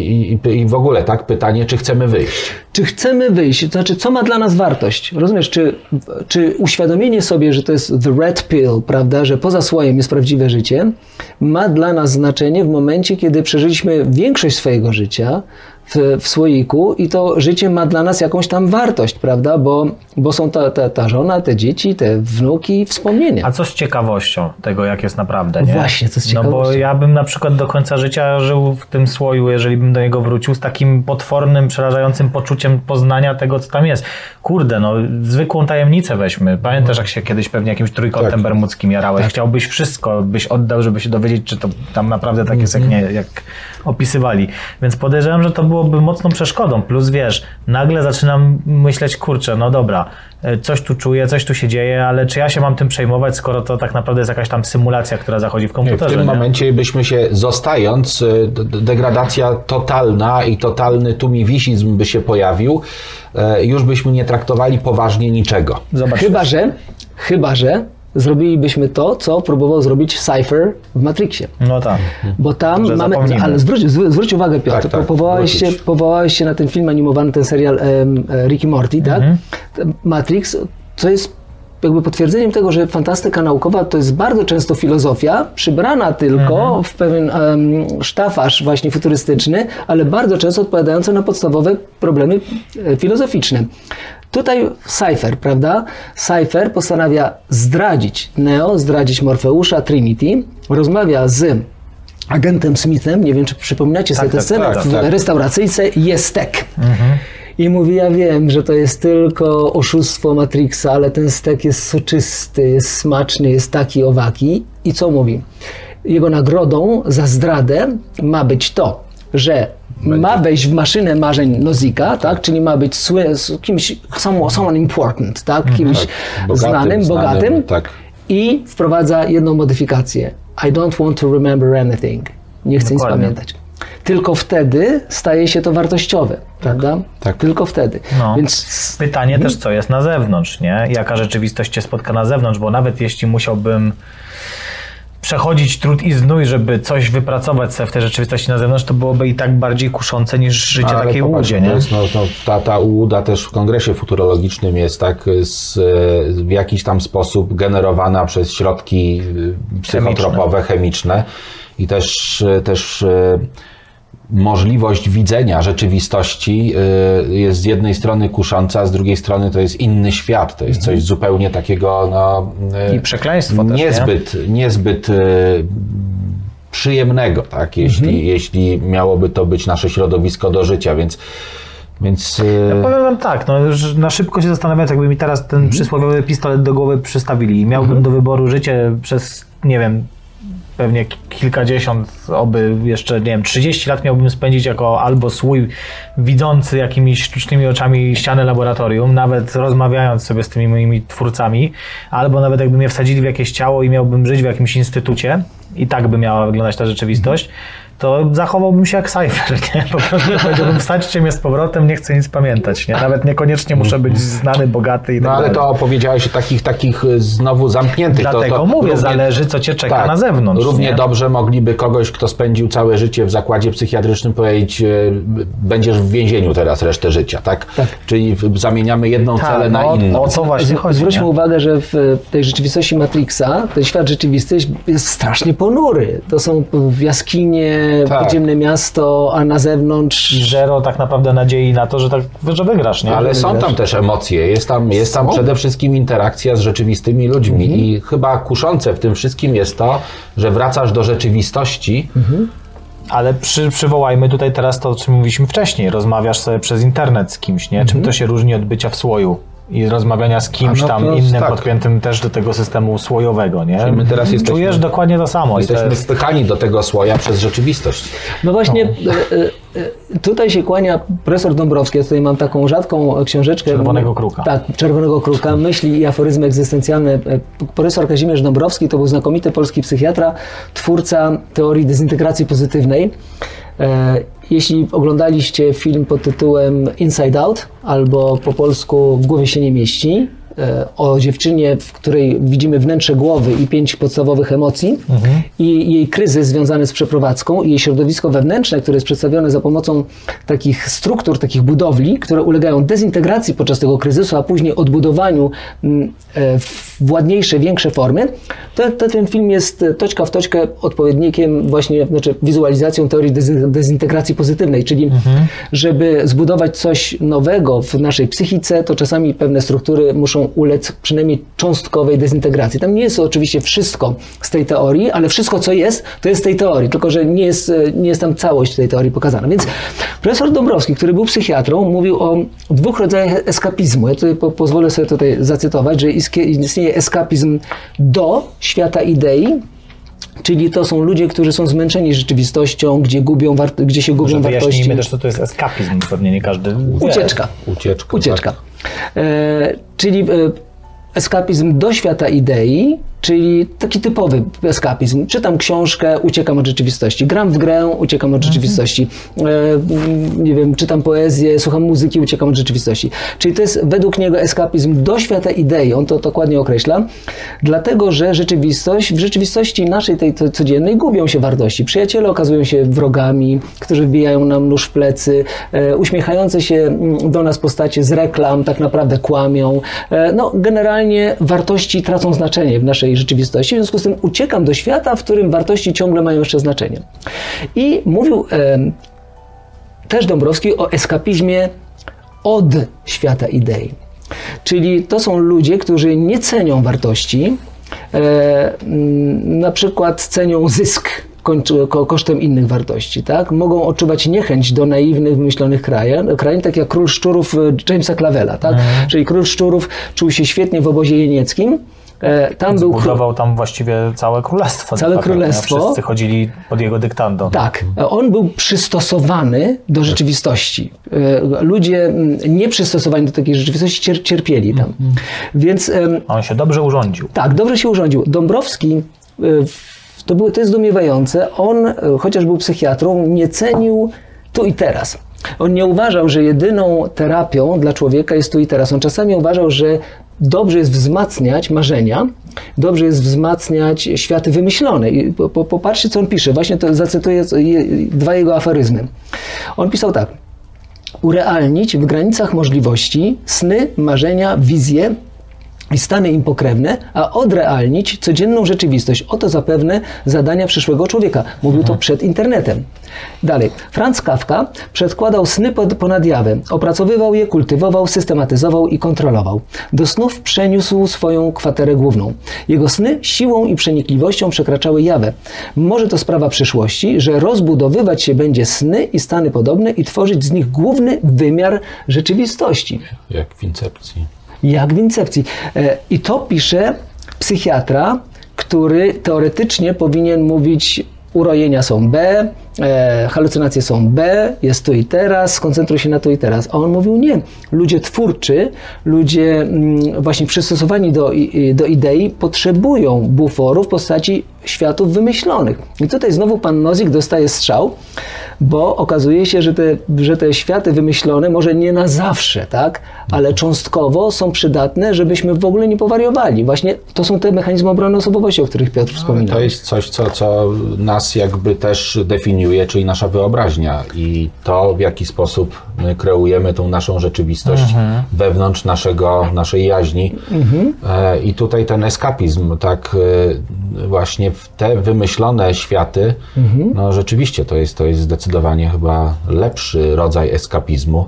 i w ogóle tak, pytanie, czy chcemy wyjść? Czy chcemy wyjść? To znaczy, co ma dla nas wartość? Rozumiesz, czy uświadomienie sobie, że to jest the red pill, prawda, że poza słojem jest prawdziwe życie, ma dla nas znaczenie w momencie, kiedy przeżyliśmy większość swojego życia w słoiku i to życie ma dla nas jakąś tam wartość, prawda, bo są ta żona, te dzieci, te wnuki, wspomnienia. A co z ciekawością tego, jak jest naprawdę, nie? Właśnie, co z No ciekawością? bo ja bym na przykład do końca życia żył w tym słoju, jeżeli bym do niego wrócił, z takim potwornym, przerażającym poczuciem poznania tego, co tam jest. Kurde, no zwykłą tajemnicę weźmy. Pamiętasz, jak się kiedyś pewnie jakimś trójkątem bermudzkim jarałeś. Chciałbyś wszystko, byś oddał, żeby się dowiedzieć, czy to tam naprawdę tak jest, jak nie, jak opisywali. Więc podejrzewam, że to byłoby mocną przeszkodą. Plus wiesz, nagle zaczynam myśleć, kurczę, no dobra, coś tu czuję, coś tu się dzieje, ale czy ja się mam tym przejmować, skoro to tak naprawdę jest jakaś tam symulacja, która zachodzi w komputerze. W tym nie? momencie byśmy się zostając, degradacja totalna i totalny tumiwisizm by się pojawił, już byśmy nie traktowali poważnie niczego. Zobacz. Chyba, że zrobilibyśmy to, co próbował zrobić Cypher w Matrixie. No tak. Bo tam Że mamy, zapomnimy. ale zwróć uwagę, Piotr, Tak, powołałeś się na ten film animowany, ten serial Rick i Morty, tak? Matrix, co jest jakby potwierdzeniem tego, że fantastyka naukowa to jest bardzo często filozofia, przybrana tylko w pewien sztafaż właśnie futurystyczny, ale bardzo często odpowiadająca na podstawowe problemy filozoficzne. Tutaj Cypher, prawda? Cypher postanawia zdradzić Neo, zdradzić Morfeusza, Trinity, rozmawia z agentem Smithem, nie wiem, czy przypominacie sobie tę scenę, w restauracyjce jest stek. I mówi, ja wiem, że to jest tylko oszustwo Matrixa, ale ten stek jest soczysty, jest smaczny, jest taki, owaki. I co mówi? Jego nagrodą za zdradę ma być to, że ma wejść w maszynę marzeń Nozika, tak? Czyli ma być kimś, someone important, tak? Kimś znanym, bogatym. Tak. I wprowadza jedną modyfikację. I don't want to remember anything. Nie chcę nic pamiętać. Tylko wtedy staje się to wartościowe, prawda? Tak. Tylko wtedy. No. Więc Pytanie też, co jest na zewnątrz, nie? Jaka rzeczywistość cię spotka na zewnątrz, bo nawet jeśli musiałbym przechodzić trud i znój, żeby coś wypracować sobie w tej rzeczywistości na zewnątrz, to byłoby i tak bardziej kuszące niż życie Ale takiej popatrz, łudzie, nie? To jest, ta ułuda też w kongresie futurologicznym jest tak w jakiś tam sposób generowana przez środki psychotropowe, chemiczne i też możliwość widzenia rzeczywistości jest z jednej strony kusząca, a z drugiej strony to jest inny świat. To jest coś zupełnie takiego I przekleństwo też, niezbyt przyjemnego, tak? Jeśli miałoby to być nasze środowisko do życia, więc ja powiem wam tak, no, już na szybko się zastanawiając, jakby mi teraz ten przysłowiowy pistolet do głowy przystawili i miałbym do wyboru życie przez, nie wiem, pewnie kilkadziesiąt, oby jeszcze, nie wiem, 30 lat miałbym spędzić jako albo słój widzący jakimiś sztucznymi oczami ścianę laboratorium, nawet rozmawiając sobie z tymi moimi twórcami, albo nawet jakby mnie wsadzili w jakieś ciało i miałbym żyć w jakimś instytucie i tak by miała wyglądać ta rzeczywistość, to zachowałbym się jak Cypher, nie? Po prostu powiedziałbym, wsadźcie mnie z powrotem, nie chcę nic pamiętać, nie? Nawet niekoniecznie muszę być znany, bogaty i tak ale dalej. to opowiedziałeś o takich znowu zamkniętych. Dlatego mówię, zależy, co cię czeka na zewnątrz. Równie nie? dobrze mogliby kogoś, kto spędził całe życie w zakładzie psychiatrycznym, powiedzieć, będziesz w więzieniu teraz resztę życia, tak? Czyli zamieniamy jedną celę na inną. O co właśnie chodzi? zwróćmy nie? uwagę, że w tej rzeczywistości Matrixa ten świat rzeczywisty jest strasznie ponury. To są jaskinie, podziemne miasto, a na zewnątrz... Zero tak naprawdę nadziei na to, że wygrasz, nie? Ale są tam też emocje, jest tam przede wszystkim interakcja z rzeczywistymi ludźmi i chyba kuszące w tym wszystkim jest to, że wracasz do rzeczywistości. Ale przywołajmy tutaj teraz to, o czym mówiliśmy wcześniej. Rozmawiasz sobie przez internet z kimś, nie? Czym to się różni od bycia w słoju? I rozmawiania z kimś tam innym, podpiętym też do tego systemu słojowego, nie? My teraz Czujesz dokładnie to samo. Jesteśmy wpychani do tego słoja przez rzeczywistość. No właśnie, tutaj się kłania profesor Dąbrowski. Ja tutaj mam taką rzadką książeczkę. Czerwonego Kruka. Tak, Czerwonego Kruka. Myśli i aforyzmy egzystencjalne. Profesor Kazimierz Dąbrowski to był znakomity polski psychiatra, twórca teorii dezintegracji pozytywnej. jeśli oglądaliście film pod tytułem Inside Out, albo po polsku W głowie się nie mieści, o dziewczynie, w której widzimy wnętrze głowy i 5 podstawowych emocji i jej kryzys związany z przeprowadzką i jej środowisko wewnętrzne, które jest przedstawione za pomocą takich struktur, takich budowli, które ulegają dezintegracji podczas tego kryzysu, a później odbudowaniu w ładniejsze, większe formy, to ten film jest toczka w toczkę odpowiednikiem właśnie, znaczy wizualizacją teorii dezintegracji pozytywnej, czyli żeby zbudować coś nowego w naszej psychice, to czasami pewne struktury muszą ulec przynajmniej cząstkowej dezintegracji. Tam nie jest oczywiście wszystko z tej teorii, ale wszystko, co jest, to jest z tej teorii, tylko że nie jest tam całość tej teorii pokazana. Więc profesor Dąbrowski, który był psychiatrą, mówił o 2 rodzajach eskapizmu. Ja tutaj pozwolę sobie tutaj zacytować, że istnieje eskapizm do świata idei, czyli to są ludzie, którzy są zmęczeni rzeczywistością, gdzie się gubią wartości. Wyjaśnijmy też, co to jest eskapizm, pewnie nie każdy wie. Ucieczka. Czyli eskapizm do świata idei, czyli taki typowy eskapizm. Czytam książkę, uciekam od rzeczywistości. Gram w grę, uciekam od rzeczywistości. Nie wiem, czytam poezję, słucham muzyki, uciekam od rzeczywistości. Czyli to jest według niego eskapizm do świata idei. On to dokładnie określa. Dlatego, że w rzeczywistości naszej, tej codziennej, gubią się wartości. Przyjaciele okazują się wrogami, którzy wbijają nam nóż w plecy. Uśmiechające się do nas postacie z reklam tak naprawdę kłamią. No, generalnie wartości tracą znaczenie w naszej rzeczywistości, w związku z tym uciekam do świata, w którym wartości ciągle mają jeszcze znaczenie. I mówił też Dąbrowski o eskapizmie od świata idei. Czyli to są ludzie, którzy nie cenią wartości, na przykład cenią zysk kosztem innych wartości, tak? Mogą odczuwać niechęć do naiwnych, wymyślonych krain, tak jak Król Szczurów Jamesa Clavella, tak? Czyli Król Szczurów czuł się świetnie w obozie jenieckim. Zbudował tam właściwie całe królestwo. Całe królestwo. Wszyscy chodzili pod jego dyktando. Tak. On był przystosowany do rzeczywistości. Ludzie nieprzystosowani do takiej rzeczywistości cierpieli tam. Więc... On się dobrze urządził. Tak, dobrze się urządził. Dąbrowski, to jest zdumiewające, on, chociaż był psychiatrą, nie cenił tu i teraz. On nie uważał, że jedyną terapią dla człowieka jest tu i teraz. On czasami uważał, że dobrze jest wzmacniać marzenia, dobrze jest wzmacniać światy wymyślone. I popatrzcie, co on pisze. Właśnie to zacytuję 2 jego aforyzmy. On pisał tak. Urealnić w granicach możliwości sny, marzenia, wizje i stany im pokrewne, a odrealnić codzienną rzeczywistość. Oto zapewne zadania przyszłego człowieka. Mówił to przed internetem. Dalej. Franz Kafka przedkładał sny ponad jawę. Opracowywał je, kultywował, systematyzował i kontrolował. Do snów przeniósł swoją kwaterę główną. Jego sny siłą i przenikliwością przekraczały jawę. Może to sprawa przyszłości, że rozbudowywać się będzie sny i stany podobne i tworzyć z nich główny wymiar rzeczywistości. Jak w Incepcji. Jak w Incepcji. I to pisze psychiatra, który teoretycznie powinien mówić: urojenia są B, halucynacje są B, jest tu i teraz, skoncentruj się na tu i teraz. A on mówił nie. Ludzie twórczy, ludzie właśnie przystosowani do idei potrzebują buforu w postaci światów wymyślonych. I tutaj znowu pan Nozick dostaje strzał, bo okazuje się, że te światy wymyślone może nie na zawsze, tak, ale cząstkowo są przydatne, żebyśmy w ogóle nie powariowali. Właśnie to są te mechanizmy obrony osobowości, o których Piotr wspominał. To jest coś, co nas jakby też definiuje, czyli nasza wyobraźnia i to, w jaki sposób my kreujemy tą naszą rzeczywistość wewnątrz naszej jaźni. I tutaj ten eskapizm, tak właśnie w te wymyślone światy, no rzeczywiście to jest zdecydowanie chyba lepszy rodzaj eskapizmu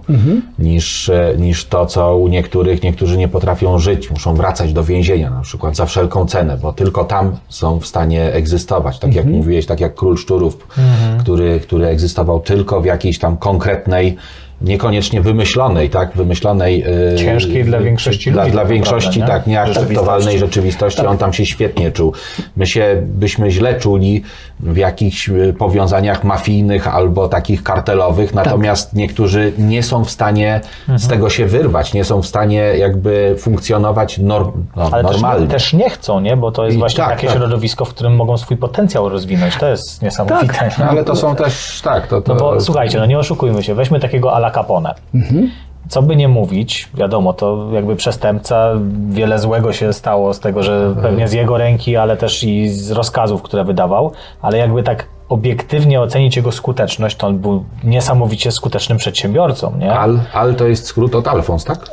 niż to, co u niektórzy nie potrafią żyć, muszą wracać do więzienia na przykład za wszelką cenę, bo tylko tam są w stanie egzystować, tak jak mówiłeś, tak jak Król Szczurów, który egzystował tylko w jakiejś tam konkretnej niekoniecznie wymyślonej, tak? Wymyślonej... Ciężkiej dla większości ludzi. Dla większości, prawda, tak, nieakceptowalnej rzeczywistości. Tak. On tam się świetnie czuł. My byśmy źle czuli w jakichś powiązaniach mafijnych albo takich kartelowych, natomiast niektórzy nie są w stanie z tego się wyrwać, nie są w stanie jakby funkcjonować ale normalnie. Też nie chcą, nie? Bo to jest właśnie takie środowisko, w którym mogą swój potencjał rozwinąć. To jest niesamowite. Tak. No, ale to są też, No bo słuchajcie, nie oszukujmy się, weźmy takiego Al Capone. Co by nie mówić, wiadomo, to jakby przestępca, wiele złego się stało z tego, że pewnie z jego ręki, ale też i z rozkazów, które wydawał, ale jakby tak obiektywnie ocenić jego skuteczność, to on był niesamowicie skutecznym przedsiębiorcą, nie? Al to jest skrót od Alfons, tak?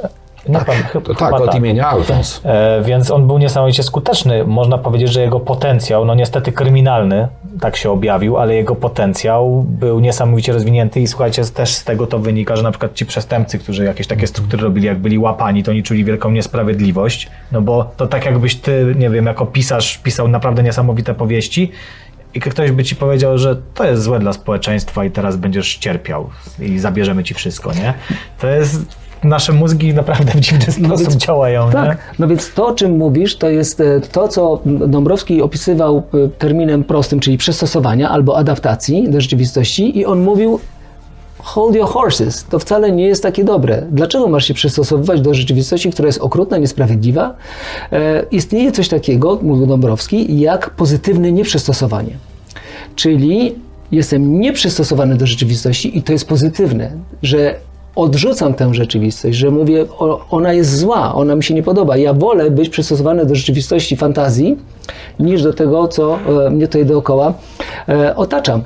Chyba od imienia Alfons. Więc on był niesamowicie skuteczny. Można powiedzieć, że jego potencjał, no niestety kryminalny, tak się objawił, ale jego potencjał był niesamowicie rozwinięty i słuchajcie, też z tego to wynika, że na przykład ci przestępcy, którzy jakieś takie struktury robili, jak byli łapani, to oni czuli wielką niesprawiedliwość, no bo to tak jakbyś ty, nie wiem, jako pisarz pisał naprawdę niesamowite powieści i ktoś by ci powiedział, że to jest złe dla społeczeństwa i teraz będziesz cierpiał i zabierzemy ci wszystko, nie? To jest... Nasze mózgi naprawdę w dziwny sposób działają. Tak, nie? no więc to, o czym mówisz, to jest to, co Dąbrowski opisywał terminem prostym, czyli przystosowania albo adaptacji do rzeczywistości i on mówił hold your horses, to wcale nie jest takie dobre. Dlaczego masz się przystosowywać do rzeczywistości, która jest okrutna, niesprawiedliwa? Istnieje coś takiego, mówił Dąbrowski, jak pozytywne nieprzystosowanie. Czyli jestem nieprzystosowany do rzeczywistości i to jest pozytywne, że odrzucam tę rzeczywistość, że mówię, ona jest zła, ona mi się nie podoba. Ja wolę być przystosowany do rzeczywistości fantazji, niż do tego, co mnie tutaj dookoła otacza.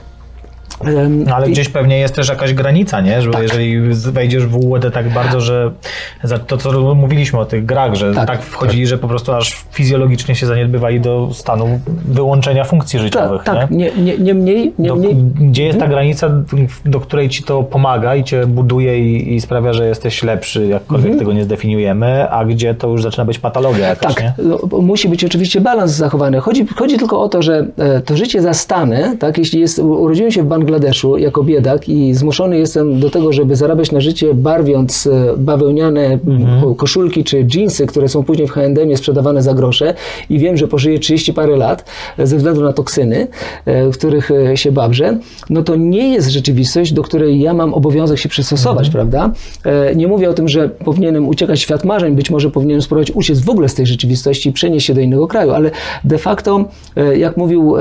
No, ale gdzieś pewnie jest też jakaś granica, nie? Że jeżeli wejdziesz w UED tak bardzo, że to, co mówiliśmy o tych grach, że tak wchodzili, że po prostu aż fizjologicznie się zaniedbywali do stanu wyłączenia funkcji życiowych. Tak, nie? Nie mniej. Gdzie jest ta granica, do której ci to pomaga i cię buduje i sprawia, że jesteś lepszy, jakkolwiek tego nie zdefiniujemy, a gdzie to już zaczyna być patologia jakaś, tak, nie? No, musi być oczywiście balans zachowany. Chodzi tylko o to, że to życie zastane, tak, jeśli urodziłem się w Bangladeszu jako biedak i zmuszony jestem do tego, żeby zarabiać na życie, barwiąc bawełniane koszulki czy dżinsy, które są później w H&M sprzedawane za grosze i wiem, że pożyję 30 parę lat ze względu na toksyny, w których się babrzę, no to nie jest rzeczywistość, do której ja mam obowiązek się przystosować, prawda? Nie mówię o tym, że powinienem uciekać w świat marzeń, być może powinienem spróbować uciec w ogóle z tej rzeczywistości i przenieść się do innego kraju, ale de facto, jak mówił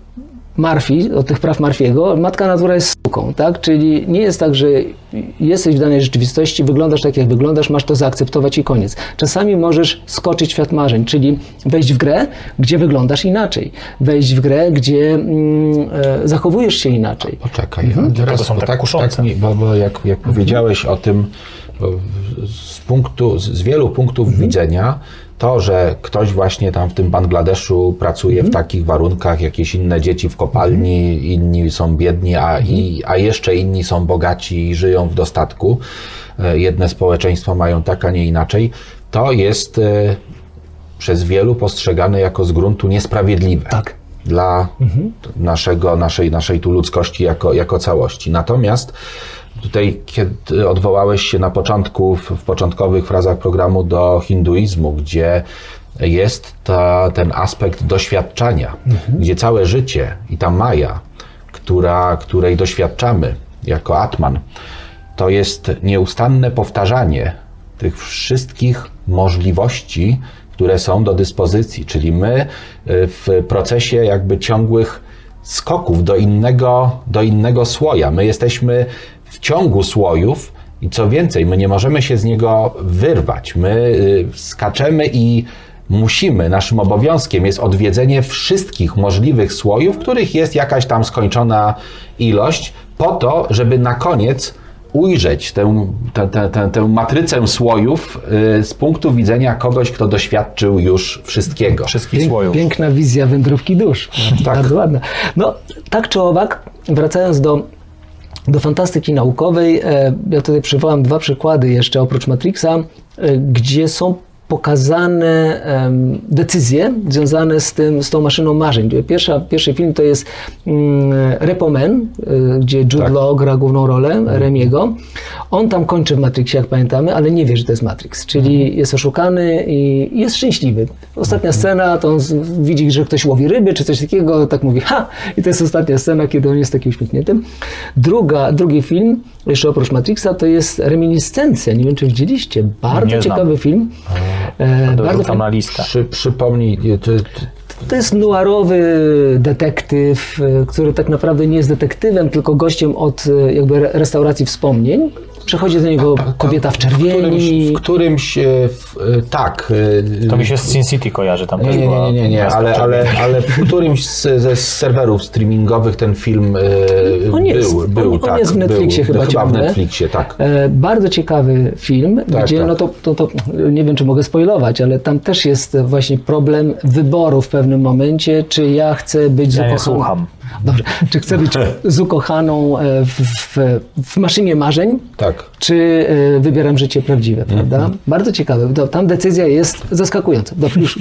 Murphy, od tych praw Murphy'ego, matka natura jest suką, tak? Czyli nie jest tak, że jesteś w danej rzeczywistości, wyglądasz tak, jak wyglądasz, masz to zaakceptować i koniec. Czasami możesz skoczyć w świat marzeń, czyli wejść w grę, gdzie wyglądasz inaczej. Wejść w grę, gdzie zachowujesz się inaczej. Poczekaj, teraz są tak kuszące. Bo jak powiedziałeś o tym, z wielu punktów widzenia, to, że ktoś właśnie tam w tym Bangladeszu pracuje w takich warunkach, jakieś inne dzieci w kopalni, inni są biedni, a jeszcze inni są bogaci i żyją w dostatku, jedne społeczeństwa mają tak, a nie inaczej, to jest przez wielu postrzegane jako z gruntu niesprawiedliwe. Tak. Dla naszej tu ludzkości jako całości. Natomiast tutaj, kiedy odwołałeś się na początku, w początkowych frazach programu do hinduizmu, gdzie jest ten aspekt doświadczania, gdzie całe życie i ta maja, której doświadczamy jako Atman, to jest nieustanne powtarzanie tych wszystkich możliwości, które są do dyspozycji, czyli my w procesie jakby ciągłych skoków do innego słoja. My jesteśmy w ciągu słojów i co więcej, my nie możemy się z niego wyrwać. My skaczemy i musimy, naszym obowiązkiem jest odwiedzenie wszystkich możliwych słojów, których jest jakaś tam skończona ilość, po to, żeby na koniec ujrzeć tę matrycę słojów z punktu widzenia kogoś, kto doświadczył już wszystkiego. Wszystkich słojów. Piękna wizja wędrówki dusz. Tak. Bardzo ładna. No, tak czy owak, wracając do fantastyki naukowej, ja tutaj przywołam 2 przykłady jeszcze oprócz Matrixa, gdzie są pokazane decyzje związane z tą maszyną marzeń. Pierwszy film to jest Repo Man, gdzie Jude Law gra główną rolę, Remiego. On tam kończy w Matrixie, jak pamiętamy, ale nie wie, że to jest Matrix, czyli jest oszukany i jest szczęśliwy. Ostatnia scena, to on widzi, że ktoś łowi ryby, czy coś takiego, tak mówi, ha! I to jest ostatnia scena, kiedy on jest taki uśmiechnięty. Drugi film, jeszcze oprócz Matrixa, to jest Reminiscencja. Nie wiem, czy widzieliście. Bardzo ciekawy film. Bardzo tam na listę. Przypomnij, to jest noirowy detektyw, który tak naprawdę nie jest detektywem, tylko gościem od jakby restauracji wspomnień. Przychodzi do niego kobieta w czerwieni. Tak. To mi się z Sin City kojarzy tam też. Nie, ale w którymś ze serwerów streamingowych ten film był. On jest w Netflixie chyba w Netflixie, tak. Bardzo ciekawy film, gdzie tak. no to nie wiem, czy mogę spoilować, ale tam też jest właśnie problem wyboru w pewnym momencie, czy ja chcę być nie słucham. Dobrze. Czy chcę być z ukochaną w maszynie marzeń, tak. czy wybieram życie prawdziwe, prawda? Bardzo ciekawe. Tam decyzja jest zaskakująca.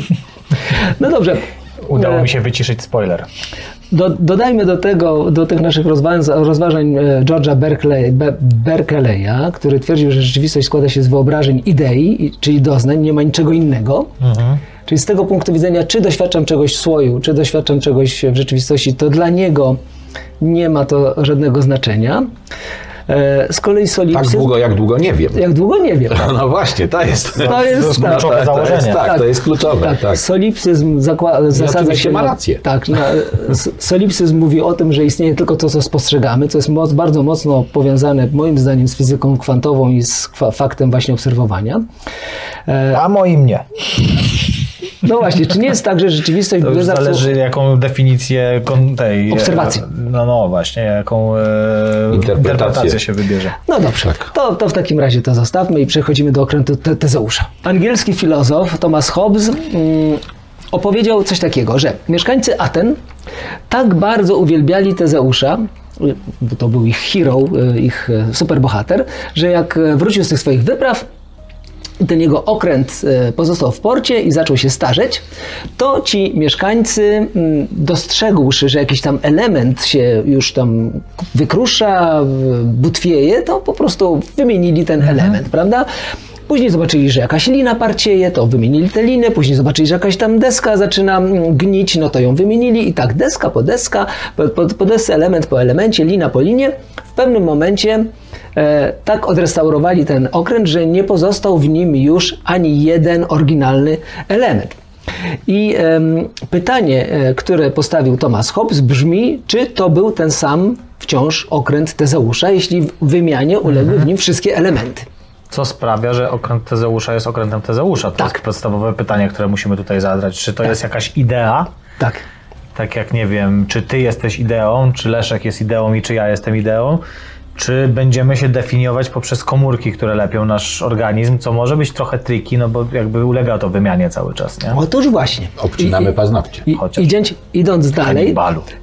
No dobrze. Udało mi się wyciszyć spoiler. Dodajmy do tych naszych rozważań George'a Berkeleya, który twierdził, że rzeczywistość składa się z wyobrażeń, idei, czyli doznań, nie ma niczego innego. Czyli z tego punktu widzenia, czy doświadczam czegoś w słoju, czy doświadczam czegoś w rzeczywistości, to dla niego nie ma to żadnego znaczenia. Z kolei solipsyzm... Tak długo, jak długo nie wiem. Jak długo nie wiem. No właśnie, to jest kluczowe założenie. To jest kluczowe. Tak. Solipsyzm zasadza się... ma rację. Solipsyzm mówi o tym, że istnieje tylko to, co spostrzegamy, co jest bardzo mocno powiązane, moim zdaniem, z fizyką kwantową i z faktem właśnie obserwowania. A moim nie. No właśnie, czy nie jest tak, że rzeczywistość... To już zależy, jaką definicję tej... Obserwacji. No właśnie, jaką interpretację się wybierze. No dobrze, to w takim razie to zostawmy i przechodzimy do okrętu Tezeusza. Angielski filozof Thomas Hobbes opowiedział coś takiego, że mieszkańcy Aten tak bardzo uwielbiali Tezeusza, bo to był ich hero, ich superbohater, że jak wrócił z tych swoich wypraw, ten jego okręt pozostał w porcie i zaczął się starzeć, to ci mieszkańcy, dostrzegłszy, że jakiś tam element się już tam wykrusza, butwieje, to po prostu wymienili ten element, prawda? Później zobaczyli, że jakaś lina parcieje, to wymienili tę linę, później zobaczyli, że jakaś tam deska zaczyna gnić, no to ją wymienili i tak deska po deska, po desce, element po elemencie, lina po linie. W pewnym momencie tak odrestaurowali ten okręt, że nie pozostał w nim już ani jeden oryginalny element. I pytanie, które postawił Thomas Hobbes brzmi, czy to był ten sam wciąż okręt Tezeusza, jeśli w wymianie uległy w nim wszystkie elementy. Co sprawia, że okręt Tezeusza jest okrętem Tezeusza? To jest podstawowe pytanie, które musimy tutaj zadać. Czy to jest jakaś idea? Tak. Tak jak, nie wiem, czy ty jesteś ideą, czy Leszek jest ideą i czy ja jestem ideą, czy będziemy się definiować poprzez komórki, które lepią nasz organizm, co może być trochę tricky, no bo jakby ulega to wymianie cały czas, nie? Otóż właśnie. Obcinamy paznokcie. Idąc dalej,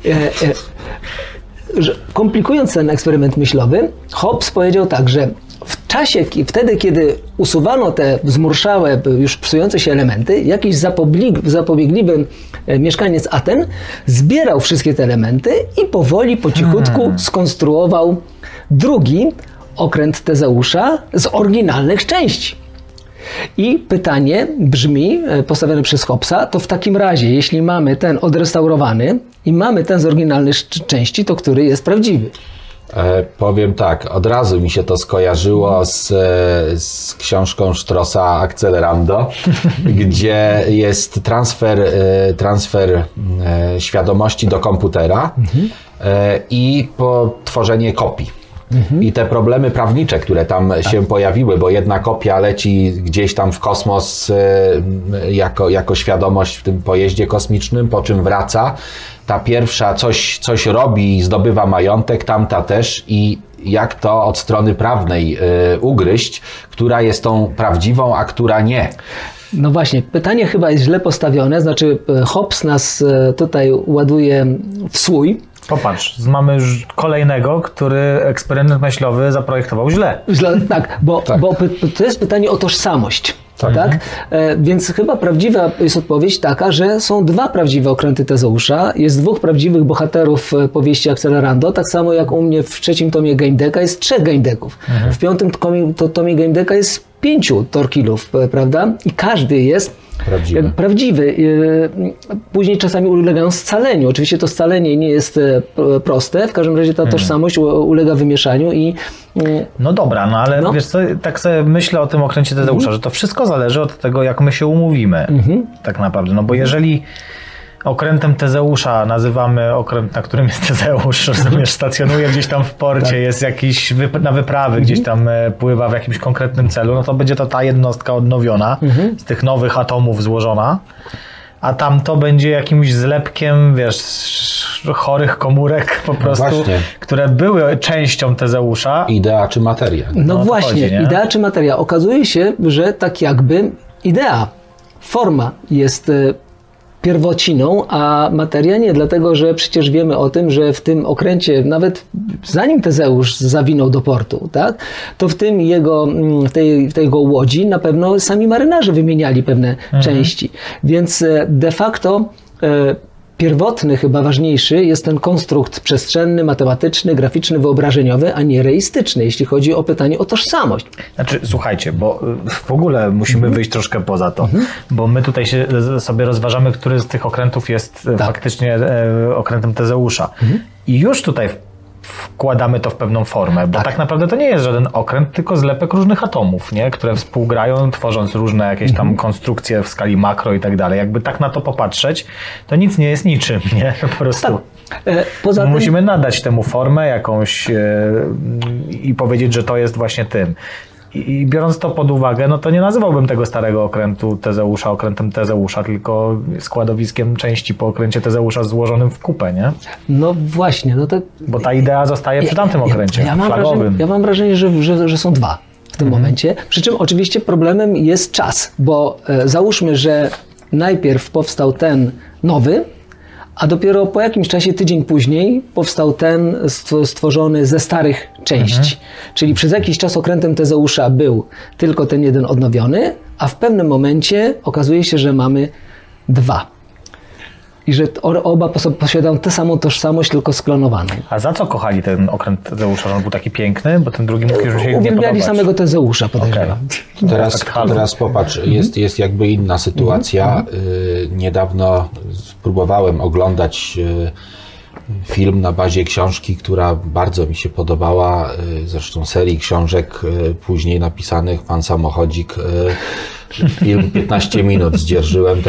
komplikując ten eksperyment myślowy, Hobbes powiedział tak, że wtedy, kiedy usuwano te zmurszałe, już psujące się elementy, jakiś zapobiegliwy mieszkaniec Aten zbierał wszystkie te elementy i powoli, po cichutku skonstruował drugi okręt Tezeusza z oryginalnych części. I pytanie brzmi, postawione przez Hobbesa, to w takim razie, jeśli mamy ten odrestaurowany i mamy ten z oryginalnych części, to który jest prawdziwy? Powiem tak, od razu mi się to skojarzyło z książką Sztrosa Accelerando, gdzie jest transfer świadomości do komputera i tworzenie kopii. I te problemy prawnicze, które tam się pojawiły, bo jedna kopia leci gdzieś tam w kosmos jako świadomość w tym pojeździe kosmicznym, po czym wraca. Ta pierwsza coś robi i zdobywa majątek, tamta też i jak to od strony prawnej ugryźć, która jest tą prawdziwą, a która nie. No właśnie, pytanie chyba jest źle postawione, znaczy Hobbes nas tutaj ładuje w słój. Popatrz, mamy już kolejnego, który eksperyment myślowy zaprojektował źle. Tak, bo to jest pytanie o tożsamość. Tak? Więc chyba prawdziwa jest odpowiedź taka, że są dwa prawdziwe okręty Tezeusza, jest dwóch prawdziwych bohaterów powieści Accelerando, tak samo jak u mnie w trzecim tomie Game Decka jest 3 Game Decków. W piątym tomie Game Decka jest 5 Torkilów, prawda? I każdy jest prawdziwy. Później czasami ulegają scaleniu. Oczywiście to scalenie nie jest proste, w każdym razie ta tożsamość ulega wymieszaniu i... No dobra, no ale wiesz co, tak sobie myślę o tym okręcie Tezeusza, że to wszystko zależy od tego, jak my się umówimy tak naprawdę, no bo jeżeli okrętem Tezeusza nazywamy okręt, na którym jest Tezeusz, rozumiesz, stacjonuje gdzieś tam w porcie, jest jakiś na wyprawy, gdzieś tam pływa w jakimś konkretnym celu, no to będzie to ta jednostka odnowiona, z tych nowych atomów złożona, a tamto będzie jakimś zlepkiem, wiesz, chorych komórek po prostu, które były częścią Tezeusza. Idea czy materia? No właśnie, chodzi, idea czy materia. Okazuje się, że tak jakby idea, forma jest pierwociną, a materia nie, dlatego że przecież wiemy o tym, że w tym okręcie, nawet zanim Tezeusz zawinął do portu, tak, to w tym w tej jego łodzi na pewno sami marynarze wymieniali pewne części. Więc de facto pierwotny, chyba ważniejszy, jest ten konstrukt przestrzenny, matematyczny, graficzny, wyobrażeniowy, a nie reistyczny, jeśli chodzi o pytanie o tożsamość. Znaczy, słuchajcie, bo w ogóle musimy wyjść troszkę poza to, bo my tutaj sobie rozważamy, który z tych okrętów jest faktycznie okrętem Tezeusza. I już tutaj wkładamy to w pewną formę, bo tak naprawdę to nie jest żaden okręt, tylko zlepek różnych atomów, nie? Które współgrają, tworząc różne jakieś tam konstrukcje w skali makro i tak dalej. Jakby tak na to popatrzeć, to nic nie jest niczym, nie? Po prostu Poza tym... musimy nadać temu formę jakąś i powiedzieć, że to jest właśnie tym. I biorąc to pod uwagę, no to nie nazywałbym tego starego okrętu Tezeusza okrętem Tezeusza, tylko składowiskiem części po okręcie Tezeusza złożonym w kupę, nie? No właśnie. No to... Bo ta idea zostaje przy tamtym okręcie flagowym. Ja mam wrażenie, że są dwa w tym momencie. Przy czym oczywiście problemem jest czas, bo załóżmy, że najpierw powstał ten nowy, a dopiero po jakimś czasie, tydzień później, powstał ten stworzony ze starych części. Czyli przez jakiś czas okrętem Tezeusza był tylko ten jeden odnowiony, a w pewnym momencie okazuje się, że mamy dwa. I że oba posiadają tę samą tożsamość, tylko sklonowaną. A za co kochali ten okręt Tezeusza? On był taki piękny, bo ten drugi mógł już się nie podobać. Uwielbiali samego Tezeusza, podejrzewam. Teraz popatrz, jest jakby inna sytuacja. Niedawno spróbowałem oglądać film na bazie książki, która bardzo mi się podobała, zresztą serii książek później napisanych, Pan Samochodzik. Film 15 minut zdzierżyłem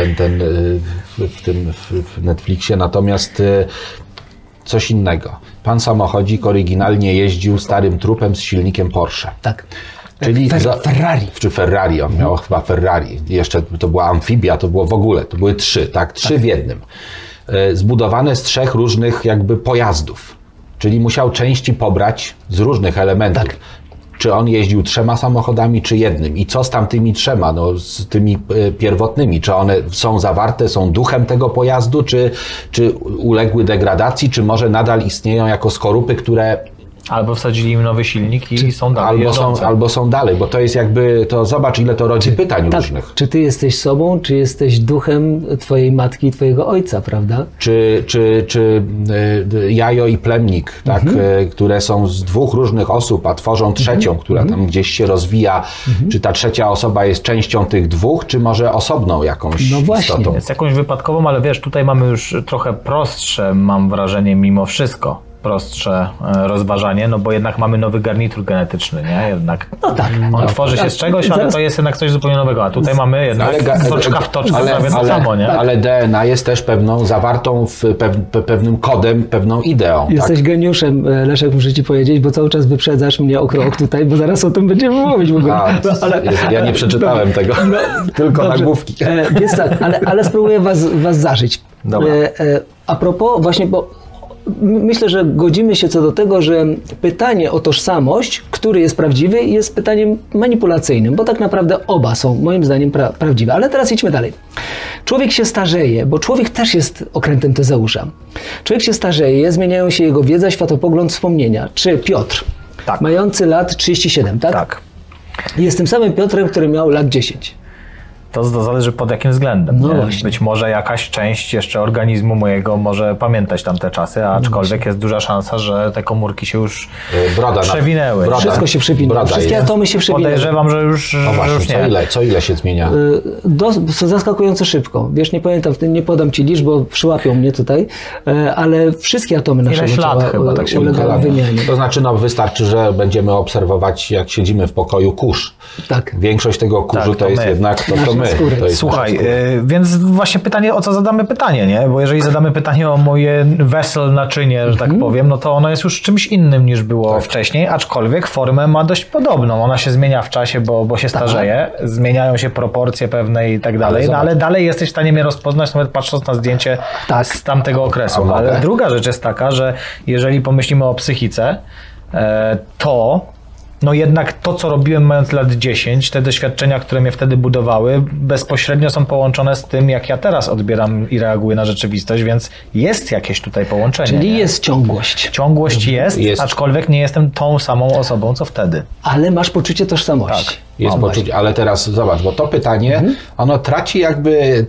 w Netflixie, czy coś innego. Pan Samochodzik oryginalnie jeździł starym trupem z silnikiem Porsche. Tak. Czyli Ferrari. Czy Ferrari, on miał chyba Ferrari. Jeszcze to była amfibia, to było w ogóle, to były 3, tak? 3 w jednym. Zbudowane z 3 różnych jakby pojazdów. Czyli musiał części pobrać z różnych elementów. Tak. Czy on jeździł 3 samochodami, czy jednym? I co z tamtymi 3? No, z tymi pierwotnymi? Czy one są zawarte, są duchem tego pojazdu, czy uległy degradacji, czy może nadal istnieją jako skorupy, które... Albo wsadzili im nowy silnik i są dalej albo są dalej, bo to jest jakby, to zobacz, ile to rodzi pytań różnych. Czy ty jesteś sobą, czy jesteś duchem twojej matki i twojego ojca, prawda? Czy jajo i plemnik, tak, które są z 2 różnych osób, a tworzą trzecią, która tam gdzieś się rozwija. Czy ta trzecia osoba jest częścią tych 2, czy może osobną jakąś istotą? Jest jakąś wypadkową, ale wiesz, tutaj mamy już trochę prostsze, mam wrażenie, mimo wszystko. Prostsze rozważanie, no bo jednak mamy nowy garnitur genetyczny, nie? Jednak on tworzy się z czegoś, ale to jest jednak coś zupełnie nowego, a tutaj mamy jednak toczka w toczkę prawie to samo, nie? Ale DNA jest też pewną, zawartą w pewnym kodem, pewną ideą. Jesteś geniuszem, Leszek, muszę ci powiedzieć, bo cały czas wyprzedzasz mnie o krok tutaj, bo zaraz o tym będziemy mówić w ogóle. Ja nie przeczytałem tego, tylko nagłówki. Więc tak, ale spróbuję was zażyć. A propos właśnie, bo myślę, że godzimy się co do tego, że pytanie o tożsamość, który jest prawdziwy, jest pytaniem manipulacyjnym, bo tak naprawdę oba są moim zdaniem prawdziwe. Ale teraz idźmy dalej. Człowiek się starzeje, bo człowiek też jest okrętem Tezeusza. Człowiek się starzeje, zmieniają się jego wiedza, światopogląd, wspomnienia. Czy Piotr, mający lat 37, tak? Tak. Jest tym samym Piotrem, który miał lat 10. To zależy pod jakim względem. No nie? właśnie. Być może jakaś część jeszcze organizmu mojego może pamiętać tamte czasy, aczkolwiek jest duża szansa, że te komórki się już Broda przewinęły. broda. Wszystko się przewinęło. Broda Wszystkie jest. atomy się przewinęły. Podejrzewam, że już, No właśnie, już nie. co ile się zmienia? Zaskakująco szybko. Wiesz, nie pamiętam, nie podam ci liczb, bo przyłapią mnie tutaj, ale wszystkie atomy naszego Ileś lat ciała chyba, tak się ulegały wymianie. To znaczy, wystarczy, że będziemy obserwować, jak siedzimy w pokoju, kurz. Tak. Większość tego kurzu Tak, to to jest my. jednak to Nasza my. skóra. To jest Słuchaj, nasza skóra. więc właśnie pytanie, o co zadamy pytanie, nie? Bo jeżeli zadamy pytanie o moje wesel naczynie, że tak powiem, no to ono jest już czymś innym niż było wcześniej, aczkolwiek formę ma dość podobną. Ona się zmienia w czasie, bo się starzeje, zmieniają się proporcje pewne i tak dalej, ale dalej jesteś w stanie mnie rozpoznać, nawet patrząc na zdjęcie Tak. z tamtego okresu. A mogę? Ale druga rzecz jest taka, że jeżeli pomyślimy o psychice, to no jednak to, co robiłem mając lat 10, te doświadczenia, które mnie wtedy budowały, bezpośrednio są połączone z tym, jak ja teraz odbieram i reaguję na rzeczywistość, więc jest jakieś tutaj połączenie. Czyli nie? jest ciągłość, Ciągłość jest, Jest. aczkolwiek nie jestem tą samą osobą, co wtedy. ale masz poczucie tożsamości. Tak. Jest O, poczucie, ale teraz zobacz, bo to pytanie, ono traci jakby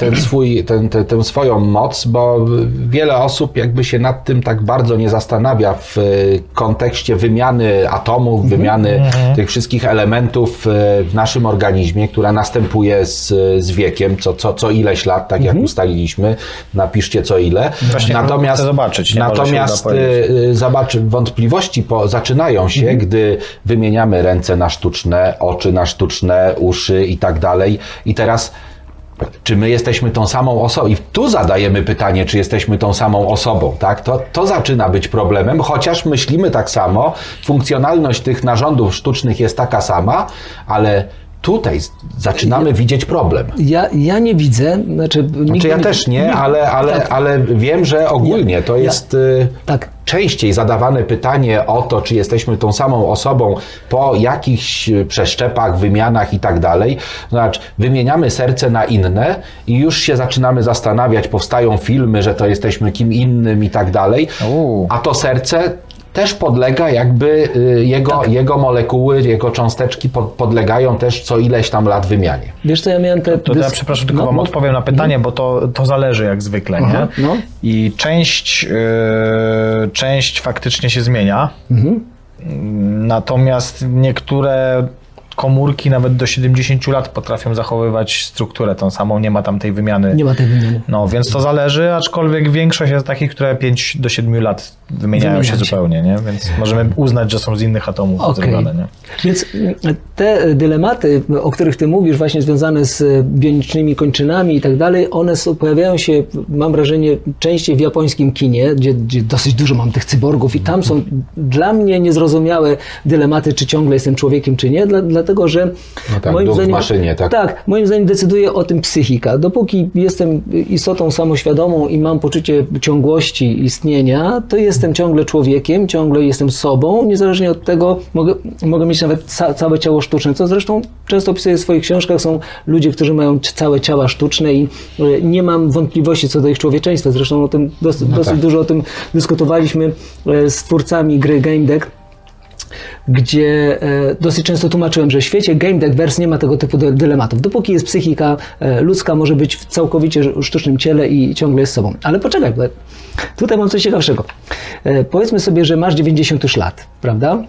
tę swoją moc, bo wiele osób jakby się nad tym tak bardzo nie zastanawia w kontekście wymiany atomów, wymiany tych wszystkich elementów w naszym organizmie, która następuje z wiekiem, co ileś lat, tak jak ustaliliśmy, napiszcie co ile. Właśnie chcę zobaczyć, nie? Może się Natomiast uda powiedzieć. zobacz, wątpliwości zaczynają się, gdy wymieniamy ręce na sztuczne, oczy na sztuczne, uszy i tak dalej. I teraz, czy my jesteśmy tą samą osobą? I tu zadajemy pytanie, czy jesteśmy tą samą osobą, tak? To zaczyna być problemem, chociaż myślimy tak samo, funkcjonalność tych narządów sztucznych jest taka sama, ale tutaj zaczynamy widzieć problem. Ja nie widzę, Znaczy ja też nie, ale wiem, że ogólnie to jest tak. częściej zadawane pytanie o to, czy jesteśmy tą samą osobą po jakichś przeszczepach, wymianach i tak dalej. Znaczy, wymieniamy serce na inne i już się zaczynamy zastanawiać, powstają filmy, że to jesteśmy kim innym i tak dalej, a to serce też podlega jakby jego molekuły, jego cząsteczki podlegają też co ileś tam lat wymianie. Wiesz co, ja miałem te... To ja przepraszam, tylko wam odpowiem na pytanie, bo to zależy jak zwykle, nie? no. I część faktycznie się zmienia, natomiast niektóre komórki nawet do 70 lat potrafią zachowywać strukturę tą samą, nie ma tam tej wymiany. Nie ma tej wymiany. No, więc to zależy, aczkolwiek większość jest takich, które 5 do 7 lat wymieniają się zupełnie, nie? Więc możemy uznać, że są z innych atomów zrobione, nie? Więc te dylematy, o których ty mówisz, właśnie związane z bionicznymi kończynami i tak dalej, one pojawiają się, mam wrażenie, częściej w japońskim kinie, gdzie dosyć dużo mam tych cyborgów i tam są dla mnie niezrozumiałe dylematy, czy ciągle jestem człowiekiem, czy nie, dlatego, że No tak, moim duch w zdaniem, maszynie, tak? Tak, moim zdaniem decyduje o tym psychika. Dopóki jestem istotą samoświadomą i mam poczucie ciągłości istnienia, to jestem ciągle człowiekiem, ciągle jestem sobą, niezależnie od tego mogę mieć nawet całe ciało sztuczne, co zresztą często opisuję w swoich książkach. Są ludzie, którzy mają całe ciała sztuczne i nie mam wątpliwości co do ich człowieczeństwa. Zresztą o tym dosyć dużo o tym dyskutowaliśmy z twórcami gry Game Deck, gdzie dosyć często tłumaczyłem, że w świecie Game Deckverse nie ma tego typu dylematów. Dopóki jest psychika ludzka, może być w całkowicie sztucznym ciele i ciągle jest sobą. Ale poczekaj, bo tutaj mam coś ciekawszego. Powiedzmy sobie, że masz 90 już lat, prawda?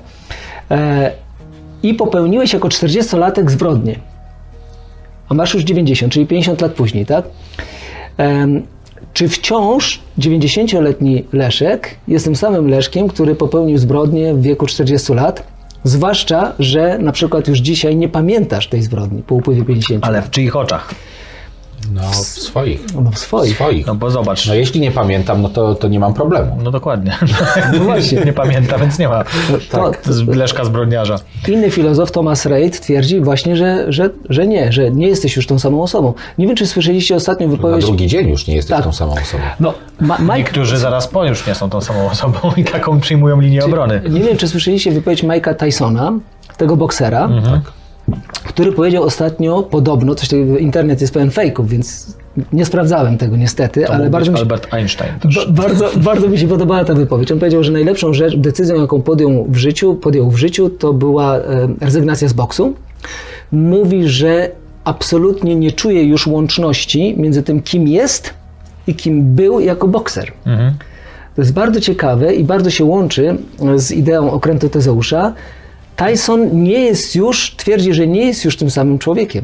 I popełniłeś jako 40-latek zbrodnię. A masz już 90, czyli 50 lat później, tak? Czy wciąż 90-letni Leszek jest tym samym Leszkiem, który popełnił zbrodnię w wieku 40 lat? Zwłaszcza, że na przykład już dzisiaj nie pamiętasz tej zbrodni po upływie 50 Ale lat. w czyich oczach? No, w swoich. No, w swoich. No bo zobacz. No jeśli nie pamiętam, no to nie mam problemu. No dokładnie. No właśnie. Nie pamięta, więc nie ma. To- To jest Leszka zbrodniarza. Inny filozof, Thomas Reid, twierdzi właśnie, że nie jesteś już tą samą osobą. Nie wiem, czy słyszeliście ostatnio Na wypowiedź... drugi dzień już nie jesteś Tak. tą samą osobą. No, Mike... Niektórzy zaraz po już nie są tą samą osobą i taką przyjmują linię obrony. Nie wiem, czy słyszeliście wypowiedź Mike'a Tysona, tego boksera, który powiedział ostatnio, podobno, internet jest pełen fejków, więc nie sprawdzałem tego niestety, To ale mógł bardzo być mi się... Albert Einstein też. Bardzo mi się podobała ta wypowiedź. On powiedział, że najlepszą decyzją, jaką podjął w życiu, to była rezygnacja z boksu. Mówi, że absolutnie nie czuje już łączności między tym, kim jest i kim był jako bokser. To jest bardzo ciekawe i bardzo się łączy z ideą okrętu Tezeusza. Tyson twierdzi, że nie jest już tym samym człowiekiem.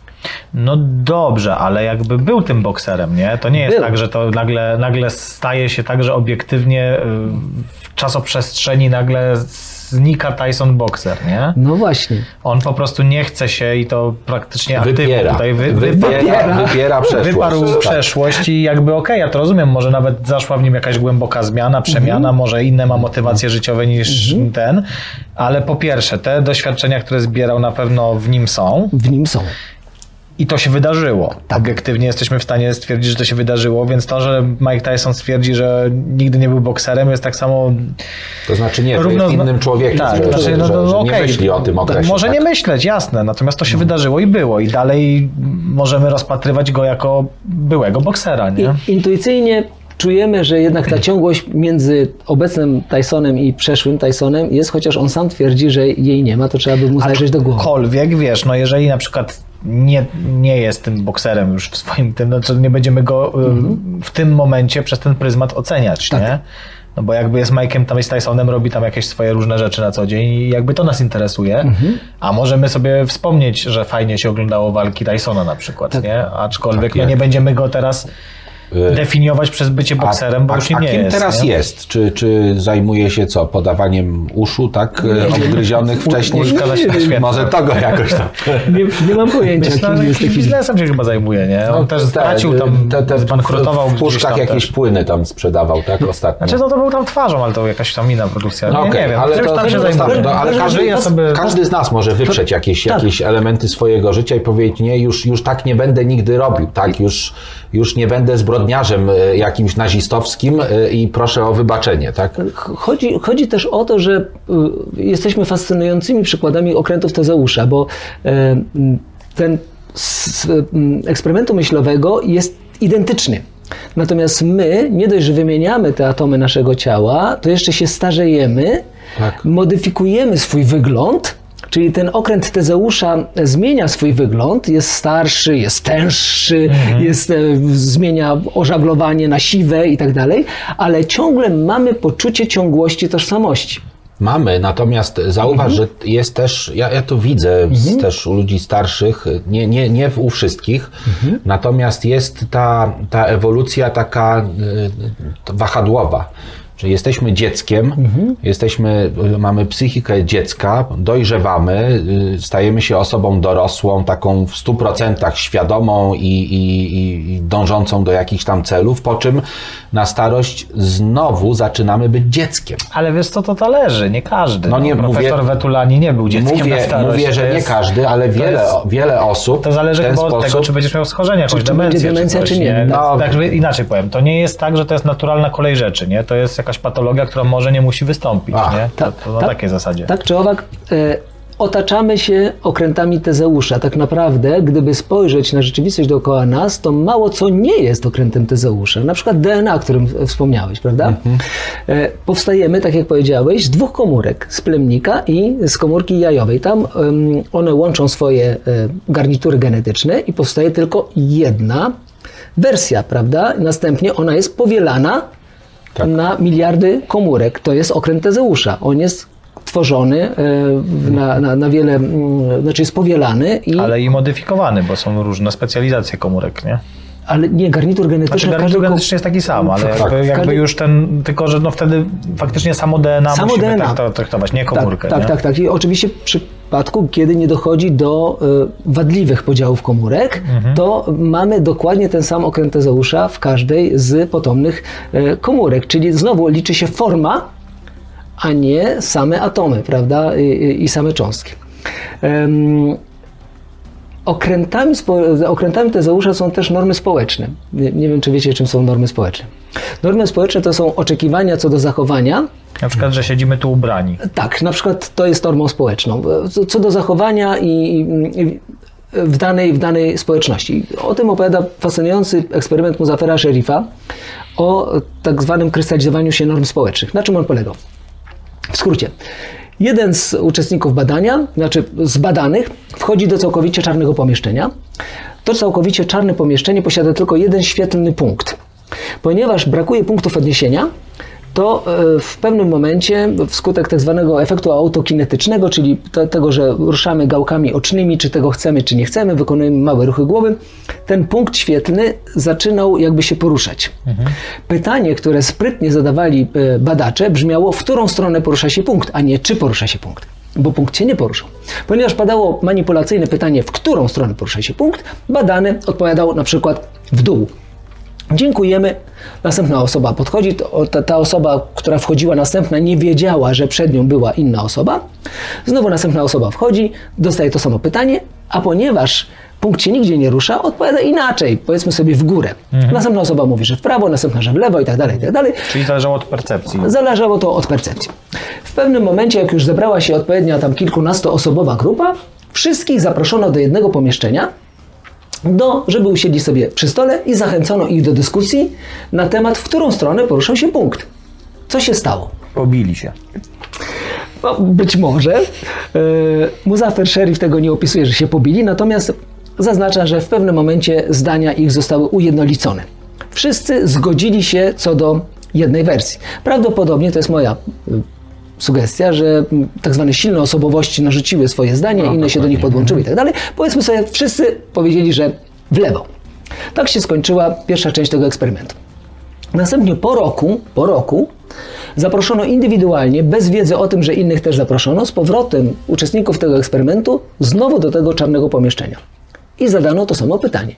No dobrze, ale jakby był tym bokserem, nie? To nie jest tak, że to nagle staje się tak, że obiektywnie w czasoprzestrzeni nagle znika Tyson bokser, nie? No właśnie. On po prostu nie chce się i to praktycznie Wypiera. tutaj Wypiera przeszłość. wyparł przeszłość i jakby ja to rozumiem, może nawet zaszła w nim jakaś głęboka zmiana, przemiana, może inne ma motywacje życiowe niż ten, ale po pierwsze, te doświadczenia, które zbierał, na pewno w nim są. W nim są. I to się wydarzyło. Obiektywnie jesteśmy w stanie stwierdzić, że to się wydarzyło, więc to, że Mike Tyson stwierdzi, że nigdy nie był bokserem, jest tak samo... To znaczy nie, że jest innym człowiekiem, tak, że nie myśli o tym okresie. Może tak. nie myśleć, jasne, natomiast to się wydarzyło i było. I dalej możemy rozpatrywać go jako byłego boksera, nie? Intuicyjnie czujemy, że jednak ta ciągłość między obecnym Tysonem i przeszłym Tysonem jest, chociaż on sam twierdzi, że jej nie ma, to trzeba by mu zajrzeć do głowy. Aczkolwiek, wiesz, no jeżeli na przykład nie jest tym bokserem już w swoim tym, no to nie będziemy go w tym momencie przez ten pryzmat oceniać, tak. nie? No bo jakby jest Mike'em, tam jest Tysonem, robi tam jakieś swoje różne rzeczy na co dzień i jakby to nas interesuje, a możemy sobie wspomnieć, że fajnie się oglądało walki Tysona na przykład, nie? Aczkolwiek tak nie będziemy go teraz definiować przez bycie bokserem, bo już nim nie kim jest. teraz nie? jest? Czy zajmuje się podawaniem uszu, tak? Obgryzionych wcześniej? Uszka za świetne. Może tego jakoś tam. Nie mam pojęcia, Myślę, że jakimś biznesem się chyba zajmuje, nie? On też stracił tam, zbankrutował w puszkach gdzieś tam jakieś też. płyny tam sprzedawał, tak? Ostatnio. Znaczy, no to był tam twarzą, ale to jakaś tam inna produkcja. No nie wiem, ale czymś to, tam się to zajmuje. ale każdy z nas może wyprzeć jakieś elementy swojego życia i powiedzieć, nie, już tak nie będę nigdy robił, tak? Już nie będę zbrodniarzem jakimś nazistowskim i proszę o wybaczenie, tak? Chodzi też o to, że jesteśmy fascynującymi przykładami okrętów Tezeusza, bo ten z eksperymentu myślowego jest identyczny. Natomiast my nie dość, że wymieniamy te atomy naszego ciała, to jeszcze się starzejemy, modyfikujemy swój wygląd, czyli ten okręt Tezeusza zmienia swój wygląd, jest starszy, jest tęższy, zmienia ożaglowanie na siwe i tak dalej, ale ciągle mamy poczucie ciągłości tożsamości. Mamy, natomiast zauważ, że jest też, ja to widzę też u ludzi starszych, nie u wszystkich, natomiast jest ta ewolucja taka wahadłowa. Czyli jesteśmy dzieckiem, mamy psychikę dziecka, dojrzewamy, stajemy się osobą dorosłą, taką w 100% świadomą i dążącą do jakichś tam celów, po czym na starość znowu zaczynamy być dzieckiem. Ale wiesz co, to zależy, nie każdy. No nie, profesor Vetulani nie był dzieckiem na starość. Mówię, że nie każdy, ale wiele osób to zależy w ten chyba od sposób... tego, czy będziesz miał schorzenie, jakąś demencję, czy nie. No, tak, żeby inaczej powiem, to nie jest tak, że to jest naturalna kolej rzeczy, nie? To jest jakaś patologia, która może nie musi wystąpić, nie? To na takiej zasadzie. Tak czy owak, otaczamy się okrętami Tezeusza. Tak naprawdę, gdyby spojrzeć na rzeczywistość dookoła nas, to mało co nie jest okrętem Tezeusza. Na przykład DNA, o którym wspomniałeś, prawda? Powstajemy, tak jak powiedziałeś, z dwóch komórek, z plemnika i z komórki jajowej. Tam one łączą swoje garnitury genetyczne i powstaje tylko jedna wersja, prawda? Następnie ona jest powielana na miliardy komórek. To jest okręt Tezeusza. On jest tworzony na wiele, znaczy jest powielany. Ale i modyfikowany, bo są różne specjalizacje komórek, nie? Ale nie, garnitur genetyczny... Znaczy garnitur genetyczny jest taki sam, ale jakby już tylko że no wtedy faktycznie samo DNA musimy traktować, nie komórkę. Tak. I oczywiście w przypadku, kiedy nie dochodzi do wadliwych podziałów komórek, to mamy dokładnie ten sam okręt Tezeusza w każdej z potomnych komórek. Czyli znowu liczy się forma, a nie same atomy, prawda? I same cząstki. Okrętami Tezeusza są też normy społeczne. Nie wiem, czy wiecie, czym są normy społeczne. Normy społeczne to są oczekiwania co do zachowania. Na przykład, że siedzimy tu ubrani. Tak, na przykład to jest normą społeczną. Co do zachowania i w danej społeczności. O tym opowiada fascynujący eksperyment Muzaffera Sherifa o tak zwanym krystalizowaniu się norm społecznych. Na czym on polegał? W skrócie. Jeden z uczestników badania, znaczy z badanych, wchodzi do całkowicie czarnego pomieszczenia. To całkowicie czarne pomieszczenie posiada tylko jeden świetlny punkt. Ponieważ brakuje punktów odniesienia, to w pewnym momencie wskutek tak zwanego efektu autokinetycznego, czyli tego, że ruszamy gałkami ocznymi, czy tego chcemy, czy nie chcemy, wykonujemy małe ruchy głowy, ten punkt świetlny zaczynał jakby się poruszać. Pytanie, które sprytnie zadawali badacze, brzmiało, w którą stronę porusza się punkt, a nie czy porusza się punkt. Bo punkt się nie poruszał. Ponieważ padało manipulacyjne pytanie, w którą stronę porusza się punkt, badany odpowiadał na przykład w dół. Dziękujemy. Następna osoba podchodzi. Ta osoba, która wchodziła następna, nie wiedziała, że przed nią była inna osoba. Znowu następna osoba wchodzi, dostaje to samo pytanie, a ponieważ punkt się nigdzie nie rusza, odpowiada inaczej, powiedzmy sobie w górę. Następna osoba mówi, że w prawo, następna, że w lewo i tak dalej, i tak dalej. Czyli zależało od percepcji. Zależało to od percepcji. W pewnym momencie, jak już zebrała się odpowiednia tam kilkunastoosobowa grupa, wszystkich zaproszono do jednego pomieszczenia, żeby usiedli sobie przy stole i zachęcono ich do dyskusji na temat, w którą stronę poruszał się punkt. Co się stało? Pobili się. No, być może. Muzafer Sherif tego nie opisuje, że się pobili, natomiast zaznacza, że w pewnym momencie zdania ich zostały ujednolicone. Wszyscy zgodzili się co do jednej wersji. Prawdopodobnie, to jest moja sugestia, że tak zwane silne osobowości narzuciły swoje zdanie, inne się do nich podłączyły i tak dalej. Powiedzmy sobie, wszyscy powiedzieli, że w lewo. Tak się skończyła pierwsza część tego eksperymentu. Następnie po roku zaproszono indywidualnie, bez wiedzy o tym, że innych też zaproszono, z powrotem uczestników tego eksperymentu znowu do tego czarnego pomieszczenia. I zadano to samo pytanie.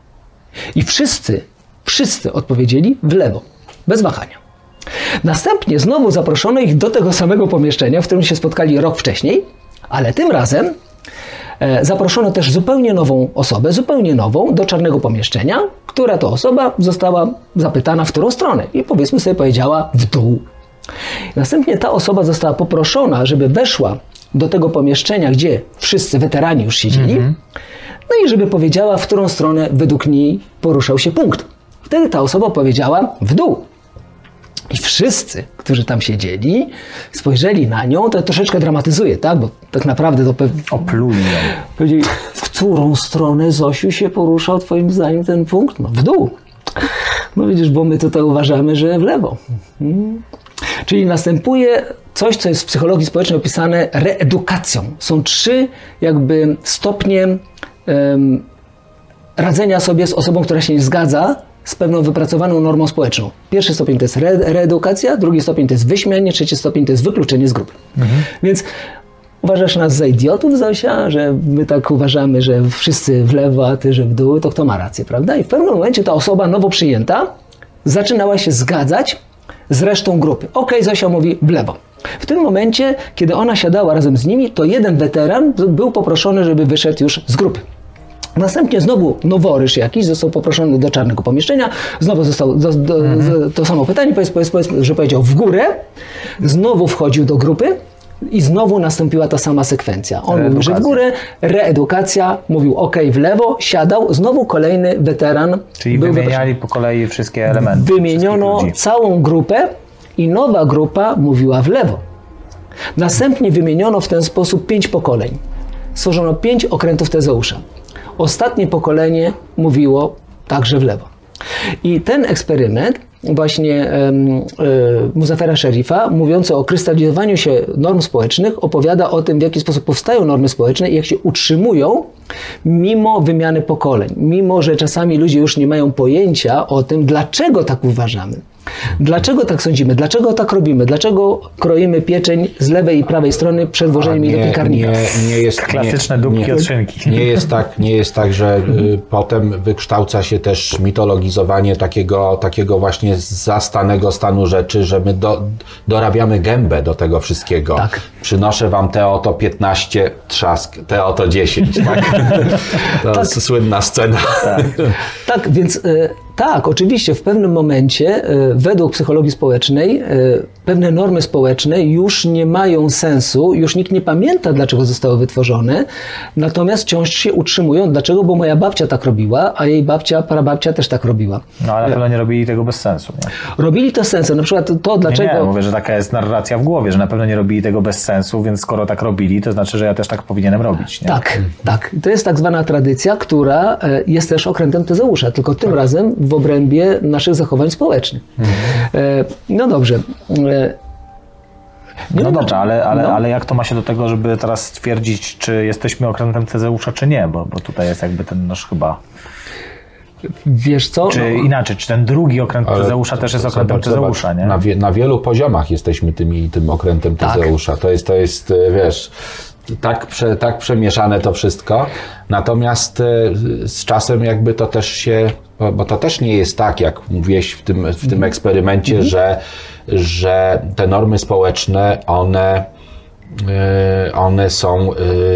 I wszyscy odpowiedzieli w lewo, bez wahania. Następnie znowu zaproszono ich do tego samego pomieszczenia, w którym się spotkali rok wcześniej, ale tym razem zaproszono też zupełnie nową osobę, do czarnego pomieszczenia, która to osoba została zapytana, w którą stronę i powiedzmy sobie powiedziała w dół. Następnie ta osoba została poproszona, żeby weszła do tego pomieszczenia, gdzie wszyscy weterani już siedzieli, no i żeby powiedziała, w którą stronę według niej poruszał się punkt. Wtedy ta osoba powiedziała w dół. I wszyscy, którzy tam siedzieli, spojrzeli na nią, to troszeczkę dramatyzuje, tak? Bo tak naprawdę to pewnie... Opluli ją. Powiedzieli, w którą stronę, Zosiu, się poruszał twoim zdaniem ten punkt? No w dół. No widzisz, bo my tutaj uważamy, że w lewo. Czyli następuje coś, co jest w psychologii społecznej opisane reedukacją. Są 3 jakby stopnie radzenia sobie z osobą, która się nie zgadza z pewną wypracowaną normą społeczną. Pierwszy stopień to jest reedukacja, drugi stopień to jest wyśmianie, trzeci stopień to jest wykluczenie z grupy. Więc uważasz nas za idiotów, Zosia, że my tak uważamy, że wszyscy w lewo, a ty, że w dół, to kto ma rację, prawda? I w pewnym momencie ta osoba nowo przyjęta zaczynała się zgadzać z resztą grupy. Okej, Zosia mówi w lewo. W tym momencie, kiedy ona siadała razem z nimi, to jeden weteran był poproszony, żeby wyszedł już z grupy. Następnie znowu noworyż jakiś został poproszony do czarnego pomieszczenia, znowu został to samo pytanie, powiedzmy, że powiedział w górę, znowu wchodził do grupy i znowu nastąpiła ta sama sekwencja. On mówił, że w górę, reedukacja, mówił ok, w lewo, siadał, znowu kolejny weteran. Czyli wymieniali po kolei wszystkie elementy. Wymieniono całą grupę i nowa grupa mówiła w lewo. Następnie wymieniono w ten sposób 5 pokoleń. Stworzono 5 okrętów Tezeusza. Ostatnie pokolenie mówiło także w lewo. I ten eksperyment właśnie Muzafera Sherifa, mówiący o krystalizowaniu się norm społecznych, opowiada o tym, w jaki sposób powstają normy społeczne i jak się utrzymują mimo wymiany pokoleń. Mimo, że czasami ludzie już nie mają pojęcia o tym, dlaczego tak uważamy. Dlaczego tak sądzimy? Dlaczego tak robimy? Dlaczego kroimy pieczeń z lewej i prawej strony przed włożeniem jej do piekarnika? Nie jest, klasyczne dupki od szynki. Nie jest tak, że potem wykształca się też mitologizowanie takiego właśnie zastanego stanu rzeczy, że my dorabiamy gębę do tego wszystkiego. Tak. Przynoszę wam te oto 15, trzask, te oto 10. Tak? To jest słynna scena. Tak, więc Tak, oczywiście w pewnym momencie według psychologii społecznej pewne normy społeczne już nie mają sensu, już nikt nie pamięta, dlaczego zostały wytworzone, natomiast wciąż się utrzymują. Dlaczego? Bo moja babcia tak robiła, a jej babcia, prababcia też tak robiła. No ale na pewno nie robili tego bez sensu. Nie? Robili to z sensem, na przykład to dlaczego... Nie, mówię, że taka jest narracja w głowie, że na pewno nie robili tego bez sensu, więc skoro tak robili, to znaczy, że ja też tak powinienem robić. Nie? Tak, tak. To jest tak zwana tradycja, która jest też okrętem Tezeusza, tylko tym razem w obrębie naszych zachowań społecznych. No dobrze. No dobrze, ale jak to ma się do tego, żeby teraz stwierdzić, czy jesteśmy okrętem Tezeusza, czy nie? Bo tutaj jest jakby ten nasz chyba... Wiesz co? Czy inaczej, czy ten drugi okręt Tezeusza też jest okrętem Tezeusza, nie? Na wielu poziomach jesteśmy tym okrętem Tezeusza. To jest, wiesz... Tak przemieszane to wszystko, natomiast z czasem jakby to też się, bo to też nie jest tak, jak mówiłeś w tym eksperymencie, że te normy społeczne, one są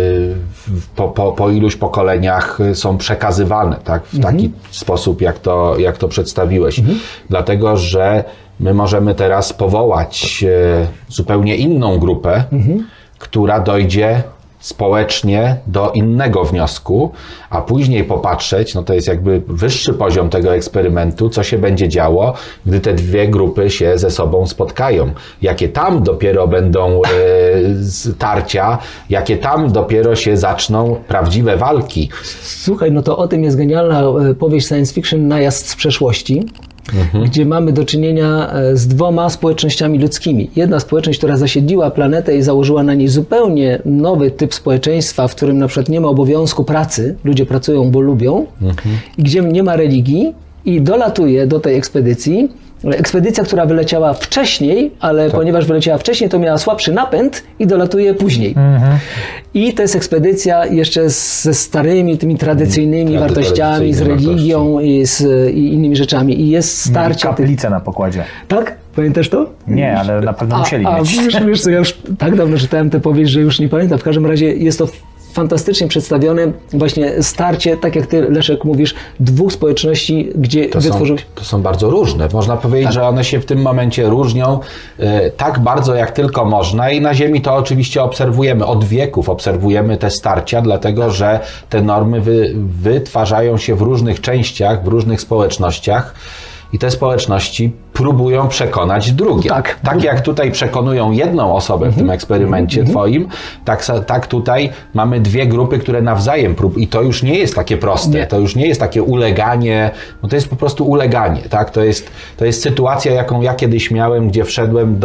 po iluś pokoleniach są przekazywane, tak, w taki sposób, jak to przedstawiłeś. Dlatego, że my możemy teraz powołać zupełnie inną grupę, która dojdzie społecznie do innego wniosku, a później popatrzeć, no to jest jakby wyższy poziom tego eksperymentu, co się będzie działo, gdy te dwie grupy się ze sobą spotkają. Jakie tam dopiero będą tarcia, jakie tam dopiero się zaczną prawdziwe walki. Słuchaj, no to o tym jest genialna powieść science fiction Najazd z przeszłości, gdzie mamy do czynienia z dwoma społecznościami ludzkimi. Jedna społeczność, która zasiedliła planetę i założyła na niej zupełnie nowy typ społeczeństwa, w którym na przykład nie ma obowiązku pracy, ludzie pracują, bo lubią, i gdzie nie ma religii, i dolatuje do tej ekspedycji. Ekspedycja, która wyleciała wcześniej, ale ponieważ wyleciała wcześniej, to miała słabszy napęd i dolatuje później. I to jest ekspedycja jeszcze ze starymi, tymi tradycyjnymi wartościami, z religią i innymi rzeczami. I jest starcie... Kaplicę na pokładzie. Tak? Pamiętasz to? Nie, ale na pewno musieli mieć. Wiesz co, ja już tak dawno czytałem tę powieść, że już nie pamiętam. W każdym razie jest to fantastycznie przedstawione właśnie starcie, tak jak ty, Leszek, mówisz, dwóch społeczności, gdzie wytworzyłeś... To są bardzo różne. Można powiedzieć, że one się w tym momencie różnią tak bardzo, jak tylko można, i na Ziemi to oczywiście obserwujemy. Od wieków obserwujemy te starcia, dlatego że te normy wytwarzają się w różnych częściach, w różnych społecznościach. I te społeczności próbują przekonać drugie. Tak jak tutaj przekonują jedną osobę w tym eksperymencie twoim, tak tutaj mamy dwie grupy, które nawzajem próbują. I to już nie jest takie proste, to już nie jest takie uleganie, no to jest po prostu uleganie. Tak? To jest sytuacja, jaką ja kiedyś miałem, gdzie wszedłem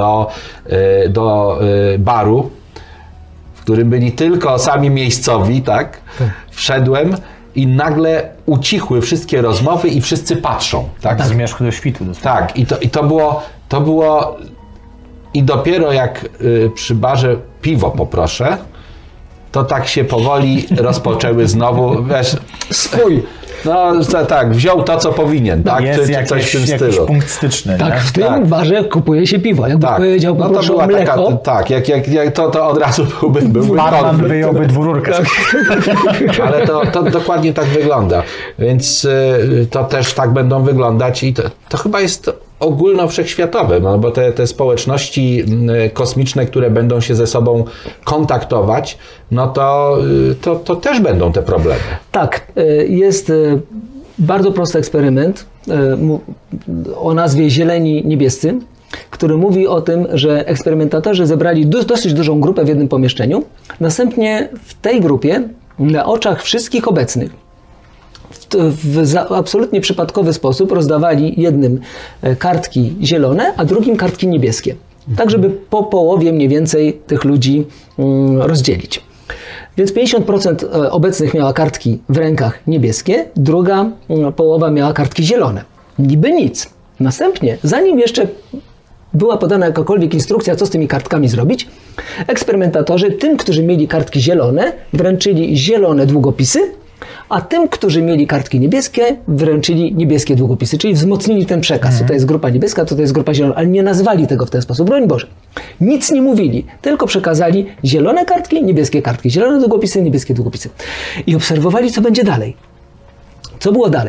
do baru, w którym byli tylko sami miejscowi, tak? Wszedłem i nagle ucichły wszystkie rozmowy i wszyscy patrzą. Tak? Z zmierzchu do świtu. Tak, i to było i dopiero jak przy barze piwo poproszę, to tak się powoli rozpoczęły znowu, wiesz, swój. No tak, wziął to, co powinien, tak? Jest czy coś w tym stylu. Jakiś punkt styczny. Tak, nie? w tym barze kupuje się piwo. Jakby powiedział, no to była mleko. Jak to od razu byłby Barman wyjąłby dwururkę. Ale to dokładnie tak wygląda. Więc to też tak będą wyglądać i to chyba jest ogólnowszechświatowe, no bo te społeczności kosmiczne, które będą się ze sobą kontaktować, no to też będą te problemy. Tak, jest bardzo prosty eksperyment o nazwie Zieleni Niebiescy, który mówi o tym, że eksperymentatorzy zebrali dosyć dużą grupę w jednym pomieszczeniu. Następnie w tej grupie na oczach wszystkich obecnych w absolutnie przypadkowy sposób rozdawali jednym kartki zielone, a drugim kartki niebieskie. Tak, żeby po połowie mniej więcej tych ludzi rozdzielić. Więc 50% obecnych miała kartki w rękach niebieskie, druga połowa miała kartki zielone. Niby nic. Następnie, zanim jeszcze była podana jakakolwiek instrukcja, co z tymi kartkami zrobić, eksperymentatorzy tym, którzy mieli kartki zielone, wręczyli zielone długopisy, a tym, którzy mieli kartki niebieskie, wręczyli niebieskie długopisy, czyli wzmocnili ten przekaz. Tutaj jest grupa niebieska, tutaj jest grupa zielona, ale nie nazwali tego w ten sposób, broń Boże. Nic nie mówili, tylko przekazali zielone kartki, zielone długopisy, niebieskie długopisy. I obserwowali, co będzie dalej. Co było dalej?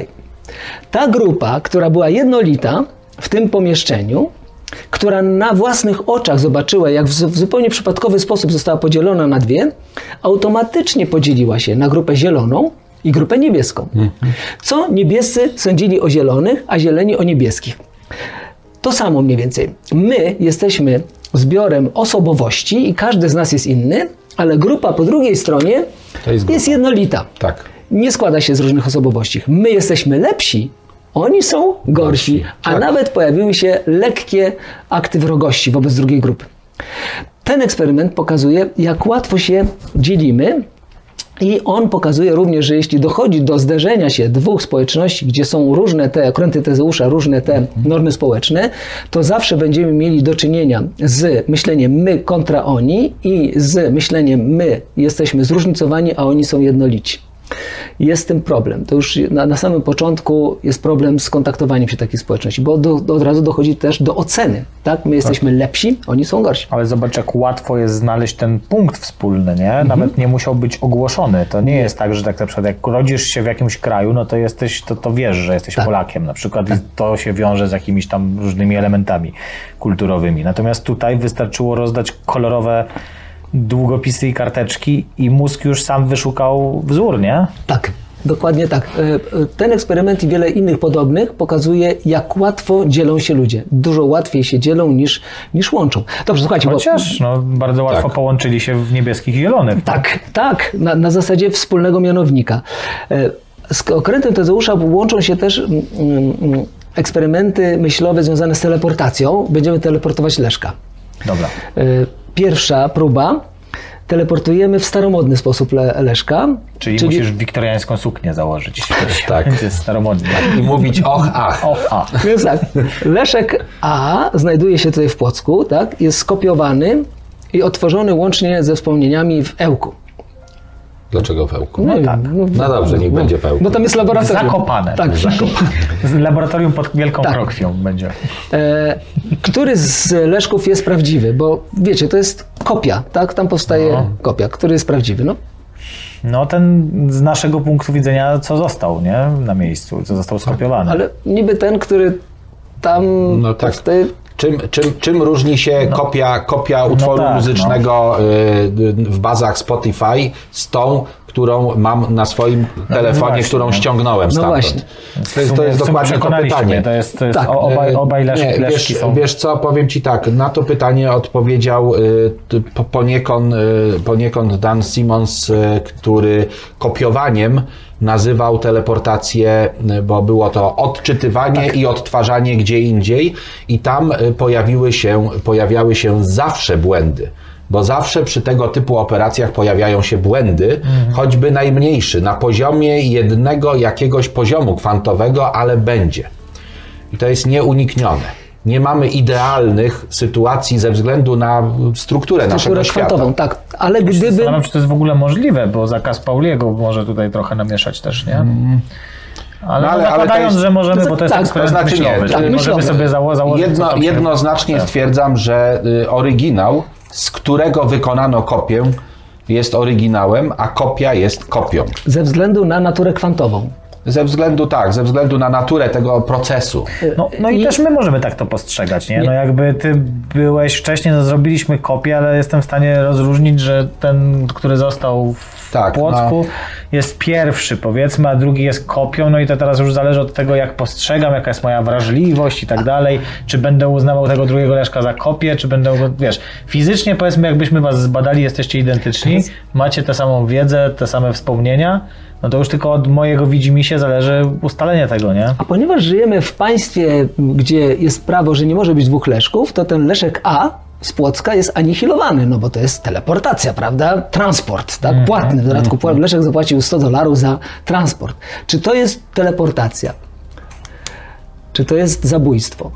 Ta grupa, która była jednolita w tym pomieszczeniu, która na własnych oczach zobaczyła, jak w zupełnie przypadkowy sposób została podzielona na dwie, automatycznie podzieliła się na grupę zieloną i grupę niebieską. Co niebiescy sądzili o zielonych, a zieleni o niebieskich. To samo mniej więcej. My jesteśmy zbiorem osobowości i każdy z nas jest inny, ale grupa po drugiej stronie jest jednolita. Tak. Nie składa się z różnych osobowości. My jesteśmy lepsi, oni są gorsi, a Tak. nawet pojawiły się lekkie akty wrogości wobec drugiej grupy. Ten eksperyment pokazuje, jak łatwo się dzielimy i on pokazuje również, że jeśli dochodzi do zderzenia się dwóch społeczności, gdzie są różne te okręty Tezeusza, różne te normy społeczne, to zawsze będziemy mieli do czynienia z myśleniem my kontra oni i z myśleniem my jesteśmy zróżnicowani, a oni są jednolici. Jest z tym problem. To już na samym początku jest problem z kontaktowaniem się takich społeczności, bo od razu dochodzi też do oceny. Tak? My jesteśmy lepsi, oni są gorsi. Ale zobacz, jak łatwo jest znaleźć ten punkt wspólny, nie? Nawet nie musiał być ogłoszony. To nie jest tak, że tak na przykład jak rodzisz się w jakimś kraju, no to jesteś, to wiesz, że jesteś Polakiem na przykład i to się wiąże z jakimiś tam różnymi elementami kulturowymi. Natomiast tutaj wystarczyło rozdać kolorowe długopisy i karteczki i mózg już sam wyszukał wzór, nie? Tak, dokładnie tak. Ten eksperyment i wiele innych podobnych pokazuje, jak łatwo dzielą się ludzie. Dużo łatwiej się dzielą niż łączą. Dobrze, słuchajcie, Chociaż bardzo łatwo połączyli się w niebieskich i zielonych. Tak, na zasadzie wspólnego mianownika. Z okrętem Tezeusza łączą się też eksperymenty myślowe związane z teleportacją. Będziemy teleportować Leszka. Dobra. Pierwsza próba. Teleportujemy w staromodny sposób Leszka. Czyli musisz wiktoriańską suknię założyć. Tak. To jest staromodnie. I mówić och, ach. Och, a. Więc tak, Leszek A znajduje się tutaj w Płocku, tak? Jest skopiowany i otworzony łącznie ze wspomnieniami w Ełku. Dlaczego w Ełku? No, tak. No dobrze, niech będzie w Ełku. Bo tam jest laboratorium. Zakopane. Tak, Laboratorium pod Wielką Tak. Krokwią będzie. Który z Leszków jest prawdziwy? Bo wiecie, to jest kopia, tak? Tam powstaje kopia. Który jest prawdziwy? No ten z naszego punktu widzenia, co został, nie? Na miejscu, co został skopiowany. Ale niby ten, który tam powstaje... Czym różni się kopia utworu muzycznego w bazach Spotify z tą, którą mam na swoim telefonie, właśnie, którą ściągnąłem stamtąd? właśnie. To jest dokładnie to pytanie. To jest Tak. obaj Leszki są... Wiesz co, powiem Ci tak, na to pytanie odpowiedział poniekąd Dan Simmons, który kopiowaniem nazywał teleportację, bo było to odczytywanie i odtwarzanie gdzie indziej i tam pojawiały się zawsze błędy. Bo zawsze przy tego typu operacjach pojawiają się błędy, choćby najmniejszy, na poziomie jednego jakiegoś poziomu kwantowego, ale będzie. I to jest nieuniknione. Nie mamy idealnych sytuacji ze względu na strukturę naszego kwantową, świata. tak. Ale gdyby... Zastanawiam się, czy to jest w ogóle możliwe, bo zakaz Pauliego może tutaj trochę namieszać też, nie? Ale zakładając, że możemy, bo to jest eksperyment myślowy, tak, możemy sobie założyć... Jednoznacznie stwierdzam, że oryginał, z którego wykonano kopię, jest oryginałem, a kopia jest kopią. Ze względu na naturę kwantową. Ze względu na naturę tego procesu. No i też my możemy tak to postrzegać, nie? No jakby ty byłeś wcześniej, zrobiliśmy kopię, ale jestem w stanie rozróżnić, że ten, który został w Płocku jest pierwszy, powiedzmy, a drugi jest kopią, no i to teraz już zależy od tego, jak postrzegam, jaka jest moja wrażliwość i tak dalej, czy będę uznawał tego drugiego Leszka za kopię, czy będę, wiesz, fizycznie powiedzmy, jakbyśmy was zbadali, jesteście identyczni, macie tę samą wiedzę, te same wspomnienia, no to już tylko od mojego widzimisię zależy ustalenie tego, nie? A ponieważ żyjemy w państwie, gdzie jest prawo, że nie może być dwóch Leszków, to ten Leszek A z Płocka jest anihilowany, no bo to jest teleportacja, prawda? Transport, tak? Płatny. W dodatku Leszek zapłacił $100 za transport. Czy to jest teleportacja? Czy to jest zabójstwo?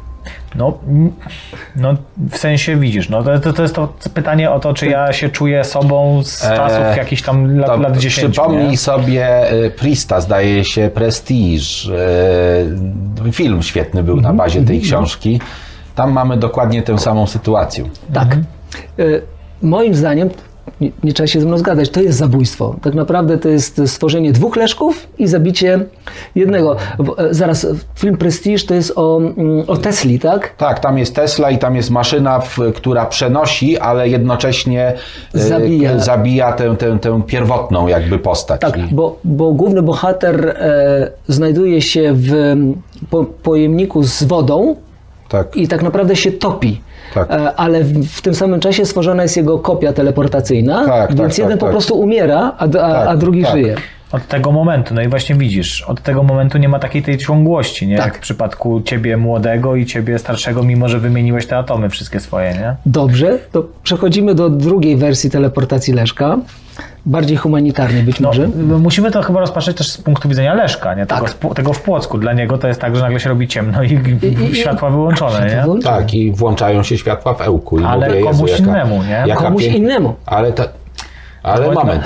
No w sensie widzisz, no to jest to pytanie o to, czy ja się czuję sobą z czasów jakichś tam lat 10. Przypomnij sobie Prista, zdaje się, Prestige. Film świetny był na bazie tej książki. Tam mamy dokładnie tę samą sytuację. Tak. Moim zdaniem nie trzeba się ze mną zgadzać, to jest zabójstwo. Tak naprawdę to jest stworzenie 2 leszków i zabicie jednego. Zaraz, film Prestige to jest o Tesli, tak? Tak, tam jest Tesla i tam jest maszyna, która przenosi, ale jednocześnie zabija tę pierwotną jakby postać. Tak, bo główny bohater znajduje się w pojemniku z wodą i tak naprawdę się topi. Tak. Ale w tym samym czasie stworzona jest jego kopia teleportacyjna, więc jeden po prostu umiera, a drugi żyje. Od tego momentu, no i właśnie widzisz, od tego momentu nie ma takiej tej ciągłości, nie? Jak w przypadku ciebie młodego i ciebie starszego, mimo że wymieniłeś te atomy wszystkie swoje, nie? Dobrze, to przechodzimy do drugiej wersji teleportacji Leszka. Bardziej humanitarnie być może. Musimy to chyba rozpatrzeć też z punktu widzenia Leszka, nie? Tego w Płocku. Dla niego to jest tak, że nagle się robi ciemno i światła wyłączone, nie? Tak, i włączają się światła w Ełku. Ale mówię, komuś innemu, nie? Komuś innemu. Ale moment,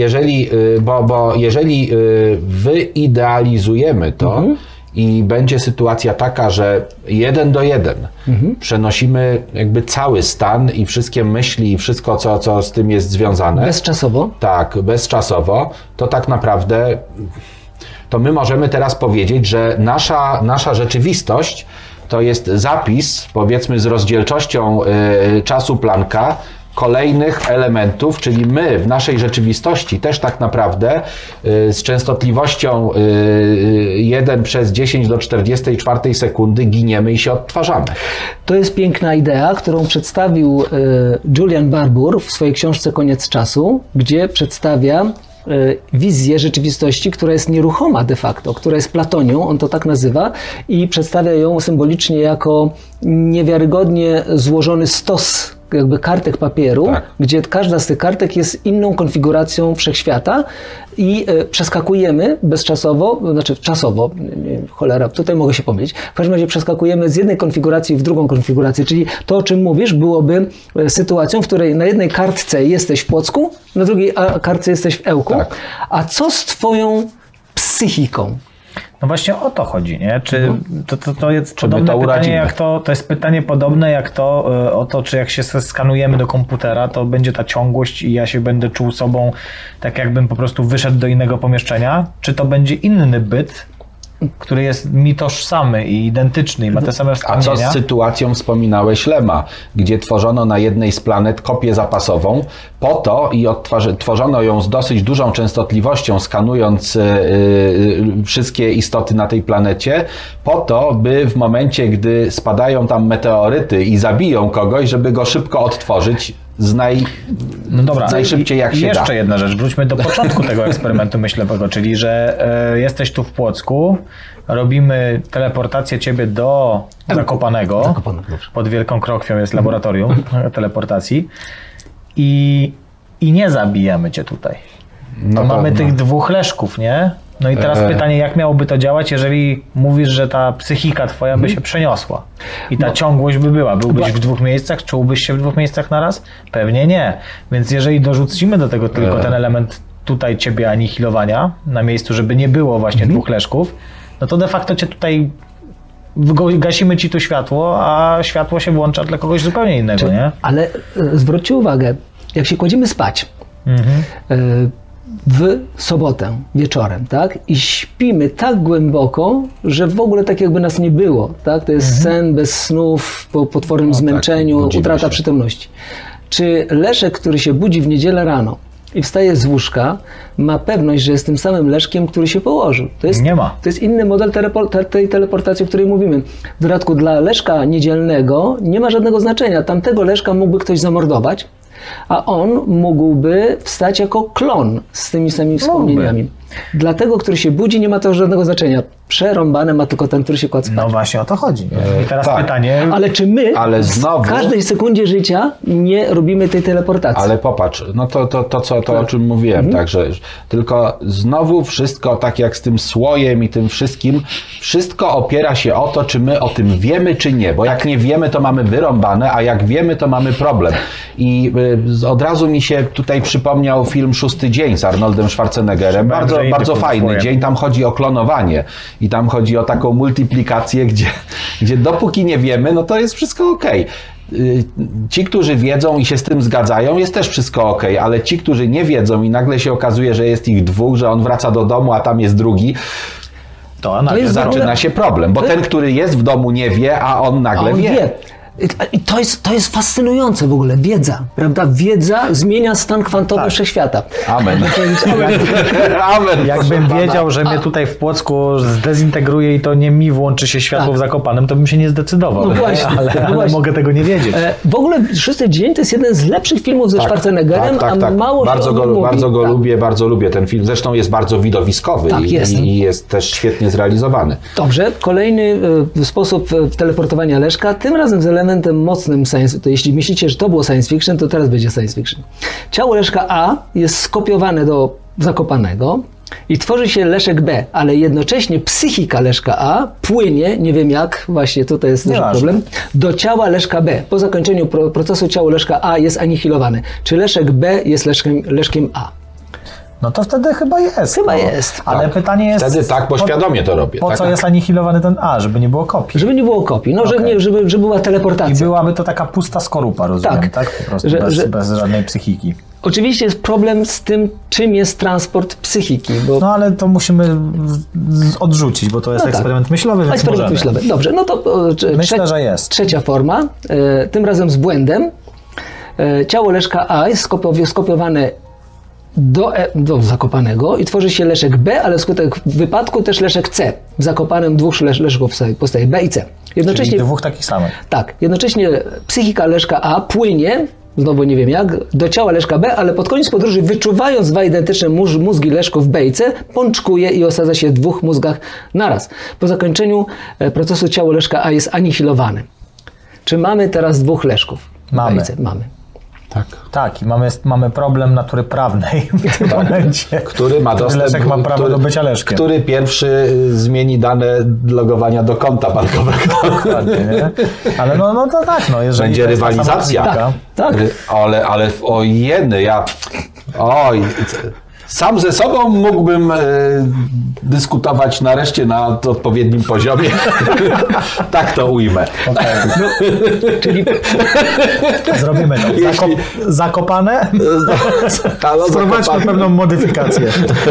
jeżeli wyidealizujemy to i będzie sytuacja taka, że 1 do 1 przenosimy jakby cały stan i wszystkie myśli i wszystko, co z tym jest związane. Bezczasowo? Tak, bezczasowo, to tak naprawdę to my możemy teraz powiedzieć, że nasza rzeczywistość to jest zapis, powiedzmy, z rozdzielczością czasu Plancka, kolejnych elementów, czyli my w naszej rzeczywistości też tak naprawdę z częstotliwością 1/10 do 44 sekundy giniemy i się odtwarzamy. To jest piękna idea, którą przedstawił Julian Barbour w swojej książce Koniec czasu, gdzie przedstawia wizję rzeczywistości, która jest nieruchoma de facto, która jest platonią, on to tak nazywa, i przedstawia ją symbolicznie jako niewiarygodnie złożony stos jakby kartek papieru, gdzie każda z tych kartek jest inną konfiguracją wszechświata i przeskakujemy bezczasowo, znaczy czasowo, cholera, tutaj mogę się pomylić, w każdym razie przeskakujemy z jednej konfiguracji w drugą konfigurację, czyli to, o czym mówisz, byłoby sytuacją, w której na jednej kartce jesteś w Płocku, na drugiej kartce jesteś w Ełku, a co z twoją psychiką? No właśnie o to chodzi, nie? Czy to jest podobne pytanie, to jest pytanie podobne jak to, o to, czy jak się skanujemy do komputera, to będzie ta ciągłość i ja się będę czuł sobą tak, jakbym po prostu wyszedł do innego pomieszczenia, czy to będzie inny byt, który jest mi tożsamy i identyczny i ma te same wspomnienia. A co z sytuacją wspominałeś Lema, gdzie tworzono na jednej z planet kopię zapasową po to i tworzono ją z dosyć dużą częstotliwością, skanując wszystkie istoty na tej planecie, po to, by w momencie, gdy spadają tam meteoryty i zabiją kogoś, żeby go szybko odtworzyć najszybciej jak się da. Jeszcze jedna rzecz, wróćmy do początku tego eksperymentu myślowego, czyli że jesteś tu w Płocku, robimy teleportację ciebie do Zakopanego, pod Wielką Krokwią jest laboratorium teleportacji i nie zabijamy cię tutaj. Mamy tych 2 leszków, nie? No i teraz pytanie, jak miałoby to działać, jeżeli mówisz, że ta psychika twoja by się przeniosła i ta ciągłość by była. Byłbyś w 2 miejscach, czułbyś się w 2 miejscach naraz? Pewnie nie. Więc jeżeli dorzucimy do tego tylko ten element tutaj ciebie anihilowania na miejscu, żeby nie było właśnie 2 leszków, no to de facto cię tutaj gasimy ci tu światło, a światło się włącza dla kogoś zupełnie innego, nie? Ale zwróćcie uwagę, jak się kładziemy spać, w sobotę wieczorem, tak? I śpimy tak głęboko, że w ogóle tak jakby nas nie było, tak? To jest sen bez snów, po potwornym zmęczeniu, utrata przytomności. Czy Leszek, który się budzi w niedzielę rano i wstaje z łóżka, ma pewność, że jest tym samym Leszkiem, który się położył? Nie ma. To jest inny model tej teleportacji, o której mówimy. W dodatku dla Leszka niedzielnego nie ma żadnego znaczenia. Tamtego Leszka mógłby ktoś zamordować, a on mógłby wstać jako klon z tymi samymi wspomnieniami. Dla tego, który się budzi, nie ma to żadnego znaczenia. Przerąbane ma tylko ten, który się kładł spać. No właśnie o to chodzi. I teraz pytanie... Ale czy my w każdej sekundzie życia nie robimy tej teleportacji? Ale popatrz, no to o czym mówiłem, także tylko znowu wszystko tak jak z tym słojem i tym wszystkim, wszystko opiera się o to, czy my o tym wiemy, czy nie, bo jak nie wiemy, to mamy wyrąbane, a jak wiemy, to mamy problem. I od razu mi się tutaj przypomniał film 6 dzień z Arnoldem Schwarzeneggerem, bardzo bardzo fajny dzień. Tam chodzi o klonowanie i tam chodzi o taką multiplikację, gdzie dopóki nie wiemy, no to jest wszystko okej. Ci, którzy wiedzą i się z tym zgadzają, jest też wszystko okej, ale ci, którzy nie wiedzą i nagle się okazuje, że jest ich dwóch, że on wraca do domu, a tam jest drugi, to zaczyna się problem, bo ten, który jest w domu, nie wie, a on nagle wie. I to jest fascynujące w ogóle, wiedza, prawda? Wiedza zmienia stan kwantowy wszechświata. Amen. Amen. Jakbym wiedział, że mnie tutaj w Płocku zdezintegruje i to nie mi włączy się światło w Zakopanem, to bym się nie zdecydował. No właśnie, ale mogę tego nie wiedzieć. W ogóle Szósty dzień to jest jeden z lepszych filmów ze Schwarzeneggerem, a mało się bardzo lubię ten film. Zresztą jest bardzo widowiskowy i jest też świetnie zrealizowany. Dobrze, kolejny sposób teleportowania Leszka, tym razem z elementem mocnym science, to jeśli myślicie, że to było science fiction, to teraz będzie science fiction. Ciało Leszka A jest skopiowane do Zakopanego i tworzy się Leszek B, ale jednocześnie psychika Leszka A płynie, nie wiem jak, właśnie tutaj jest duży problem, do ciała Leszka B. Po zakończeniu procesu ciało Leszka A jest anihilowane. Czy Leszek B jest Leszkiem A? No to wtedy chyba jest. Chyba jest. Ale pytanie jest... Wtedy tak, bo świadomie to robię. Po co jest anihilowany ten A? Żeby nie było kopii. Żeby nie było kopii. No, żeby była teleportacja. I byłaby to taka pusta skorupa, rozumiem, tak? Po prostu bez żadnej psychiki. Oczywiście jest problem z tym, czym jest transport psychiki. Bo... No ale to musimy odrzucić, bo to jest eksperyment myślowy, więc eksperyment myślowy. Dobrze, no to myślę, że jest. Trzecia forma, tym razem z błędem. Ciało Leszka A jest skopiowane do Zakopanego i tworzy się Leszek B, ale wskutek wypadku też Leszek C. W Zakopanem dwóch Leszków powstaje B i C. Jednocześnie, czyli dwóch takich samych. Tak. Jednocześnie psychika Leszka A płynie, znowu nie wiem jak, do ciała Leszka B, ale pod koniec podróży, wyczuwając dwa identyczne mózgi Leszków B i C, pączkuje i osadza się w dwóch mózgach naraz. Po zakończeniu procesu ciało Leszka A jest anihilowane. Czy mamy teraz dwóch Leszków? Mamy. B i C? Mamy. Tak, i mamy problem natury prawnej w tym momencie. Który ma dostęp, Leszek ma prawo do bycia Leszkiem. Który pierwszy zmieni dane logowania do konta bankowego. Dokładnie, nie? Ale no to tak, no jeżeli będzie rywalizacja. Tak. Ale ojeny, oj. Sam ze sobą mógłbym dyskutować nareszcie na odpowiednim poziomie. Tak to ujmę. Okay. No, czyli zrobimy to. Zakopane? Wprowadźmy pewną modyfikację.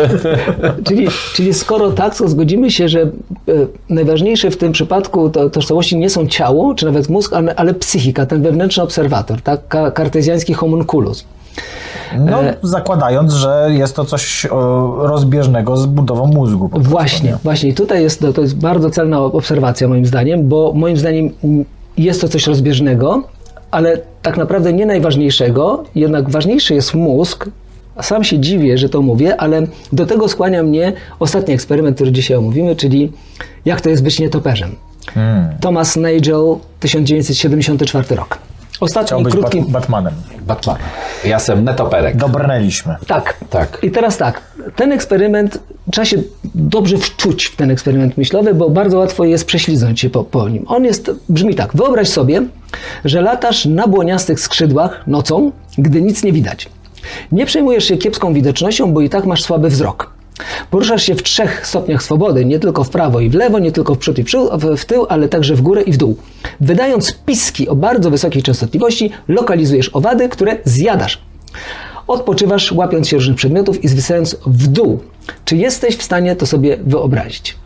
Czyli skoro tak, to zgodzimy się, że najważniejsze w tym przypadku tożsamości nie są ciało, czy nawet mózg, ale psychika, ten wewnętrzny obserwator, tak? Kartezjański homunculus. No, zakładając, że jest to coś rozbieżnego z budową mózgu. Właśnie. I tutaj to jest bardzo celna obserwacja moim zdaniem, bo moim zdaniem jest to coś rozbieżnego, ale tak naprawdę nie najważniejszego, jednak ważniejszy jest mózg. Sam się dziwię, że to mówię, ale do tego skłania mnie ostatni eksperyment, który dzisiaj omówimy, czyli jak to jest być nietoperzem. Thomas Nagel, 1974 rok. Chciał być Batmanem. Ja jestem netoperek. Dobrnęliśmy. Tak. I teraz tak, ten eksperyment, trzeba się dobrze wczuć w ten eksperyment myślowy, bo bardzo łatwo jest prześliznąć się po nim. Brzmi tak, wyobraź sobie, że latasz na błoniastych skrzydłach nocą, gdy nic nie widać. Nie przejmujesz się kiepską widocznością, bo i tak masz słaby wzrok. Poruszasz się w 3 stopniach swobody, nie tylko w prawo i w lewo, nie tylko w przód i w tył, ale także w górę i w dół. Wydając piski o bardzo wysokiej częstotliwości, lokalizujesz owady, które zjadasz. Odpoczywasz, łapiąc się różnych przedmiotów i zwisając w dół. Czy jesteś w stanie to sobie wyobrazić?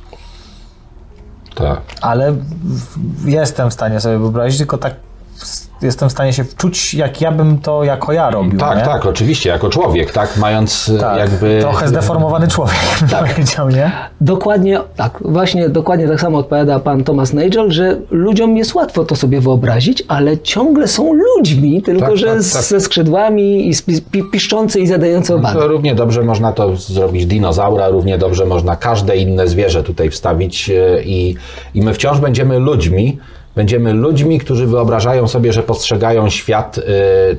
Tak. Ale jestem w stanie sobie wyobrazić, tylko tak jestem w stanie się wczuć, jak ja bym to jako ja robił. Tak, oczywiście, jako człowiek, tak, mając jakby... Trochę zdeformowany człowiek, powiedział, nie? Dokładnie tak samo odpowiada pan Thomas Nagel, że ludziom jest łatwo to sobie wyobrazić, ale ciągle są ludźmi, tylko że ze skrzydłami i piszczący i zadający owady. To równie dobrze można to zrobić dinozaura, równie dobrze można każde inne zwierzę tutaj wstawić i my wciąż będziemy ludźmi, którzy wyobrażają sobie, że postrzegają świat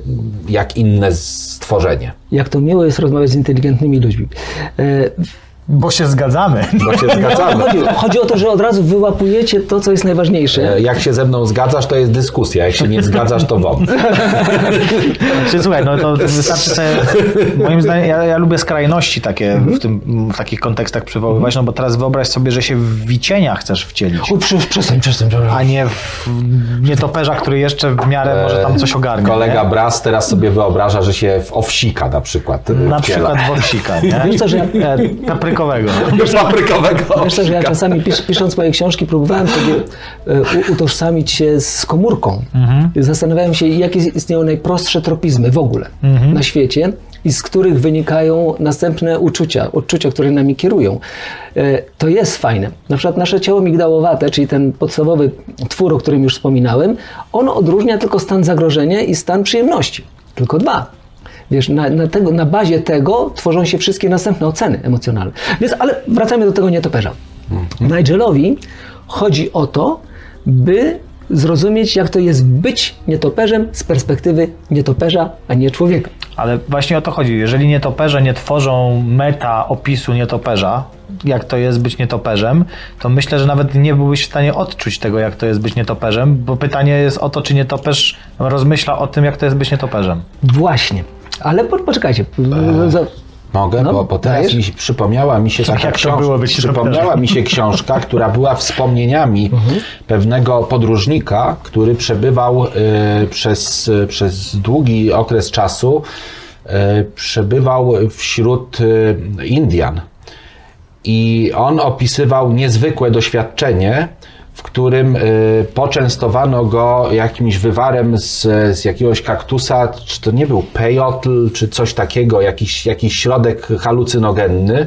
jak inne stworzenie. Jak to miło jest rozmawiać z inteligentnymi ludźmi. Bo się zgadzamy. Bo się zgadzamy. Chodzi o to, że od razu wyłapujecie to, co jest najważniejsze. Jak się ze mną zgadzasz, to jest dyskusja. Jak się nie zgadzasz, to won. Słuchaj, no to wystarczy sobie, moim zdaniem, ja lubię skrajności takie w takich kontekstach przywoływać, no bo teraz wyobraź sobie, że się w Wicienia chcesz wcielić. Przestań. A nie w nietoperza, który jeszcze w miarę może tam coś ogarnie. Kolega Bras teraz sobie wyobraża, że się w owsika na przykład przykład w owsika, nie? Wiesz co, że Paprykowego. Wiesz co, że ja czasami pisząc moje książki próbowałem sobie utożsamić się z komórką. Zastanawiałem się, jakie istnieją najprostsze tropizmy w ogóle na świecie i z których wynikają następne odczucia, które nami kierują. To jest fajne. Na przykład nasze ciało migdałowate, czyli ten podstawowy twór, o którym już wspominałem, ono odróżnia tylko stan zagrożenia i stan przyjemności. Tylko dwa. Wiesz, na bazie tego tworzą się wszystkie następne oceny emocjonalne. Więc, ale wracajmy do tego nietoperza. Nigelowi chodzi o to, by zrozumieć, jak to jest być nietoperzem z perspektywy nietoperza, a nie człowieka. Ale właśnie o to chodzi. Jeżeli nietoperze nie tworzą meta opisu nietoperza, jak to jest być nietoperzem, to myślę, że nawet nie byłbyś w stanie odczuć tego, jak to jest być nietoperzem, bo pytanie jest o to, czy nietoperz rozmyśla o tym, jak to jest być nietoperzem. Właśnie. Ale poczekajcie. Mogę, No, bo teraz przypomniała mi się taka książka, która była wspomnieniami pewnego podróżnika, który przebywał przez długi okres czasu, przebywał wśród Indian. I on opisywał niezwykłe doświadczenie, w którym poczęstowano go jakimś wywarem z jakiegoś kaktusa, czy to nie był pejotl, czy coś takiego, jakiś środek halucynogenny,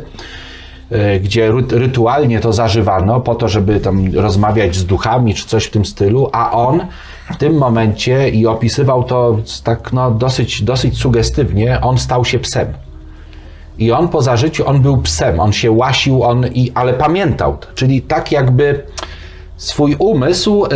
gdzie rytualnie to zażywano po to, żeby tam rozmawiać z duchami, czy coś w tym stylu, a on w tym momencie, i opisywał to tak dosyć sugestywnie, on stał się psem. I on po zażyciu, on był psem, on się łasił, ale pamiętał, czyli tak jakby swój umysł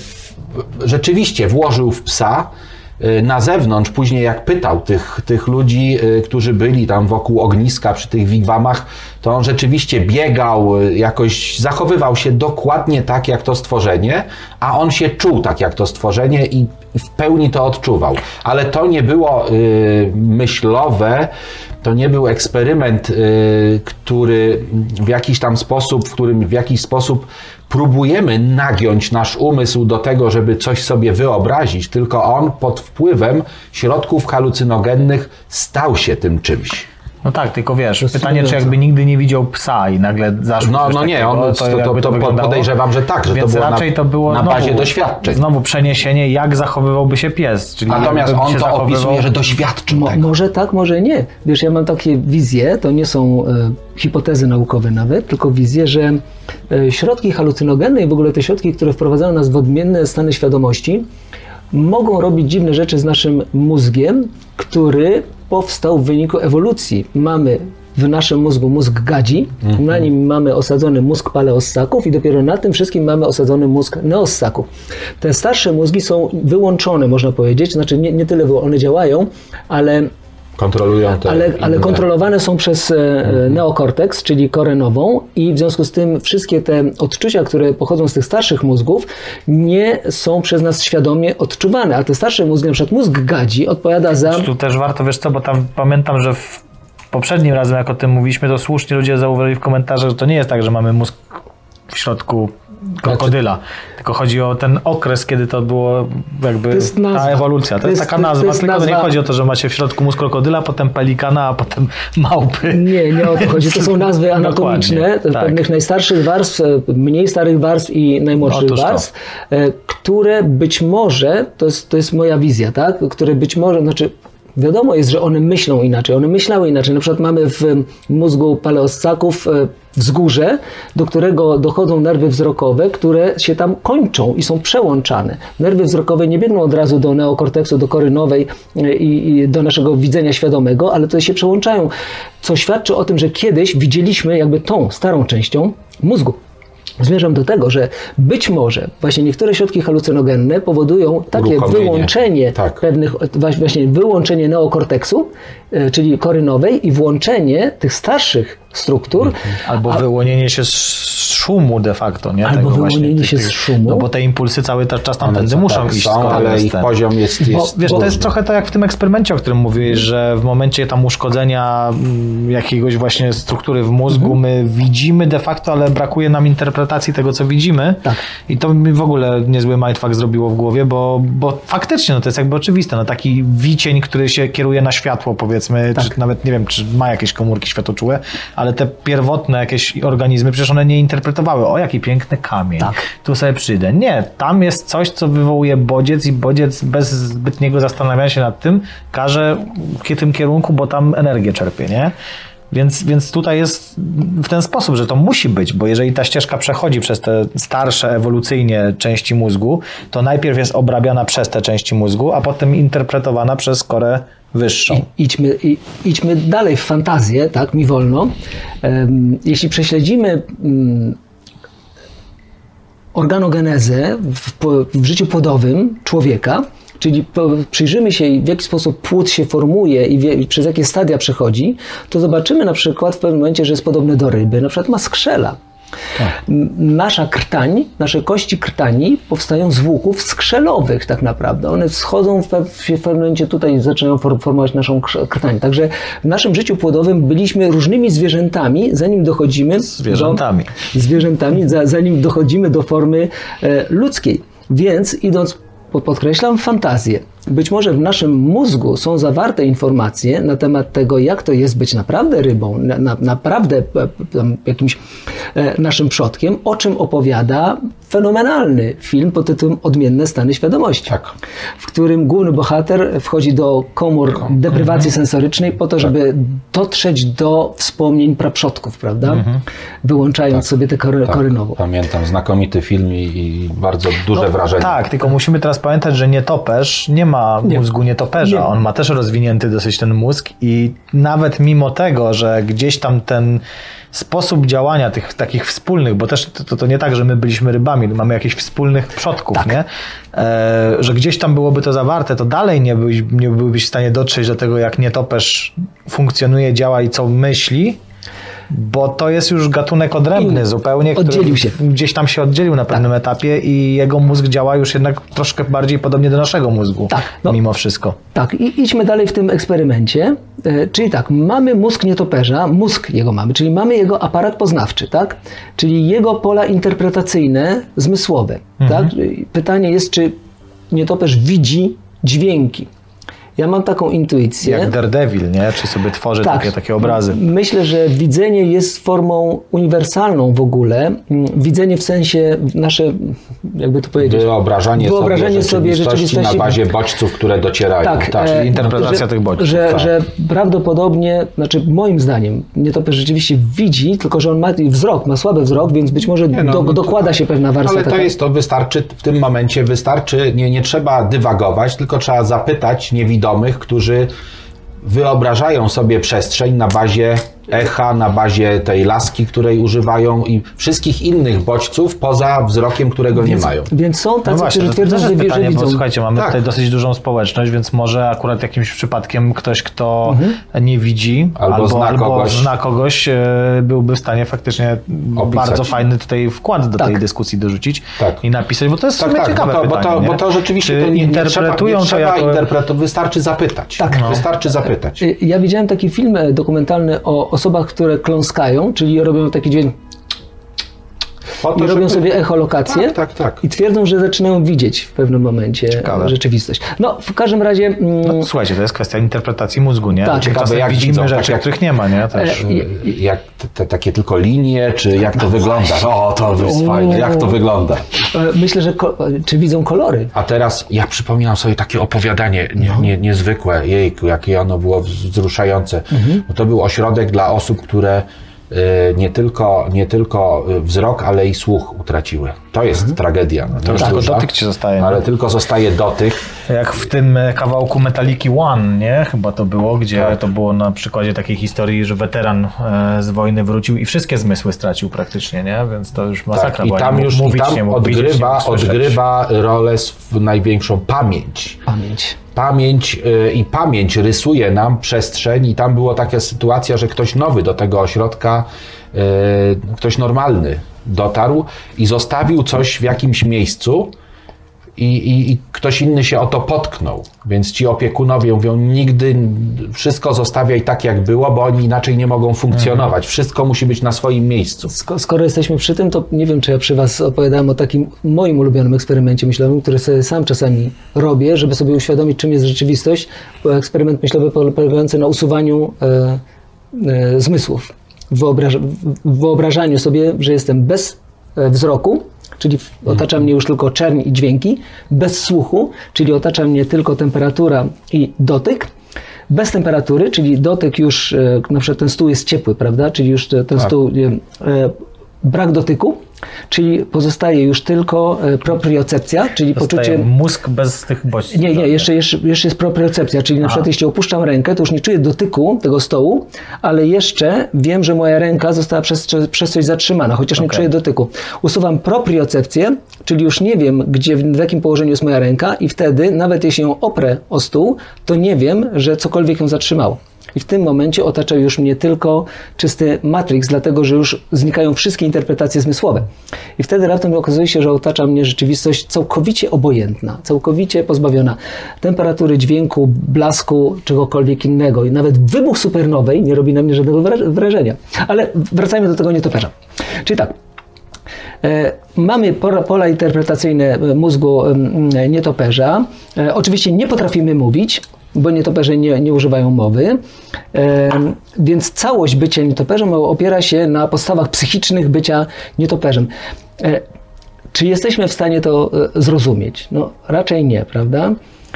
rzeczywiście włożył w psa. Na zewnątrz, później jak pytał tych ludzi, którzy byli tam wokół ogniska przy tych wigwamach, to on rzeczywiście biegał, jakoś zachowywał się dokładnie tak jak to stworzenie, a on się czuł tak jak to stworzenie i w pełni to odczuwał. Ale to nie było myślowe, to nie był eksperyment, który w jakiś sposób próbujemy nagiąć nasz umysł do tego, żeby coś sobie wyobrazić, tylko on pod wpływem środków halucynogennych stał się tym czymś. No tak, tylko wiesz, pytanie, czy jakby nigdy nie widział psa i nagle zaszło coś takiego, to podejrzewam, że tak, że więc to było na bazie doświadczeń. Znowu przeniesienie, jak zachowywałby się pies. Czyli natomiast on to opisuje, że doświadczył tego. Może tak, może nie. Wiesz, ja mam takie wizje, to nie są hipotezy naukowe nawet, tylko wizje, że środki halucynogenne i w ogóle te środki, które wprowadzają nas w odmienne stany świadomości, mogą robić dziwne rzeczy z naszym mózgiem, który powstał w wyniku ewolucji. Mamy w naszym mózgu mózg gadzi, na nim mamy osadzony mózg paleossaków i dopiero na tym wszystkim mamy osadzony mózg neossaków. Te starsze mózgi są wyłączone, można powiedzieć, znaczy nie tyle one działają, ale kontrolują te ale kontrolowane są przez neokorteks, czyli korę nową, i w związku z tym wszystkie te odczucia, które pochodzą z tych starszych mózgów, nie są przez nas świadomie odczuwane, a te starsze mózgi, na przykład mózg gadzi, odpowiada za... Tu też warto, wiesz co, bo tam pamiętam, że poprzednim razem, jak o tym mówiliśmy, to słusznie ludzie zauważyli w komentarzach, że to nie jest tak, że mamy mózg w środku krokodyla. Tylko chodzi o ten okres, kiedy to było jakby ta ewolucja. To jest taka nazwa. Tylko nie chodzi o to, że macie w środku mózg krokodyla, potem pelikana, a potem małpy. Nie o to chodzi. To są nazwy anatomiczne pewnych najstarszych warstw, mniej starych warstw i najmłodszych warstw, które być może, to jest moja wizja, tak? Które być może, znaczy wiadomo jest, że one myślą inaczej, one myślały inaczej. Na przykład mamy w mózgu paleossaków wzgórze, do którego dochodzą nerwy wzrokowe, które się tam kończą i są przełączane. Nerwy wzrokowe nie biegną od razu do neokorteksu, do kory nowej i do naszego widzenia świadomego, ale to się przełączają, co świadczy o tym, że kiedyś widzieliśmy jakby tą starą częścią mózgu. Zmierzam do tego, że być może właśnie niektóre środki halucynogenne powodują takie Uruchomienie. wyłączenie pewnych, właśnie wyłączenie neokorteksu, czyli korynowej i włączenie tych starszych struktur. Albo wyłonienie się z szumu de facto, nie? Albo wyłonienie się z szumu. No bo te impulsy cały czas tamtędy One muszą tak iść. są, ale ich poziom jest Wiesz, to jest trochę tak jak w tym eksperymencie, o którym mówiłeś, że w momencie tam uszkodzenia jakiegoś właśnie struktury w mózgu my widzimy de facto, ale brakuje nam interpretacji tego, co widzimy. Tak. I to mi w ogóle niezły mindfuck zrobiło w głowie, bo faktycznie no to jest jakby oczywiste. No taki wicień, który się kieruje na światło, powiedzmy, czy nawet nie wiem, czy ma jakieś komórki światłoczułe, ale te pierwotne jakieś organizmy, przecież one nie interpretowały, o jaki piękny kamień, tu sobie przyjdę. Nie, tam jest coś, co wywołuje bodziec i bodziec bez zbytniego zastanawiania się nad tym każe w tym kierunku, bo tam energię czerpie, nie? Więc tutaj jest w ten sposób, że to musi być, bo jeżeli ta ścieżka przechodzi przez te starsze ewolucyjnie części mózgu, to najpierw jest obrabiana przez te części mózgu, a potem interpretowana przez korę wyższą. Idźmy dalej w fantazję, tak, mi wolno. Jeśli prześledzimy organogenezę w życiu płodowym człowieka, czyli przyjrzymy się, w jaki sposób płód się formuje i przez jakie stadia przechodzi, to zobaczymy na przykład w pewnym momencie, że jest podobny do ryby, na przykład ma skrzela. Nasza krtań, nasze kości krtani powstają z włóków skrzelowych tak naprawdę. One wschodzą w pewnym momencie tutaj zaczynają formować naszą krtań. Także w naszym życiu płodowym byliśmy różnymi zwierzętami, zanim dochodzimy zanim dochodzimy do formy ludzkiej. Więc idąc, podkreślam, fantazję. Być może w naszym mózgu są zawarte informacje na temat tego, jak to jest być naprawdę rybą, naprawdę jakimś naszym przodkiem, o czym opowiada fenomenalny film pod tytułem Odmienne stany świadomości, w którym główny bohater wchodzi do komór deprywacji sensorycznej po to, żeby dotrzeć do wspomnień praprzodków, prawda? Wyłączając sobie tę korynową. Pamiętam, znakomity film i bardzo duże wrażenie. Tak, tylko musimy teraz pamiętać, że nietoperz nie ma mózgu nietoperza. On ma też rozwinięty dosyć ten mózg i nawet mimo tego, że gdzieś tam ten sposób działania tych takich wspólnych, bo też to nie tak, że my byliśmy rybami, mamy jakichś wspólnych przodków, nie? Że gdzieś tam byłoby to zawarte, to dalej nie byłbyś w stanie dotrzeć do tego, jak nietoperz funkcjonuje, działa i co myśli, bo to jest już gatunek odrębny zupełnie, który gdzieś tam się oddzielił na pewnym etapie i jego mózg działa już jednak troszkę bardziej podobnie do naszego mózgu, mimo wszystko. Tak, i idźmy dalej w tym eksperymencie. Czyli tak, mamy mózg nietoperza, mózg jego mamy, czyli mamy jego aparat poznawczy, tak? Czyli jego pola interpretacyjne, zmysłowe. Tak? Pytanie jest, czy nietoperz widzi dźwięki. Ja mam taką intuicję. Jak Daredevil, nie? Czy sobie tworzy takie obrazy. Myślę, że widzenie jest formą uniwersalną w ogóle. Widzenie w sensie nasze, jakby to powiedzieć... Wyobrażanie sobie rzeczywistości na bazie bodźców, które docierają. Czyli interpretacja tych bodźców. Że prawdopodobnie, znaczy moim zdaniem, nietoperz rzeczywiście widzi, tylko że on ma wzrok, ma słaby wzrok, więc być może dokłada się pewna warstwa. Ale to wystarczy, w tym momencie wystarczy, nie trzeba dywagować, tylko trzeba zapytać niewidomych, którzy wyobrażają sobie przestrzeń na bazie echa, na bazie tej laski, której używają i wszystkich innych bodźców poza wzrokiem, którego nie mają. Więc są tacy, którzy twierdzą, że pytanie, widzą. Bo słuchajcie, mamy tutaj dosyć dużą społeczność, więc może akurat jakimś przypadkiem ktoś, kto nie widzi albo zna kogoś, byłby w stanie faktycznie bardzo fajny tutaj wkład do tej dyskusji dorzucić i napisać, bo to jest ciekawe pytanie. Bo to rzeczywiście to nie trzeba wystarczy zapytać. Wystarczy zapytać. Ja widziałem taki film dokumentalny o osobach, które kląskają, czyli robią taki dźwięk i robią sobie echolokację i twierdzą, że zaczynają widzieć w pewnym momencie rzeczywistość. No, w każdym razie... słuchajcie, to jest kwestia interpretacji mózgu, nie? Ciekawe, jak widzimy rzeczy, których nie ma, nie? Też. Jak takie tylko linie, czy jak to wygląda? O, to jest fajne, jak to wygląda? Myślę, że czy widzą kolory? A teraz ja przypominam sobie takie opowiadanie niezwykłe, jejku, jakie ono było wzruszające. Bo to był ośrodek dla osób, które nie tylko wzrok, ale i słuch utraciły. To jest tragedia. To już tylko dotyk ci zostaje. Ale tylko zostaje dotyk. Jak w tym kawałku Metaliki One, nie? Chyba to było, gdzie to było na przykładzie takiej historii, że weteran z wojny wrócił i wszystkie zmysły stracił praktycznie, nie? Więc to już masakra. I tam już odgrywa rolę największą pamięć. Pamięć rysuje nam przestrzeń i tam była taka sytuacja, że ktoś nowy do tego ośrodka, ktoś normalny dotarł i zostawił coś w jakimś miejscu i ktoś inny się o to potknął. Więc ci opiekunowie mówią, nigdy wszystko zostawiaj tak jak było, bo oni inaczej nie mogą funkcjonować. Wszystko musi być na swoim miejscu. Skoro jesteśmy przy tym, to nie wiem, czy ja przy was opowiadałem o takim moim ulubionym eksperymencie myślowym, który sobie sam czasami robię, żeby sobie uświadomić, czym jest rzeczywistość. Eksperyment myślowy polegający na usuwaniu zmysłów. W wyobrażaniu sobie, że jestem bez wzroku, czyli otacza mnie już tylko czerń i dźwięki, bez słuchu, czyli otacza mnie tylko temperatura i dotyk, bez temperatury, czyli dotyk już, na przykład ten stół jest ciepły, prawda, czyli już ten stół, brak dotyku, czyli pozostaje już tylko propriocepcja, czyli poczucie... mózg bez tych bodźców. Nie, jeszcze jest propriocepcja, czyli na przykład jeśli opuszczam rękę, to już nie czuję dotyku tego stołu, ale jeszcze wiem, że moja ręka została przez coś zatrzymana, chociaż nie czuję dotyku. Usuwam propriocepcję, czyli już nie wiem, w jakim położeniu jest moja ręka i wtedy, nawet jeśli ją oprę o stół, to nie wiem, że cokolwiek ją zatrzymało. I w tym momencie otacza już mnie tylko czysty matrix, dlatego że już znikają wszystkie interpretacje zmysłowe. I wtedy raptem okazuje się, że otacza mnie rzeczywistość całkowicie obojętna, całkowicie pozbawiona temperatury, dźwięku, blasku, czegokolwiek innego. I nawet wybuch supernowej nie robi na mnie żadnego wrażenia. Ale wracajmy do tego nietoperza. Czyli tak. Mamy pola interpretacyjne mózgu nietoperza. Oczywiście nie potrafimy mówić, bo nietoperze nie używają mowy, więc całość bycia nietoperzem opiera się na podstawach psychicznych bycia nietoperzem. Czy jesteśmy w stanie to zrozumieć? No raczej nie, prawda?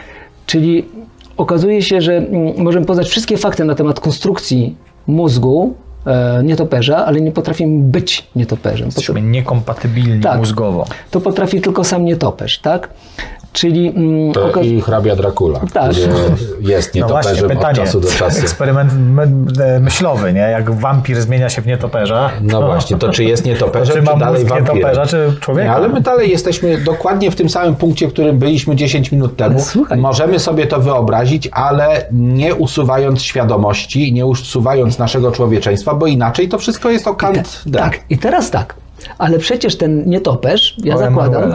Czyli okazuje się, że możemy poznać wszystkie fakty na temat konstrukcji mózgu nietoperza, ale nie potrafimy być nietoperzem. Jesteśmy niekompatybilni mózgowo. To potrafi tylko sam nietoperz, tak? Czyli i hrabia Dracula, który jest nietoperzem od czasu do czasu. Eksperyment myślowy, nie? Jak wampir zmienia się w nietoperza. No właśnie, to czy jest nietoperzem, czy dalej wampirem? Nietoperza, czy człowieka? Nie, ale my dalej jesteśmy dokładnie w tym samym punkcie, w którym byliśmy 10 minut temu. Możemy sobie to wyobrazić, ale nie usuwając świadomości, nie usuwając naszego człowieczeństwa, bo inaczej to wszystko jest o kant D. Tak, i teraz tak. Ale przecież ten nietoperz, ja zakładam,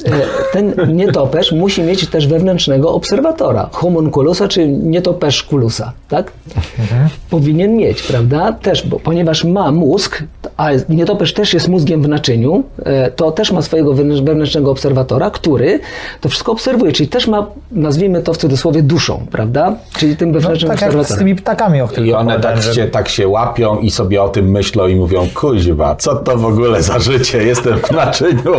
ten nietoperz musi mieć też wewnętrznego obserwatora, homunculusa czy nietoperzkulusa, tak? Powinien mieć, prawda? Też, ponieważ ma mózg, a nietoperz też jest mózgiem w naczyniu, to też ma swojego wewnętrznego obserwatora, który to wszystko obserwuje, czyli też ma, nazwijmy to w cudzysłowie, duszą, prawda? Czyli tym wewnętrznym obserwatorem. Jak z tymi ptakami, o których I one tak się łapią i sobie o tym myślą i mówią, kuźwa, co to w ogóle za życie, jestem w naczyniu.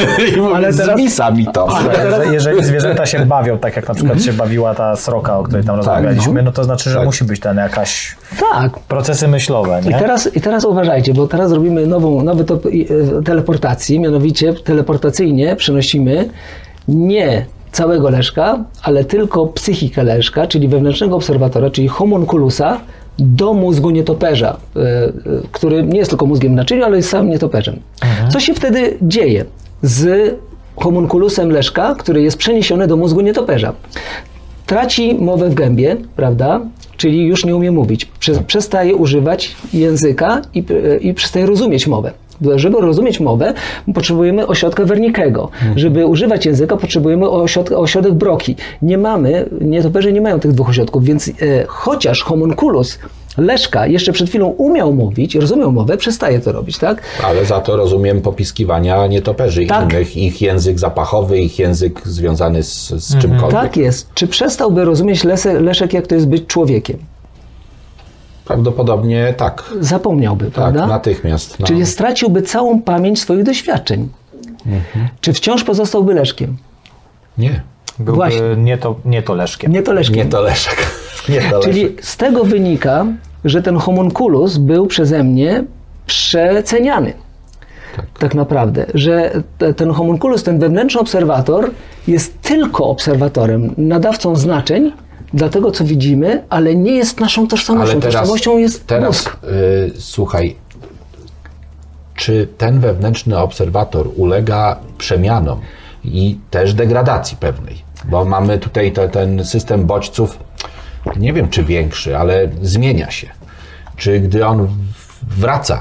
I mówię, zwisa mi to. Jeżeli zwierzęta się bawią, tak jak na przykład się bawiła ta sroka, o której tam rozmawialiśmy, no to znaczy, że musi być ten jakaś procesy myślowe. Nie? I teraz uważajcie, bo teraz robimy nowy typ teleportacji, mianowicie teleportacyjnie przenosimy nie całego leszka, ale tylko psychikę leszka, czyli wewnętrznego obserwatora, czyli homunculusa, do mózgu nietoperza, który nie jest tylko mózgiem w naczyniu, ale jest sam nietoperzem. Co się wtedy dzieje z homunculusem leszka, który jest przeniesiony do mózgu nietoperza? Traci mowę w gębie, prawda? Czyli już nie umie mówić. Przestaje używać języka i przestaje rozumieć mowę. Żeby rozumieć mowę, potrzebujemy ośrodka Wernickiego. Żeby używać języka, potrzebujemy ośrodek Broki. Nietoperze nie mają tych dwóch ośrodków, więc chociaż homunculus leszka jeszcze przed chwilą umiał mówić, rozumiał mowę, przestaje to robić, tak? Ale za to rozumiem popiskiwania nietoperzy innych, ich język zapachowy, ich język związany z czymkolwiek. Tak jest. Czy przestałby rozumieć leszek, jak to jest być człowiekiem? Prawdopodobnie tak. Zapomniałby, prawda? Tak, natychmiast. No. Czyli straciłby całą pamięć swoich doświadczeń. Czy wciąż pozostałby leszkiem? Nie. Byłby nie to leszkiem. Nie to leszkiem. Nie to leszek. Czyli z tego wynika, że ten homunculus był przeze mnie przeceniany. Tak naprawdę, że ten homunculus, ten wewnętrzny obserwator jest tylko obserwatorem, nadawcą znaczeń dla tego, co widzimy, ale nie jest naszą tożsamością. Tożsamością jest mózg. Słuchaj, czy ten wewnętrzny obserwator ulega przemianom i też degradacji pewnej? Bo mamy tutaj ten system bodźców, nie wiem czy większy, ale zmienia się. Czy gdy on wraca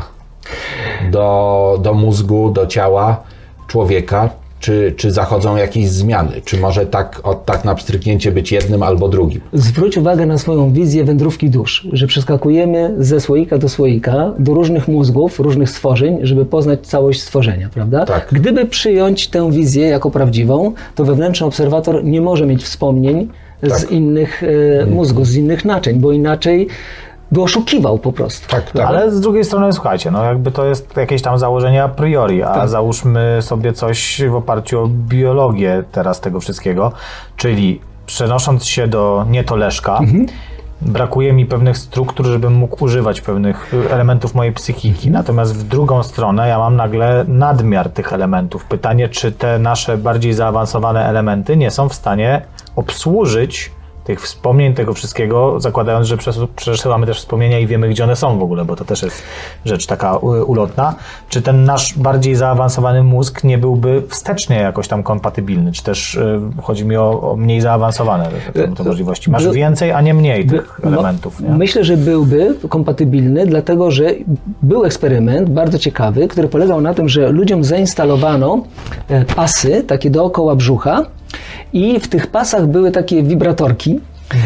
do mózgu, do ciała człowieka, czy zachodzą jakieś zmiany? Czy może tak na pstryknięcie być jednym albo drugim? Zwróć uwagę na swoją wizję wędrówki dusz, że przeskakujemy ze słoika do słoika, do różnych mózgów, różnych stworzeń, żeby poznać całość stworzenia, prawda? Tak. Gdyby przyjąć tę wizję jako prawdziwą, to wewnętrzny obserwator nie może mieć wspomnień z innych mózgów, z innych naczyń, bo inaczej by oszukiwał po prostu. Tak. Ale z drugiej strony, słuchajcie, no jakby to jest jakieś tam założenie a priori, a załóżmy sobie coś w oparciu o biologię teraz tego wszystkiego, czyli przenosząc się do nietoleszka, brakuje mi pewnych struktur, żebym mógł używać pewnych elementów mojej psychiki. Natomiast w drugą stronę ja mam nagle nadmiar tych elementów. Pytanie, czy te nasze bardziej zaawansowane elementy nie są w stanie obsłużyć tych wspomnień, tego wszystkiego, zakładając, że przesyłamy też wspomnienia i wiemy, gdzie one są w ogóle, bo to też jest rzecz taka ulotna. Czy ten nasz bardziej zaawansowany mózg nie byłby wstecznie jakoś tam kompatybilny? Czy też chodzi mi o mniej zaawansowane te możliwości? Masz więcej, a nie mniej tych elementów. Nie? Myślę, że byłby kompatybilny, dlatego że był eksperyment bardzo ciekawy, który polegał na tym, że ludziom zainstalowano pasy takie dookoła brzucha, i w tych pasach były takie wibratorki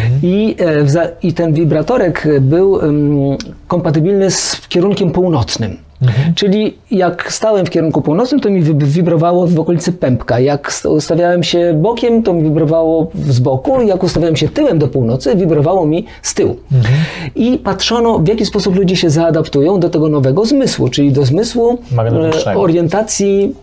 i ten wibratorek był kompatybilny z kierunkiem północnym. Czyli jak stałem w kierunku północnym, to mi wibrowało w okolicy pępka. Jak ustawiałem się bokiem, to mi wibrowało z boku. Jak ustawiałem się tyłem do północy, wibrowało mi z tyłu. I patrzono, w jaki sposób ludzie się zaadaptują do tego nowego zmysłu, czyli do zmysłu orientacji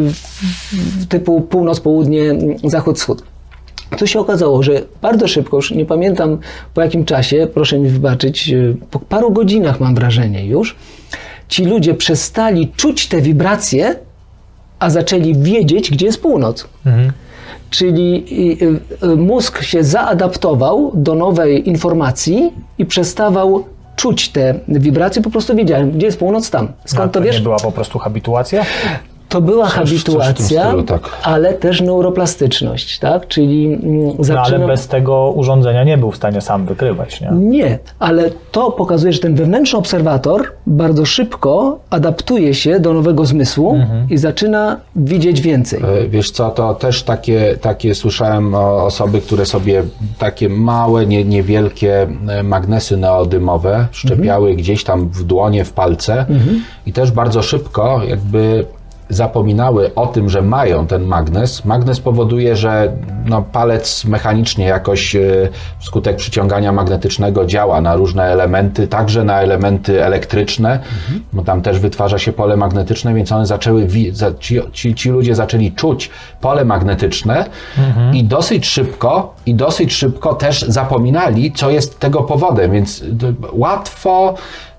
typu północ, południe, zachód, wschód. To się okazało, że bardzo szybko, już nie pamiętam po jakim czasie, proszę mi wybaczyć, po paru godzinach mam wrażenie już, ci ludzie przestali czuć te wibracje, a zaczęli wiedzieć, gdzie jest północ. Czyli mózg się zaadaptował do nowej informacji i przestawał czuć te wibracje, po prostu wiedziałem, gdzie jest północ, tam. Skąd to wiesz? Nie była po prostu habituacja? To była habituacja, stylu, tak. ale też neuroplastyczność, tak? Czyli ale bez tego urządzenia nie był w stanie sam wykrywać, nie? Nie, ale to pokazuje, że ten wewnętrzny obserwator bardzo szybko adaptuje się do nowego zmysłu i zaczyna widzieć więcej. Wiesz co, to też takie słyszałem osoby, które sobie takie małe, niewielkie magnesy neodymowe szczepiały gdzieś tam w dłonie, w palce i też bardzo szybko jakby zapominały o tym, że mają ten magnes. Magnes powoduje, że palec mechanicznie jakoś wskutek przyciągania magnetycznego działa na różne elementy, także na elementy elektryczne, bo tam też wytwarza się pole magnetyczne, więc one zaczęły, ci ludzie zaczęli czuć pole magnetyczne i dosyć szybko też zapominali, co jest tego powodem, więc łatwo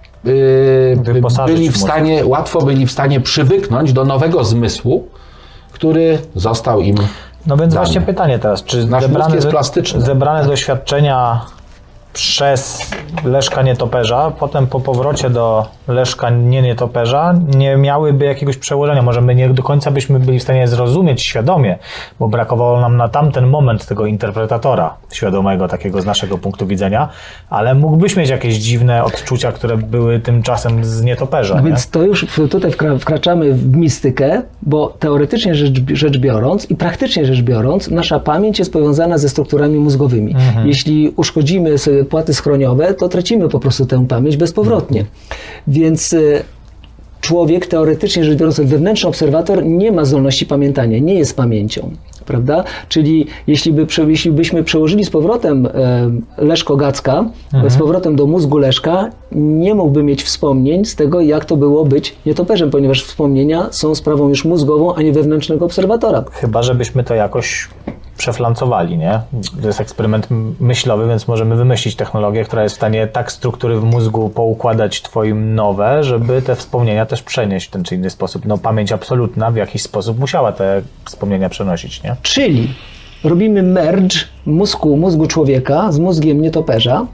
byli w stanie przywyknąć do nowego zmysłu, który został im No więc dany. właśnie pytanie teraz, czy Nasz mózg jest plastyczny. zebrane doświadczenia przez Leszka Nietoperza, potem po powrocie do Leszka nietoperza nie miałyby jakiegoś przełożenia. Może my nie do końca byśmy byli w stanie zrozumieć świadomie, bo brakowało nam na tamten moment tego interpretatora świadomego, takiego z naszego punktu widzenia, ale mógłbyś mieć jakieś dziwne odczucia, które były tymczasem z nietoperza. Więc to już tutaj wkraczamy w mistykę, bo teoretycznie rzecz biorąc i praktycznie rzecz biorąc, nasza pamięć jest powiązana ze strukturami mózgowymi. Jeśli uszkodzimy sobie płaty schroniowe, to tracimy po prostu tę pamięć bezpowrotnie. Więc człowiek, teoretycznie rzecz biorąc, wewnętrzny obserwator nie ma zdolności pamiętania, nie jest pamięcią, prawda? Czyli jeśli byśmy przełożyli z powrotem Leszko Gacka, z powrotem do mózgu Leszka, nie mógłby mieć wspomnień z tego, jak to było być nietoperzem, ponieważ wspomnienia są sprawą już mózgową, a nie wewnętrznego obserwatora. Chyba, żebyśmy to jakoś przeflancowali, nie? To jest eksperyment myślowy, więc możemy wymyślić technologię, która jest w stanie tak struktury w mózgu poukładać twoim nowe, żeby te wspomnienia też przenieść w ten czy inny sposób. No pamięć absolutna w jakiś sposób musiała te wspomnienia przenosić, nie? Czyli robimy merge mózgu człowieka z mózgiem nietoperza,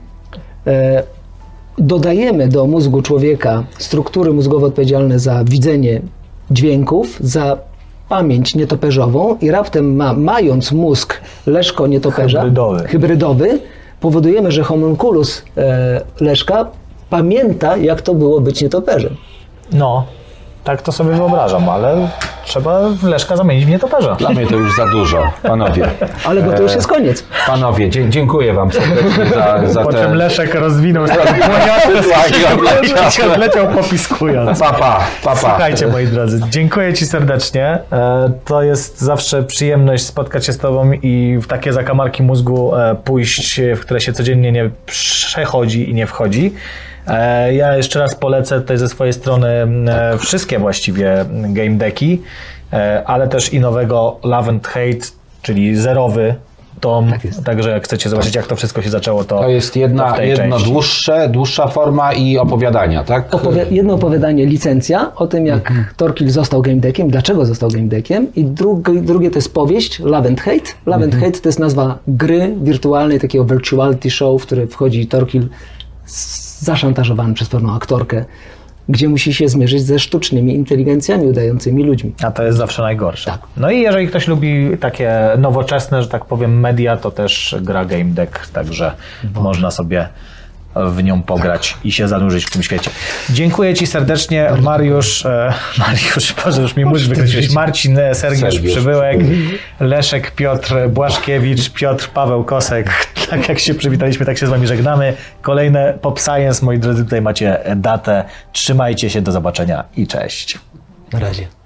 dodajemy do mózgu człowieka struktury mózgowe odpowiedzialne za widzenie dźwięków, za pamięć nietoperzową i raptem mając mózg leszko-nietoperza, hybrydowy, powodujemy, że homunculus leszka pamięta, jak to było być nietoperzem. No, tak to sobie wyobrażam, ale trzeba leszka zamienić w nietoperza. Dla mnie to już za dużo, panowie. Ale bo to już jest koniec. Panowie, dziękuję wam serdecznie za Po te... czym leszek rozwinął się odleciał popiskując. Pa. Słuchajcie, moi drodzy, dziękuję ci serdecznie. To jest zawsze przyjemność spotkać się z tobą i w takie zakamarki mózgu pójść, w które się codziennie nie przechodzi i nie wchodzi. Ja jeszcze raz polecę tutaj ze swojej strony wszystkie właściwie game decki, ale też i nowego Love and Hate, czyli zerowy tom, także jak chcecie zobaczyć, jak to wszystko się zaczęło, to jest jedna dłuższa forma i opowiadania, tak? Jedno opowiadanie, licencja, o tym jak Torkill został game deckiem, dlaczego został game deckiem, i drugie to jest powieść Love and Hate. Love and Hate to jest nazwa gry wirtualnej, takiego virtuality show, w które wchodzi Torkill zaszantażowany przez pewną aktorkę, gdzie musi się zmierzyć ze sztucznymi inteligencjami udającymi ludźmi. A to jest zawsze najgorsze. Tak. No i jeżeli ktoś lubi takie nowoczesne, że tak powiem, media, to też gra Game Deck, także można sobie w nią pograć i się zanurzyć w tym świecie. Dziękuję ci serdecznie, Mariusz, Boże, już mi mózg wykreśliłeś, Marcin, Sergiusz Przybyłek, Leszek, Piotr Błaszkiewicz, Piotr Paweł Kosek. Tak jak się przywitaliśmy, tak się z wami żegnamy. Kolejne Pop Science, moi drodzy, tutaj macie datę. Trzymajcie się, do zobaczenia i cześć. Na razie.